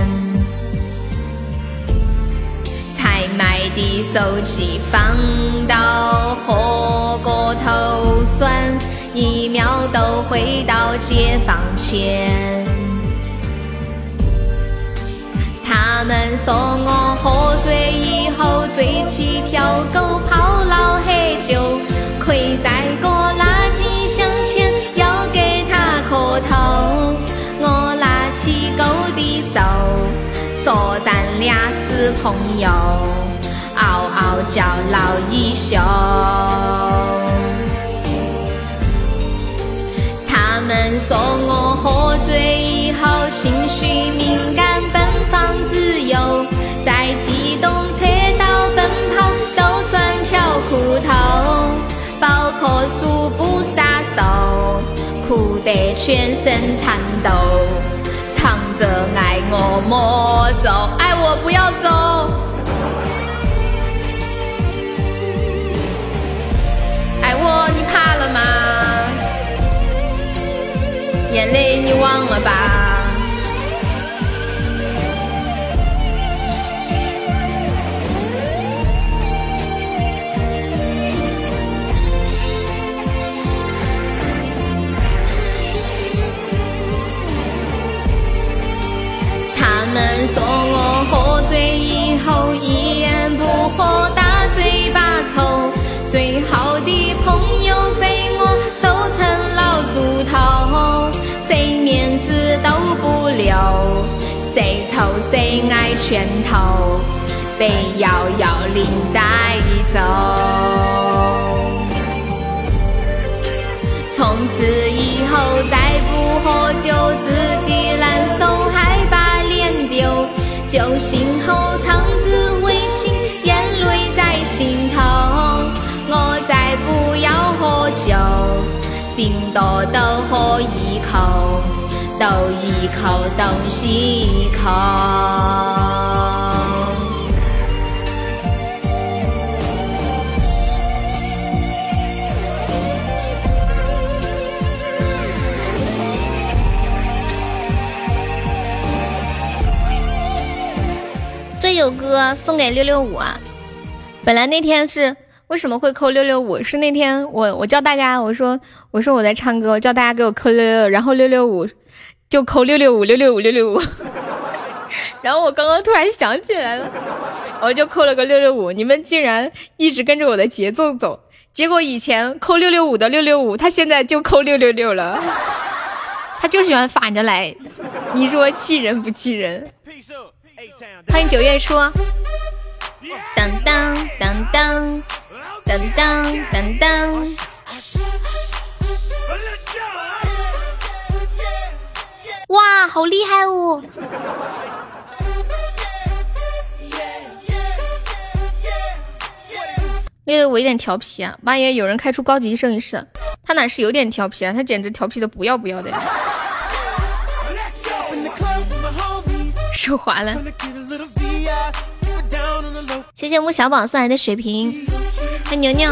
才买的手机放到喝过头酸，1秒都回到解放前。他们说我喝醉以后醉起条狗，泡老喝酒，跪在个垃圾箱前要给他磕头。我拿起狗的手，说咱俩是朋友，嗷嗷叫老一宿。他们说我喝醉以后情绪敏感，奔放自由，在机动车道奔跑都穿条裤头，包括束不撒手，哭得全身颤抖，唱着爱我莫走，爱我不要走，爱我你怕了吗？眼泪你忘了吧？他们说我喝醉以后一言不合打嘴巴抽，最好的朋友被我收成老猪头，谁面子都不留，谁抽谁挨拳头，被遥遥领带走。从此以后再不喝酒，自己难受还把脸丢，酒醒后肠子微青，眼泪在心头。我再不要喝酒，顶多都喝一口，都一口东西一口。这首歌送给665啊！本来那天是为什么会扣665？是那天我叫大家，我说我在唱歌，我叫大家给我扣666，然后665就扣665，然后我刚刚突然想起来了，我就扣了个665，你们竟然一直跟着我的节奏走，结果以前扣665的665，他现在就扣666了，他就喜欢反着来，你说气人不气人？欢迎9月初，当当当当当当当当，哇，好厉害哦！665有点调皮啊，妈耶！有人开出高级摄影师，他哪是有点调皮啊，他简直调皮的不要不要的呀！手滑了，谢谢木小宝送来的水瓶，欢迎牛牛。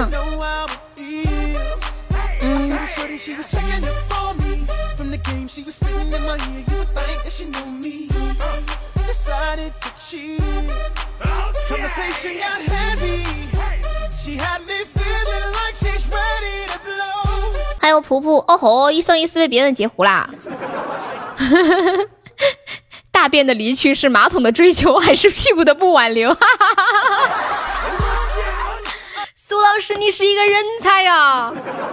噗噗，哦吼，一生一世被别人截胡啦。大便的离去是马桶的追求，还是屁股的不挽留？苏老师，你是一个人才呀！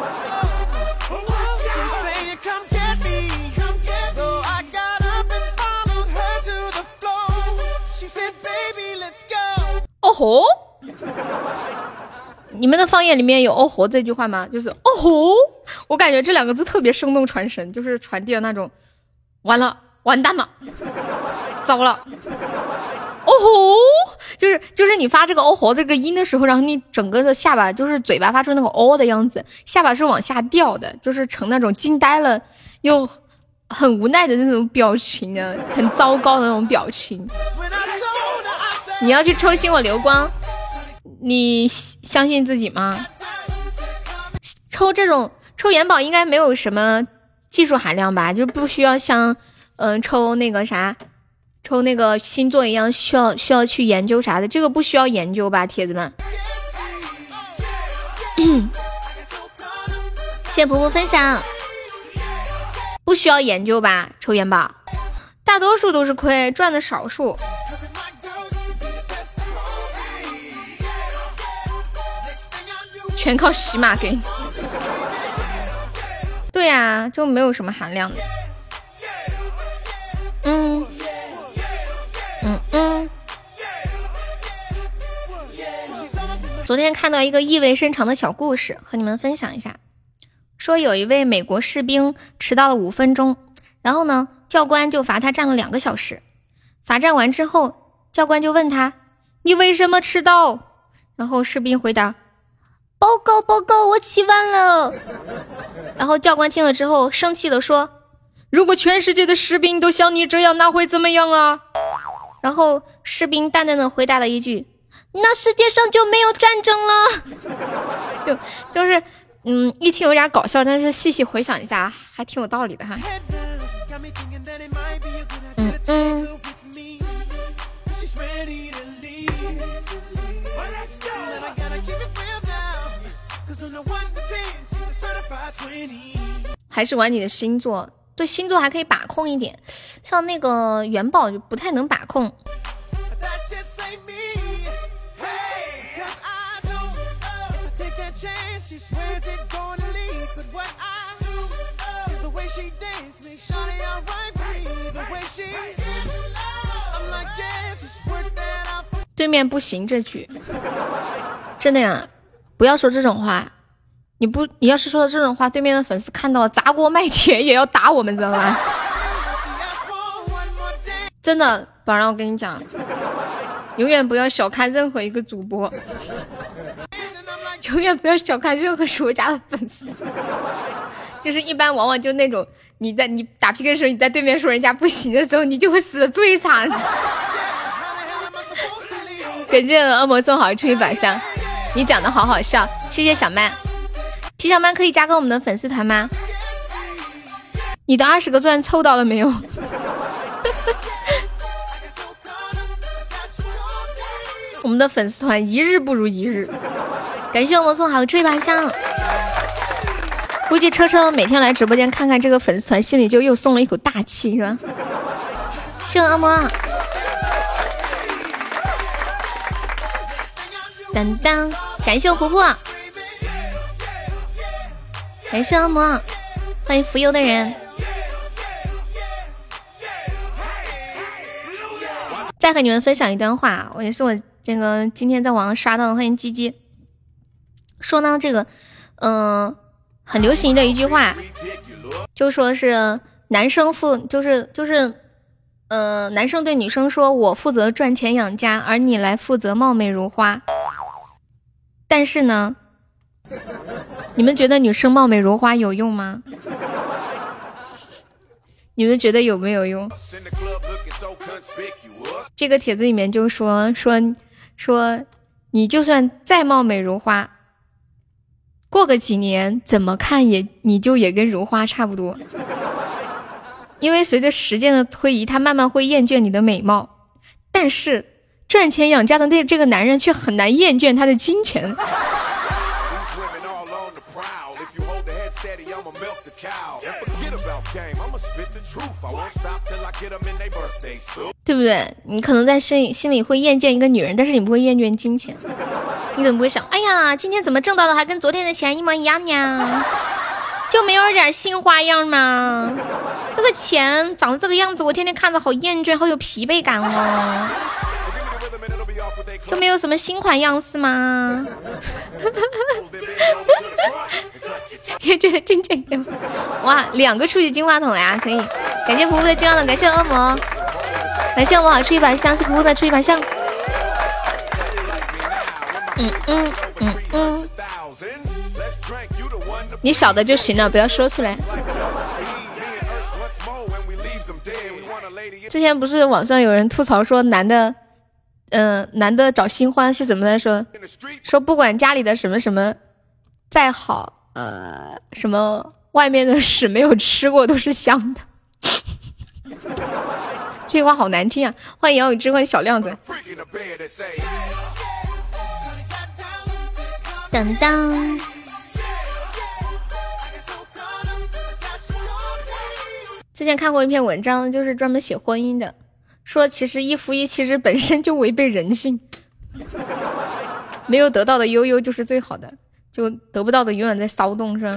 哦吼！你们的方言里面有哦吼这句话吗？就是哦吼，我感觉这两个字特别生动传神，就是传递了那种完了完蛋了糟了哦吼，就是你发这个哦吼这个音的时候，然后你整个的下巴就是嘴巴发出那个哦的样子，下巴是往下掉的，就是成那种惊呆了又很无奈的那种表情的，很糟糕的那种表情。你要去抽星我流光，你相信自己吗？抽这种抽元宝应该没有什么技术含量吧，就不需要像抽那个啥，抽那个星座一样需要去研究啥的，这个不需要研究吧，铁子们。谢谢婆婆分享，不需要研究吧？抽元宝，大多数都是亏，赚的少数。全靠洗码给你，对呀，就没有什么含量的。昨天看到一个意味深长的小故事，和你们分享一下。说有一位美国士兵迟到了5分钟，然后呢，教官就罚他站了2个小时。罚站完之后，教官就问他：“你为什么迟到？”然后士兵回答：“报告，我起晚了。”然后教官听了之后生气地说：“如果全世界的士兵都像你这样，那会怎么样啊？”然后士兵淡淡的回答了一句：“那世界上就没有战争了。”就是一听有点搞笑，但是细细回想一下还挺有道理的哈。还是玩你的星座，对星座还可以把控一点，像那个元宝就不太能把控。对面不行这局，真的呀，不要说这种话。你要是说的这种话，对面的粉丝看到了砸锅卖铁也要打我们，知道吗？真的，宝让我跟你讲，永远不要小看任何一个主播，永远不要小看任何我家的粉丝。就是一般往往就那种你打 PK 的时候，你在对面说人家不行的时候，你就会死的最惨。感谢恶魔送好出一百项，你长得好好笑，谢谢小曼。皮小曼可以加个我们的粉丝团吗？你的20个钻凑到了没有？我们的粉丝团一日不如一日。感谢我们送好出一百项。估计车每天来直播间看看这个粉丝团，心里就又松了一口大气，是吧？谢谢恶魔。当当，感谢我婆婆，感谢恶魔，欢迎浮游的人。再和你们分享一段话，也是我这个今天在网上刷到的，欢迎鸡鸡。说呢，这个很流行的一句话，就说是男生男生对女生说，我负责赚钱养家，而你来负责貌美如花。但是呢，你们觉得女生貌美如花有用吗？你们觉得有没有用？这个帖子里面就说你就算再貌美如花，过个几年怎么看你就也跟如花差不多。因为随着时间的推移，他慢慢会厌倦你的美貌，但是赚钱养家的这个男人却很难厌倦他的金钱。 对不对？你可能在心里会厌倦一个女人，但是你不会厌倦金钱。你可能不会想，哎呀，今天怎么挣到的还跟昨天的钱一模一样呀？就没有点新花样吗？这个钱长这个样子，我天天看着好厌倦，好有疲惫感哦。就没有什么新款样式吗？也觉得金钱给我哇，2个初级金话筒呀，可以，感谢服务的这样的，感谢恶魔，感谢我好出一把香，是服务的出一把香。你少的就行了，不要说出来。之前不是网上有人吐槽说男的找新欢是怎么来说不管家里的什么什么再好，什么外面的屎没有吃过都是香的。这句话好难听啊！欢迎遥宇智慧小亮子。当当。之前看过一篇文章，就是专门写婚姻的，说其实一夫一妻制本身就违背人性，没有得到的悠悠就是最好的，就得不到的永远在骚动，是吧？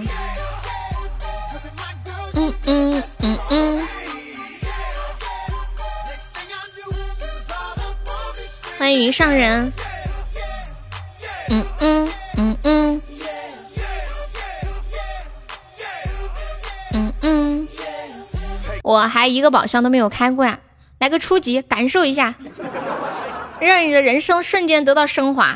欢迎云上人。我还一个宝箱都没有开过呀，来个初级感受一下，让你的人生瞬间得到升华。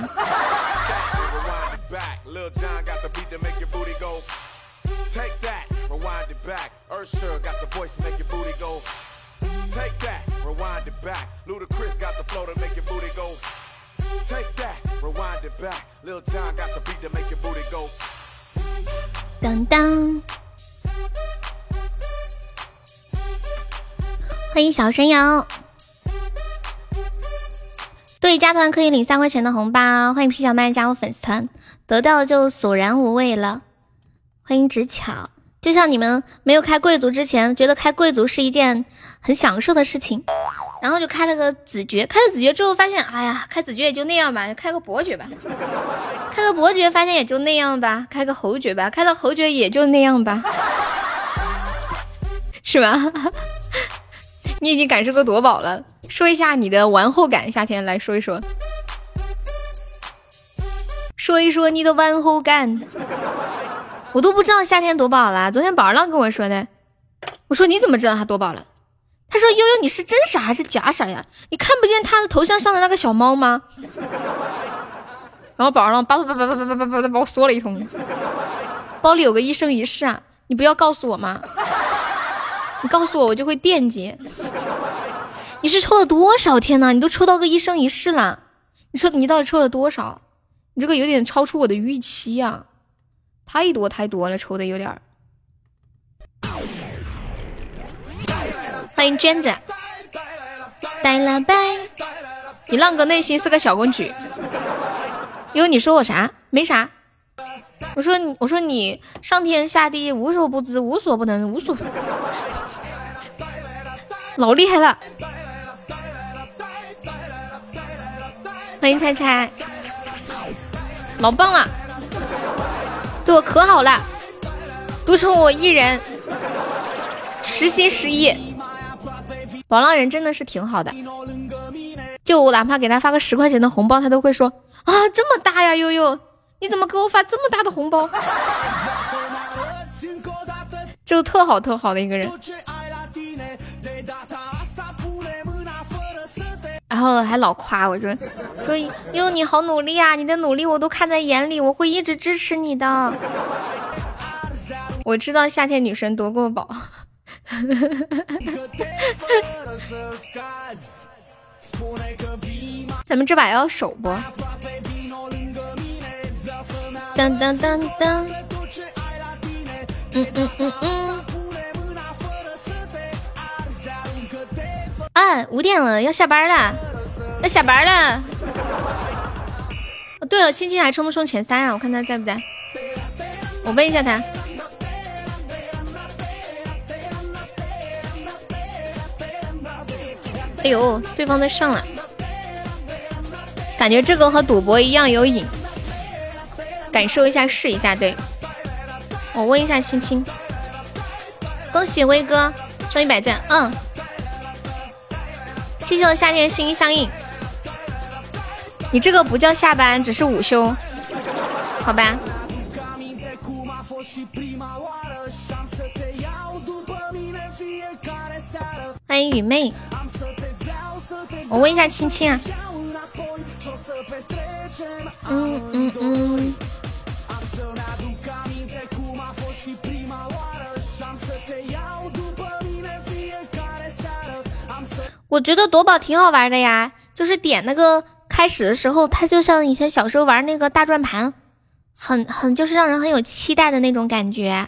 当当，欢迎小神游。对，加团可以领3块钱的红包，欢迎皮小麦加入粉丝团，得到就索然无味了。欢迎直巧，就像你们没有开贵族之前觉得开贵族是一件很享受的事情，然后就开了个子爵，开了子爵之后发现，哎呀，开子爵也就那样吧，开个伯爵吧，开个伯爵发现也就那样吧，开个侯爵吧，开了侯爵也就那样吧，是吧？你已经感受过夺宝了，说一下你的完后感，夏天来说一说，说一说你的完后感。我都不知道夏天夺宝了，昨天宝儿浪跟我说的。我说你怎么知道他夺宝了？他说悠悠你是真傻还是假傻呀？你看不见他的头像上的那个小猫吗？然后宝儿浪叭把我说了一通。包里有个一生一世啊，你不要告诉我吗？你告诉我我就会惦记。你是抽了多少天呢？你都抽到个一生一世了，你到底抽了多少？你这个有点超出我的预期啊，太多了，抽的有点。欢迎娟子，拜了拜。你浪哥内心是个小公举。因为你说我啥？没啥。我说你上天下地无所不知，无所不能，老厉害了。欢迎猜猜，老棒了，对我可好了，独宠我一人，实心实意。宝浪人真的是挺好的，就我哪怕给他发个10块钱的红包，他都会说啊这么大呀悠悠，你怎么给我发这么大的红包？就特好的一个人。然后还老夸我说哟你好努力啊，你的努力我都看在眼里，我会一直支持你的。我知道夏天女神夺过宝。咱们这把要守不？当当当当，啊，5点了，要下班了，哦，对了，青青还冲不冲前3啊？我看他在不在，我问一下他。 哎呦，对方在上了，感觉这个和赌博一样有瘾，感受一下试一下。对，我问一下青青，恭喜威哥中100赞。谢谢我夏天心相印。你这个不叫下班，只是午休，好吧？欢迎雨妹，我问一下青青啊。我觉得夺宝挺好玩的呀，就是点那个开始的时候，它就像以前小时候玩那个大转盘，很就是让人很有期待的那种感觉。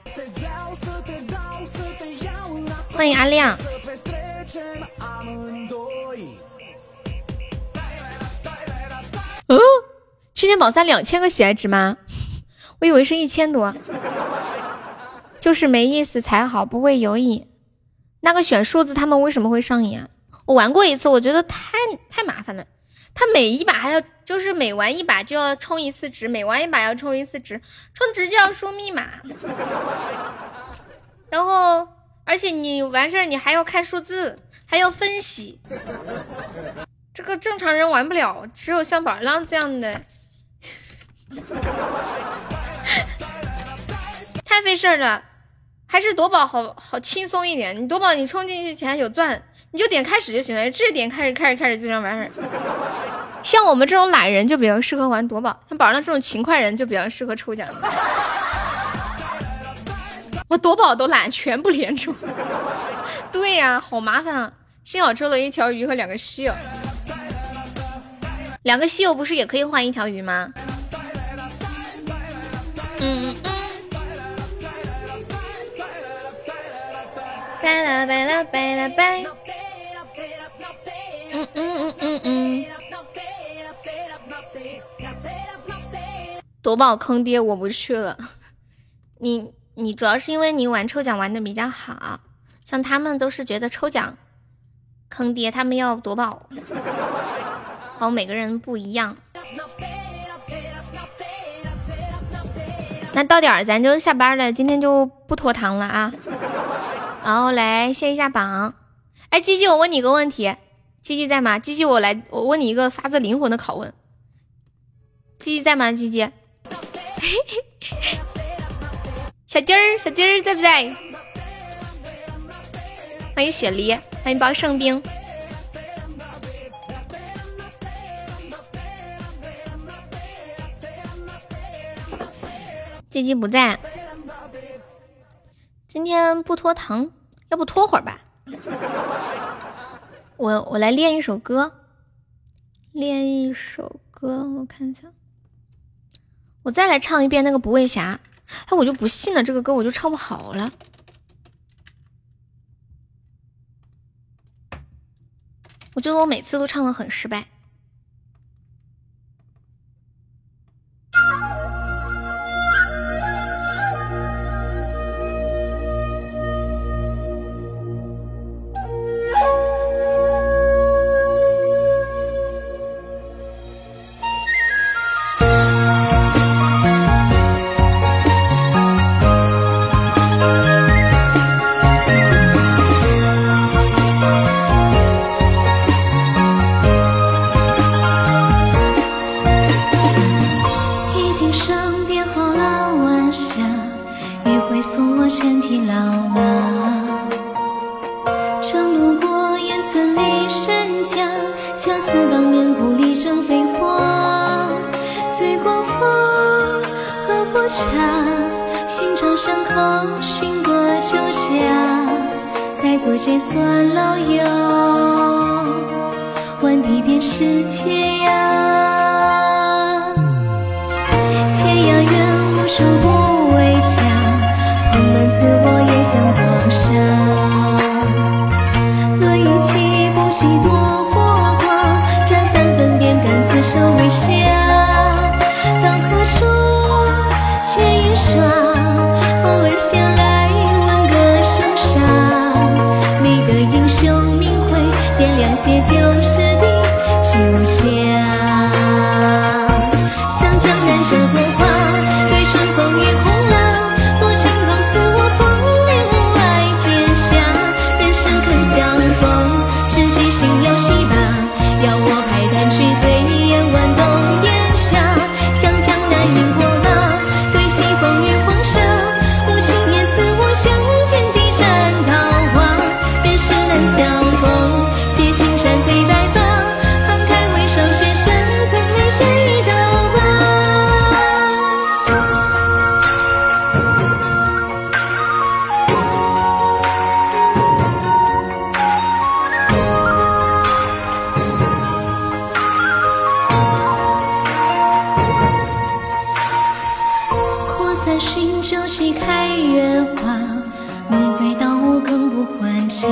欢迎阿亮。去年榜3 2000个喜爱值吗？我以为是1000多。就是没意思才好，不会有瘾。那个选数字他们为什么会上瘾啊？我玩过一次，我觉得太麻烦了。他每一把还要，就是每玩一把就要充一次值，每玩一把要充一次值，充值就要输密码，然后而且你完事儿你还要看数字，还要分析，这个正常人玩不了，只有像宝浪这样的太费事儿了。还是夺宝好轻松一点，你夺宝你充进去钱有赚，你就点开始就行了，直接点开始就这样完事儿。像我们这种懒人就比较适合玩夺宝，像宝浪这种勤快人就比较适合抽奖。我夺宝都懒，全部连抽。对呀，好麻烦啊！幸好抽了1条鱼和2个稀有，2个稀有不是也可以换1条鱼吗？拜了拜了拜了拜。夺宝坑爹，我不去了。你主要是因为你玩抽奖玩的比较好，像他们都是觉得抽奖坑爹，他们要夺宝。好，每个人不一样。那到点儿咱就下班了，今天就不拖堂了啊。然后来卸一下榜。哎，鸡鸡，我问你个问题，鸡鸡在吗？鸡鸡，我问你一个发自灵魂的拷问，鸡鸡在吗？鸡鸡，小鸡儿在不在？欢迎雪梨，欢迎包圣兵。鸡鸡不在。今天不拖堂，要不拖会儿吧。我来练一首歌，我看一下，我再来唱一遍那个不畏侠。哎，我就不信了，这个歌我就唱不好了。我觉得我每次都唱得很失败。寻常山口寻个旧家，再做些算老友，万地便是天涯。天涯远，无数不为家，蓬门自我也向光沙。论一气不计多火光，斩三分便甘此生为侠。刀可出却印刷，偶尔闲来问个生杀。没得英雄名讳，点亮些就是地久家。像江南这朵花，对春风与红浪，多情总似我风流爱天下。人生肯相逢，知己心有七八，要我拍弹去醉眼万冬烟霞。像江南迎过浪，对西风与黄沙，无情也似我相见地斩桃花。人世难相逢，写青山翠白发，慷慨为霜雪相赠，没谁道吧。扩散寻酒西开月花，梦醉到五更不还家。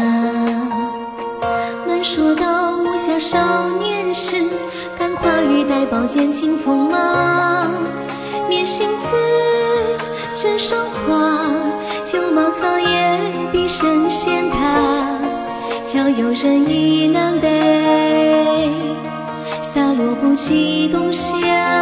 难说到无暇少年时，敢跨羽带宝剑轻匆忙。灭心字枕霜花，旧茅草叶笔身闲踏。教游人意南北，洒落不及冬夏。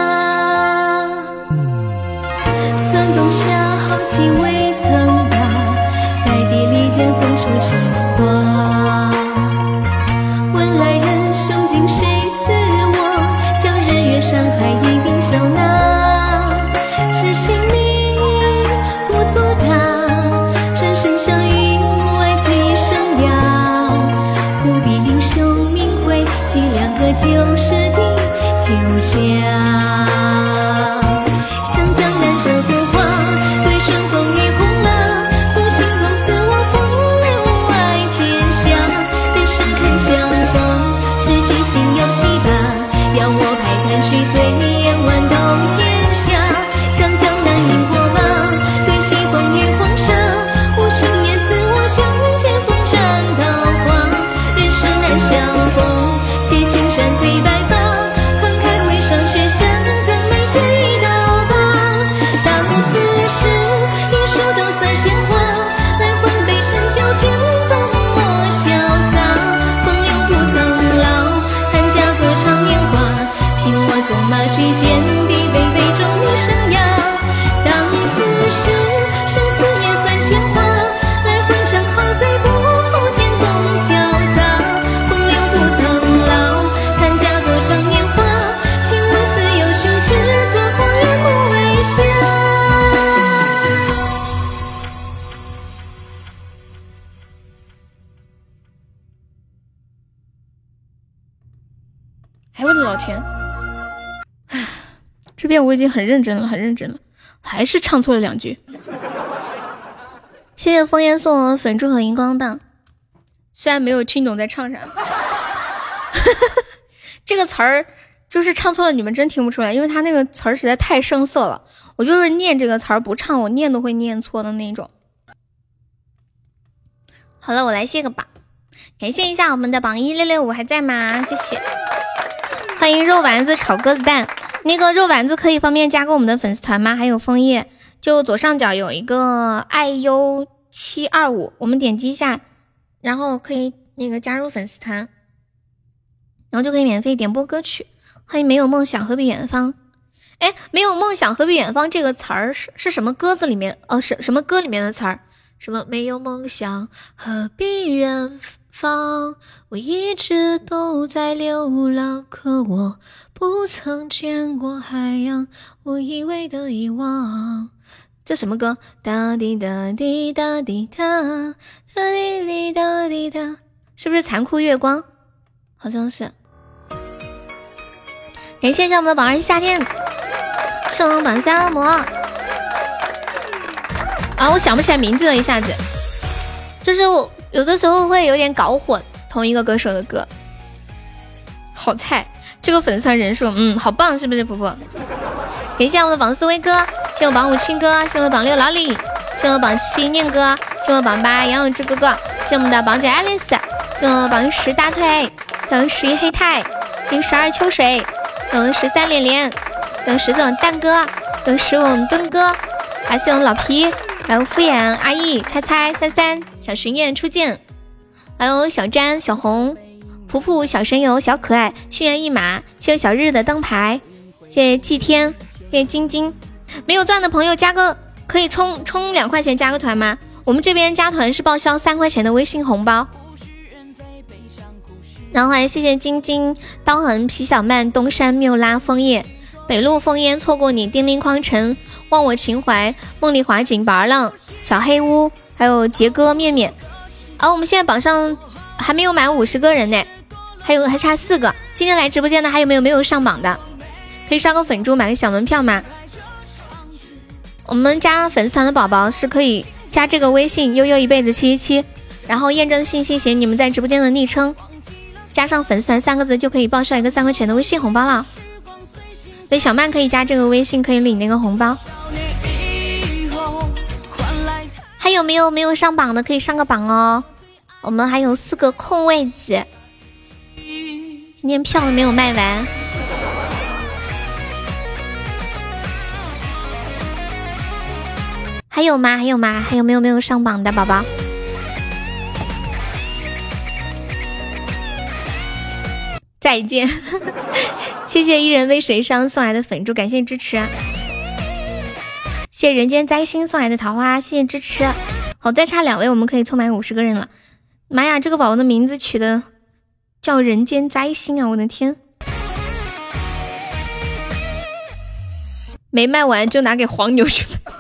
算冬夏豪气未曾达，在地里见风出金花。问来人胸襟谁似我，将日月山海一并笑纳。知心你不作答，转身向云外寄生涯。不必英雄名讳，几两个就是地久家。像江南这朵花，对春风与红浪，多情总似我风流爱天下。人世肯相逢，知己心有七八，要我拍弹去醉眼万冬烟霞。像江南迎过浪，对西风与黄沙，无情也似我相见风斩桃花。人世难相逢，写青山翠白发，慷慨为霜雪相赠，没谁道吧。当此时一书都算闲话，来换杯陈酒，天纵我潇洒。风流不曾老，看家作长年华，凭我纵马去见地，杯杯中你生涯。当此时生死也算闲话，来换场好醉，不负天纵潇洒。风流不曾老，看家作长年华，凭我自由去制作狂人不为笑。 哎，我的老天！唉，这边我已经很认真了，很认真了，还是唱错了两句。谢谢枫叶送我粉猪和荧光棒，虽然没有听懂在唱啥，这个词儿就是唱错了，你们真听不出来，因为他那个词儿实在太生涩了。我就是念这个词儿不唱，我念都会念错的那种。好了，我来谢个榜，感谢一下我们的榜一665还在吗？谢谢。欢迎肉丸子炒鸽子蛋，那个肉丸子可以方便加个我们的粉丝团吗？还有枫叶，就左上角有一个IU725，我们点击一下，然后可以那个加入粉丝团，然后就可以免费点播歌曲。欢迎没有梦想何必远方。哎，没有梦想何必远方这个词儿是什么歌子里面什么歌里面的词儿？什么没有梦想何必远方，我一直都在流浪，可我不曾见过海洋，我以为的遗忘。这什么歌？哒滴哒滴哒滴哒哒滴滴哒滴哒，是不是残酷月光？好像是。感谢一下我们的榜二夏天，圣王榜三恶魔啊，我想不起来名字了，一下子就是我有的时候会有点搞混同一个歌手的歌。好菜，这个粉丝团人数好棒，是不是婆婆？感谢我们的榜四威哥，谢我榜五青哥，谢我们榜六老李，谢我榜七念哥，谢我榜八杨永志哥哥，谢我们的榜九爱丽丝，谢我榜十大腿，谢我们11黑太，谢我12秋水，谢我们13连连，谢我14蛋哥，谢我15墩哥，还谢我们老皮，还有敷衍阿易猜猜33小巡演初见，还有小詹小红普普、小神游、小可爱、心猿意马，谢谢小日的灯牌，谢谢祭天，谢谢晶晶。没有钻的朋友加个可以充2块钱加个团吗？我们这边加团是报销3块钱的微信红包。然后还谢谢晶晶、刀痕、皮小曼、东山、缪拉、枫叶、北路、烽烟、错过你、叮铃匡城、忘我情怀、梦丽华锦、宝儿浪、小黑屋，还有杰哥、面面。我们现在榜上还没有满50个人呢，还差4个。今天来直播间的还有没有上榜的？可以刷个粉猪买个小门票吗？我们加粉丝团的宝宝是可以加这个微信悠悠一辈子777，然后验证信息写你们在直播间的昵称，加上粉丝团3个字就可以报销一个3块钱的微信红包了。所以小曼可以加这个微信，可以领那个红包。还有没有上榜的可以上个榜哦，我们还有4个空位子，今天票没有卖完。还有吗？还有没有上榜的宝宝？再见。谢谢一人为谁伤送来的粉猪，感谢支持。谢谢人间灾星送来的桃花，谢谢支持。好，再差2位我们可以凑满50个人了。妈呀，这个宝宝的名字取的叫人间灾星啊，我的天。没卖完就拿给黄牛去卖。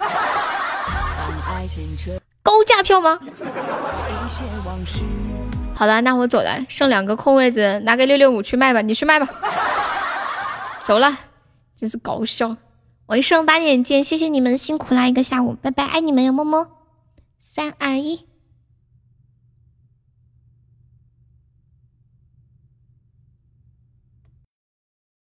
高价票吗？好了，那我走了，剩2个空位子，拿给665去卖吧，你去卖吧。走了，真是搞笑。我一剩8点见，谢谢你们辛苦啦，一个下午，拜拜，爱你们哟，么么。3、2、1。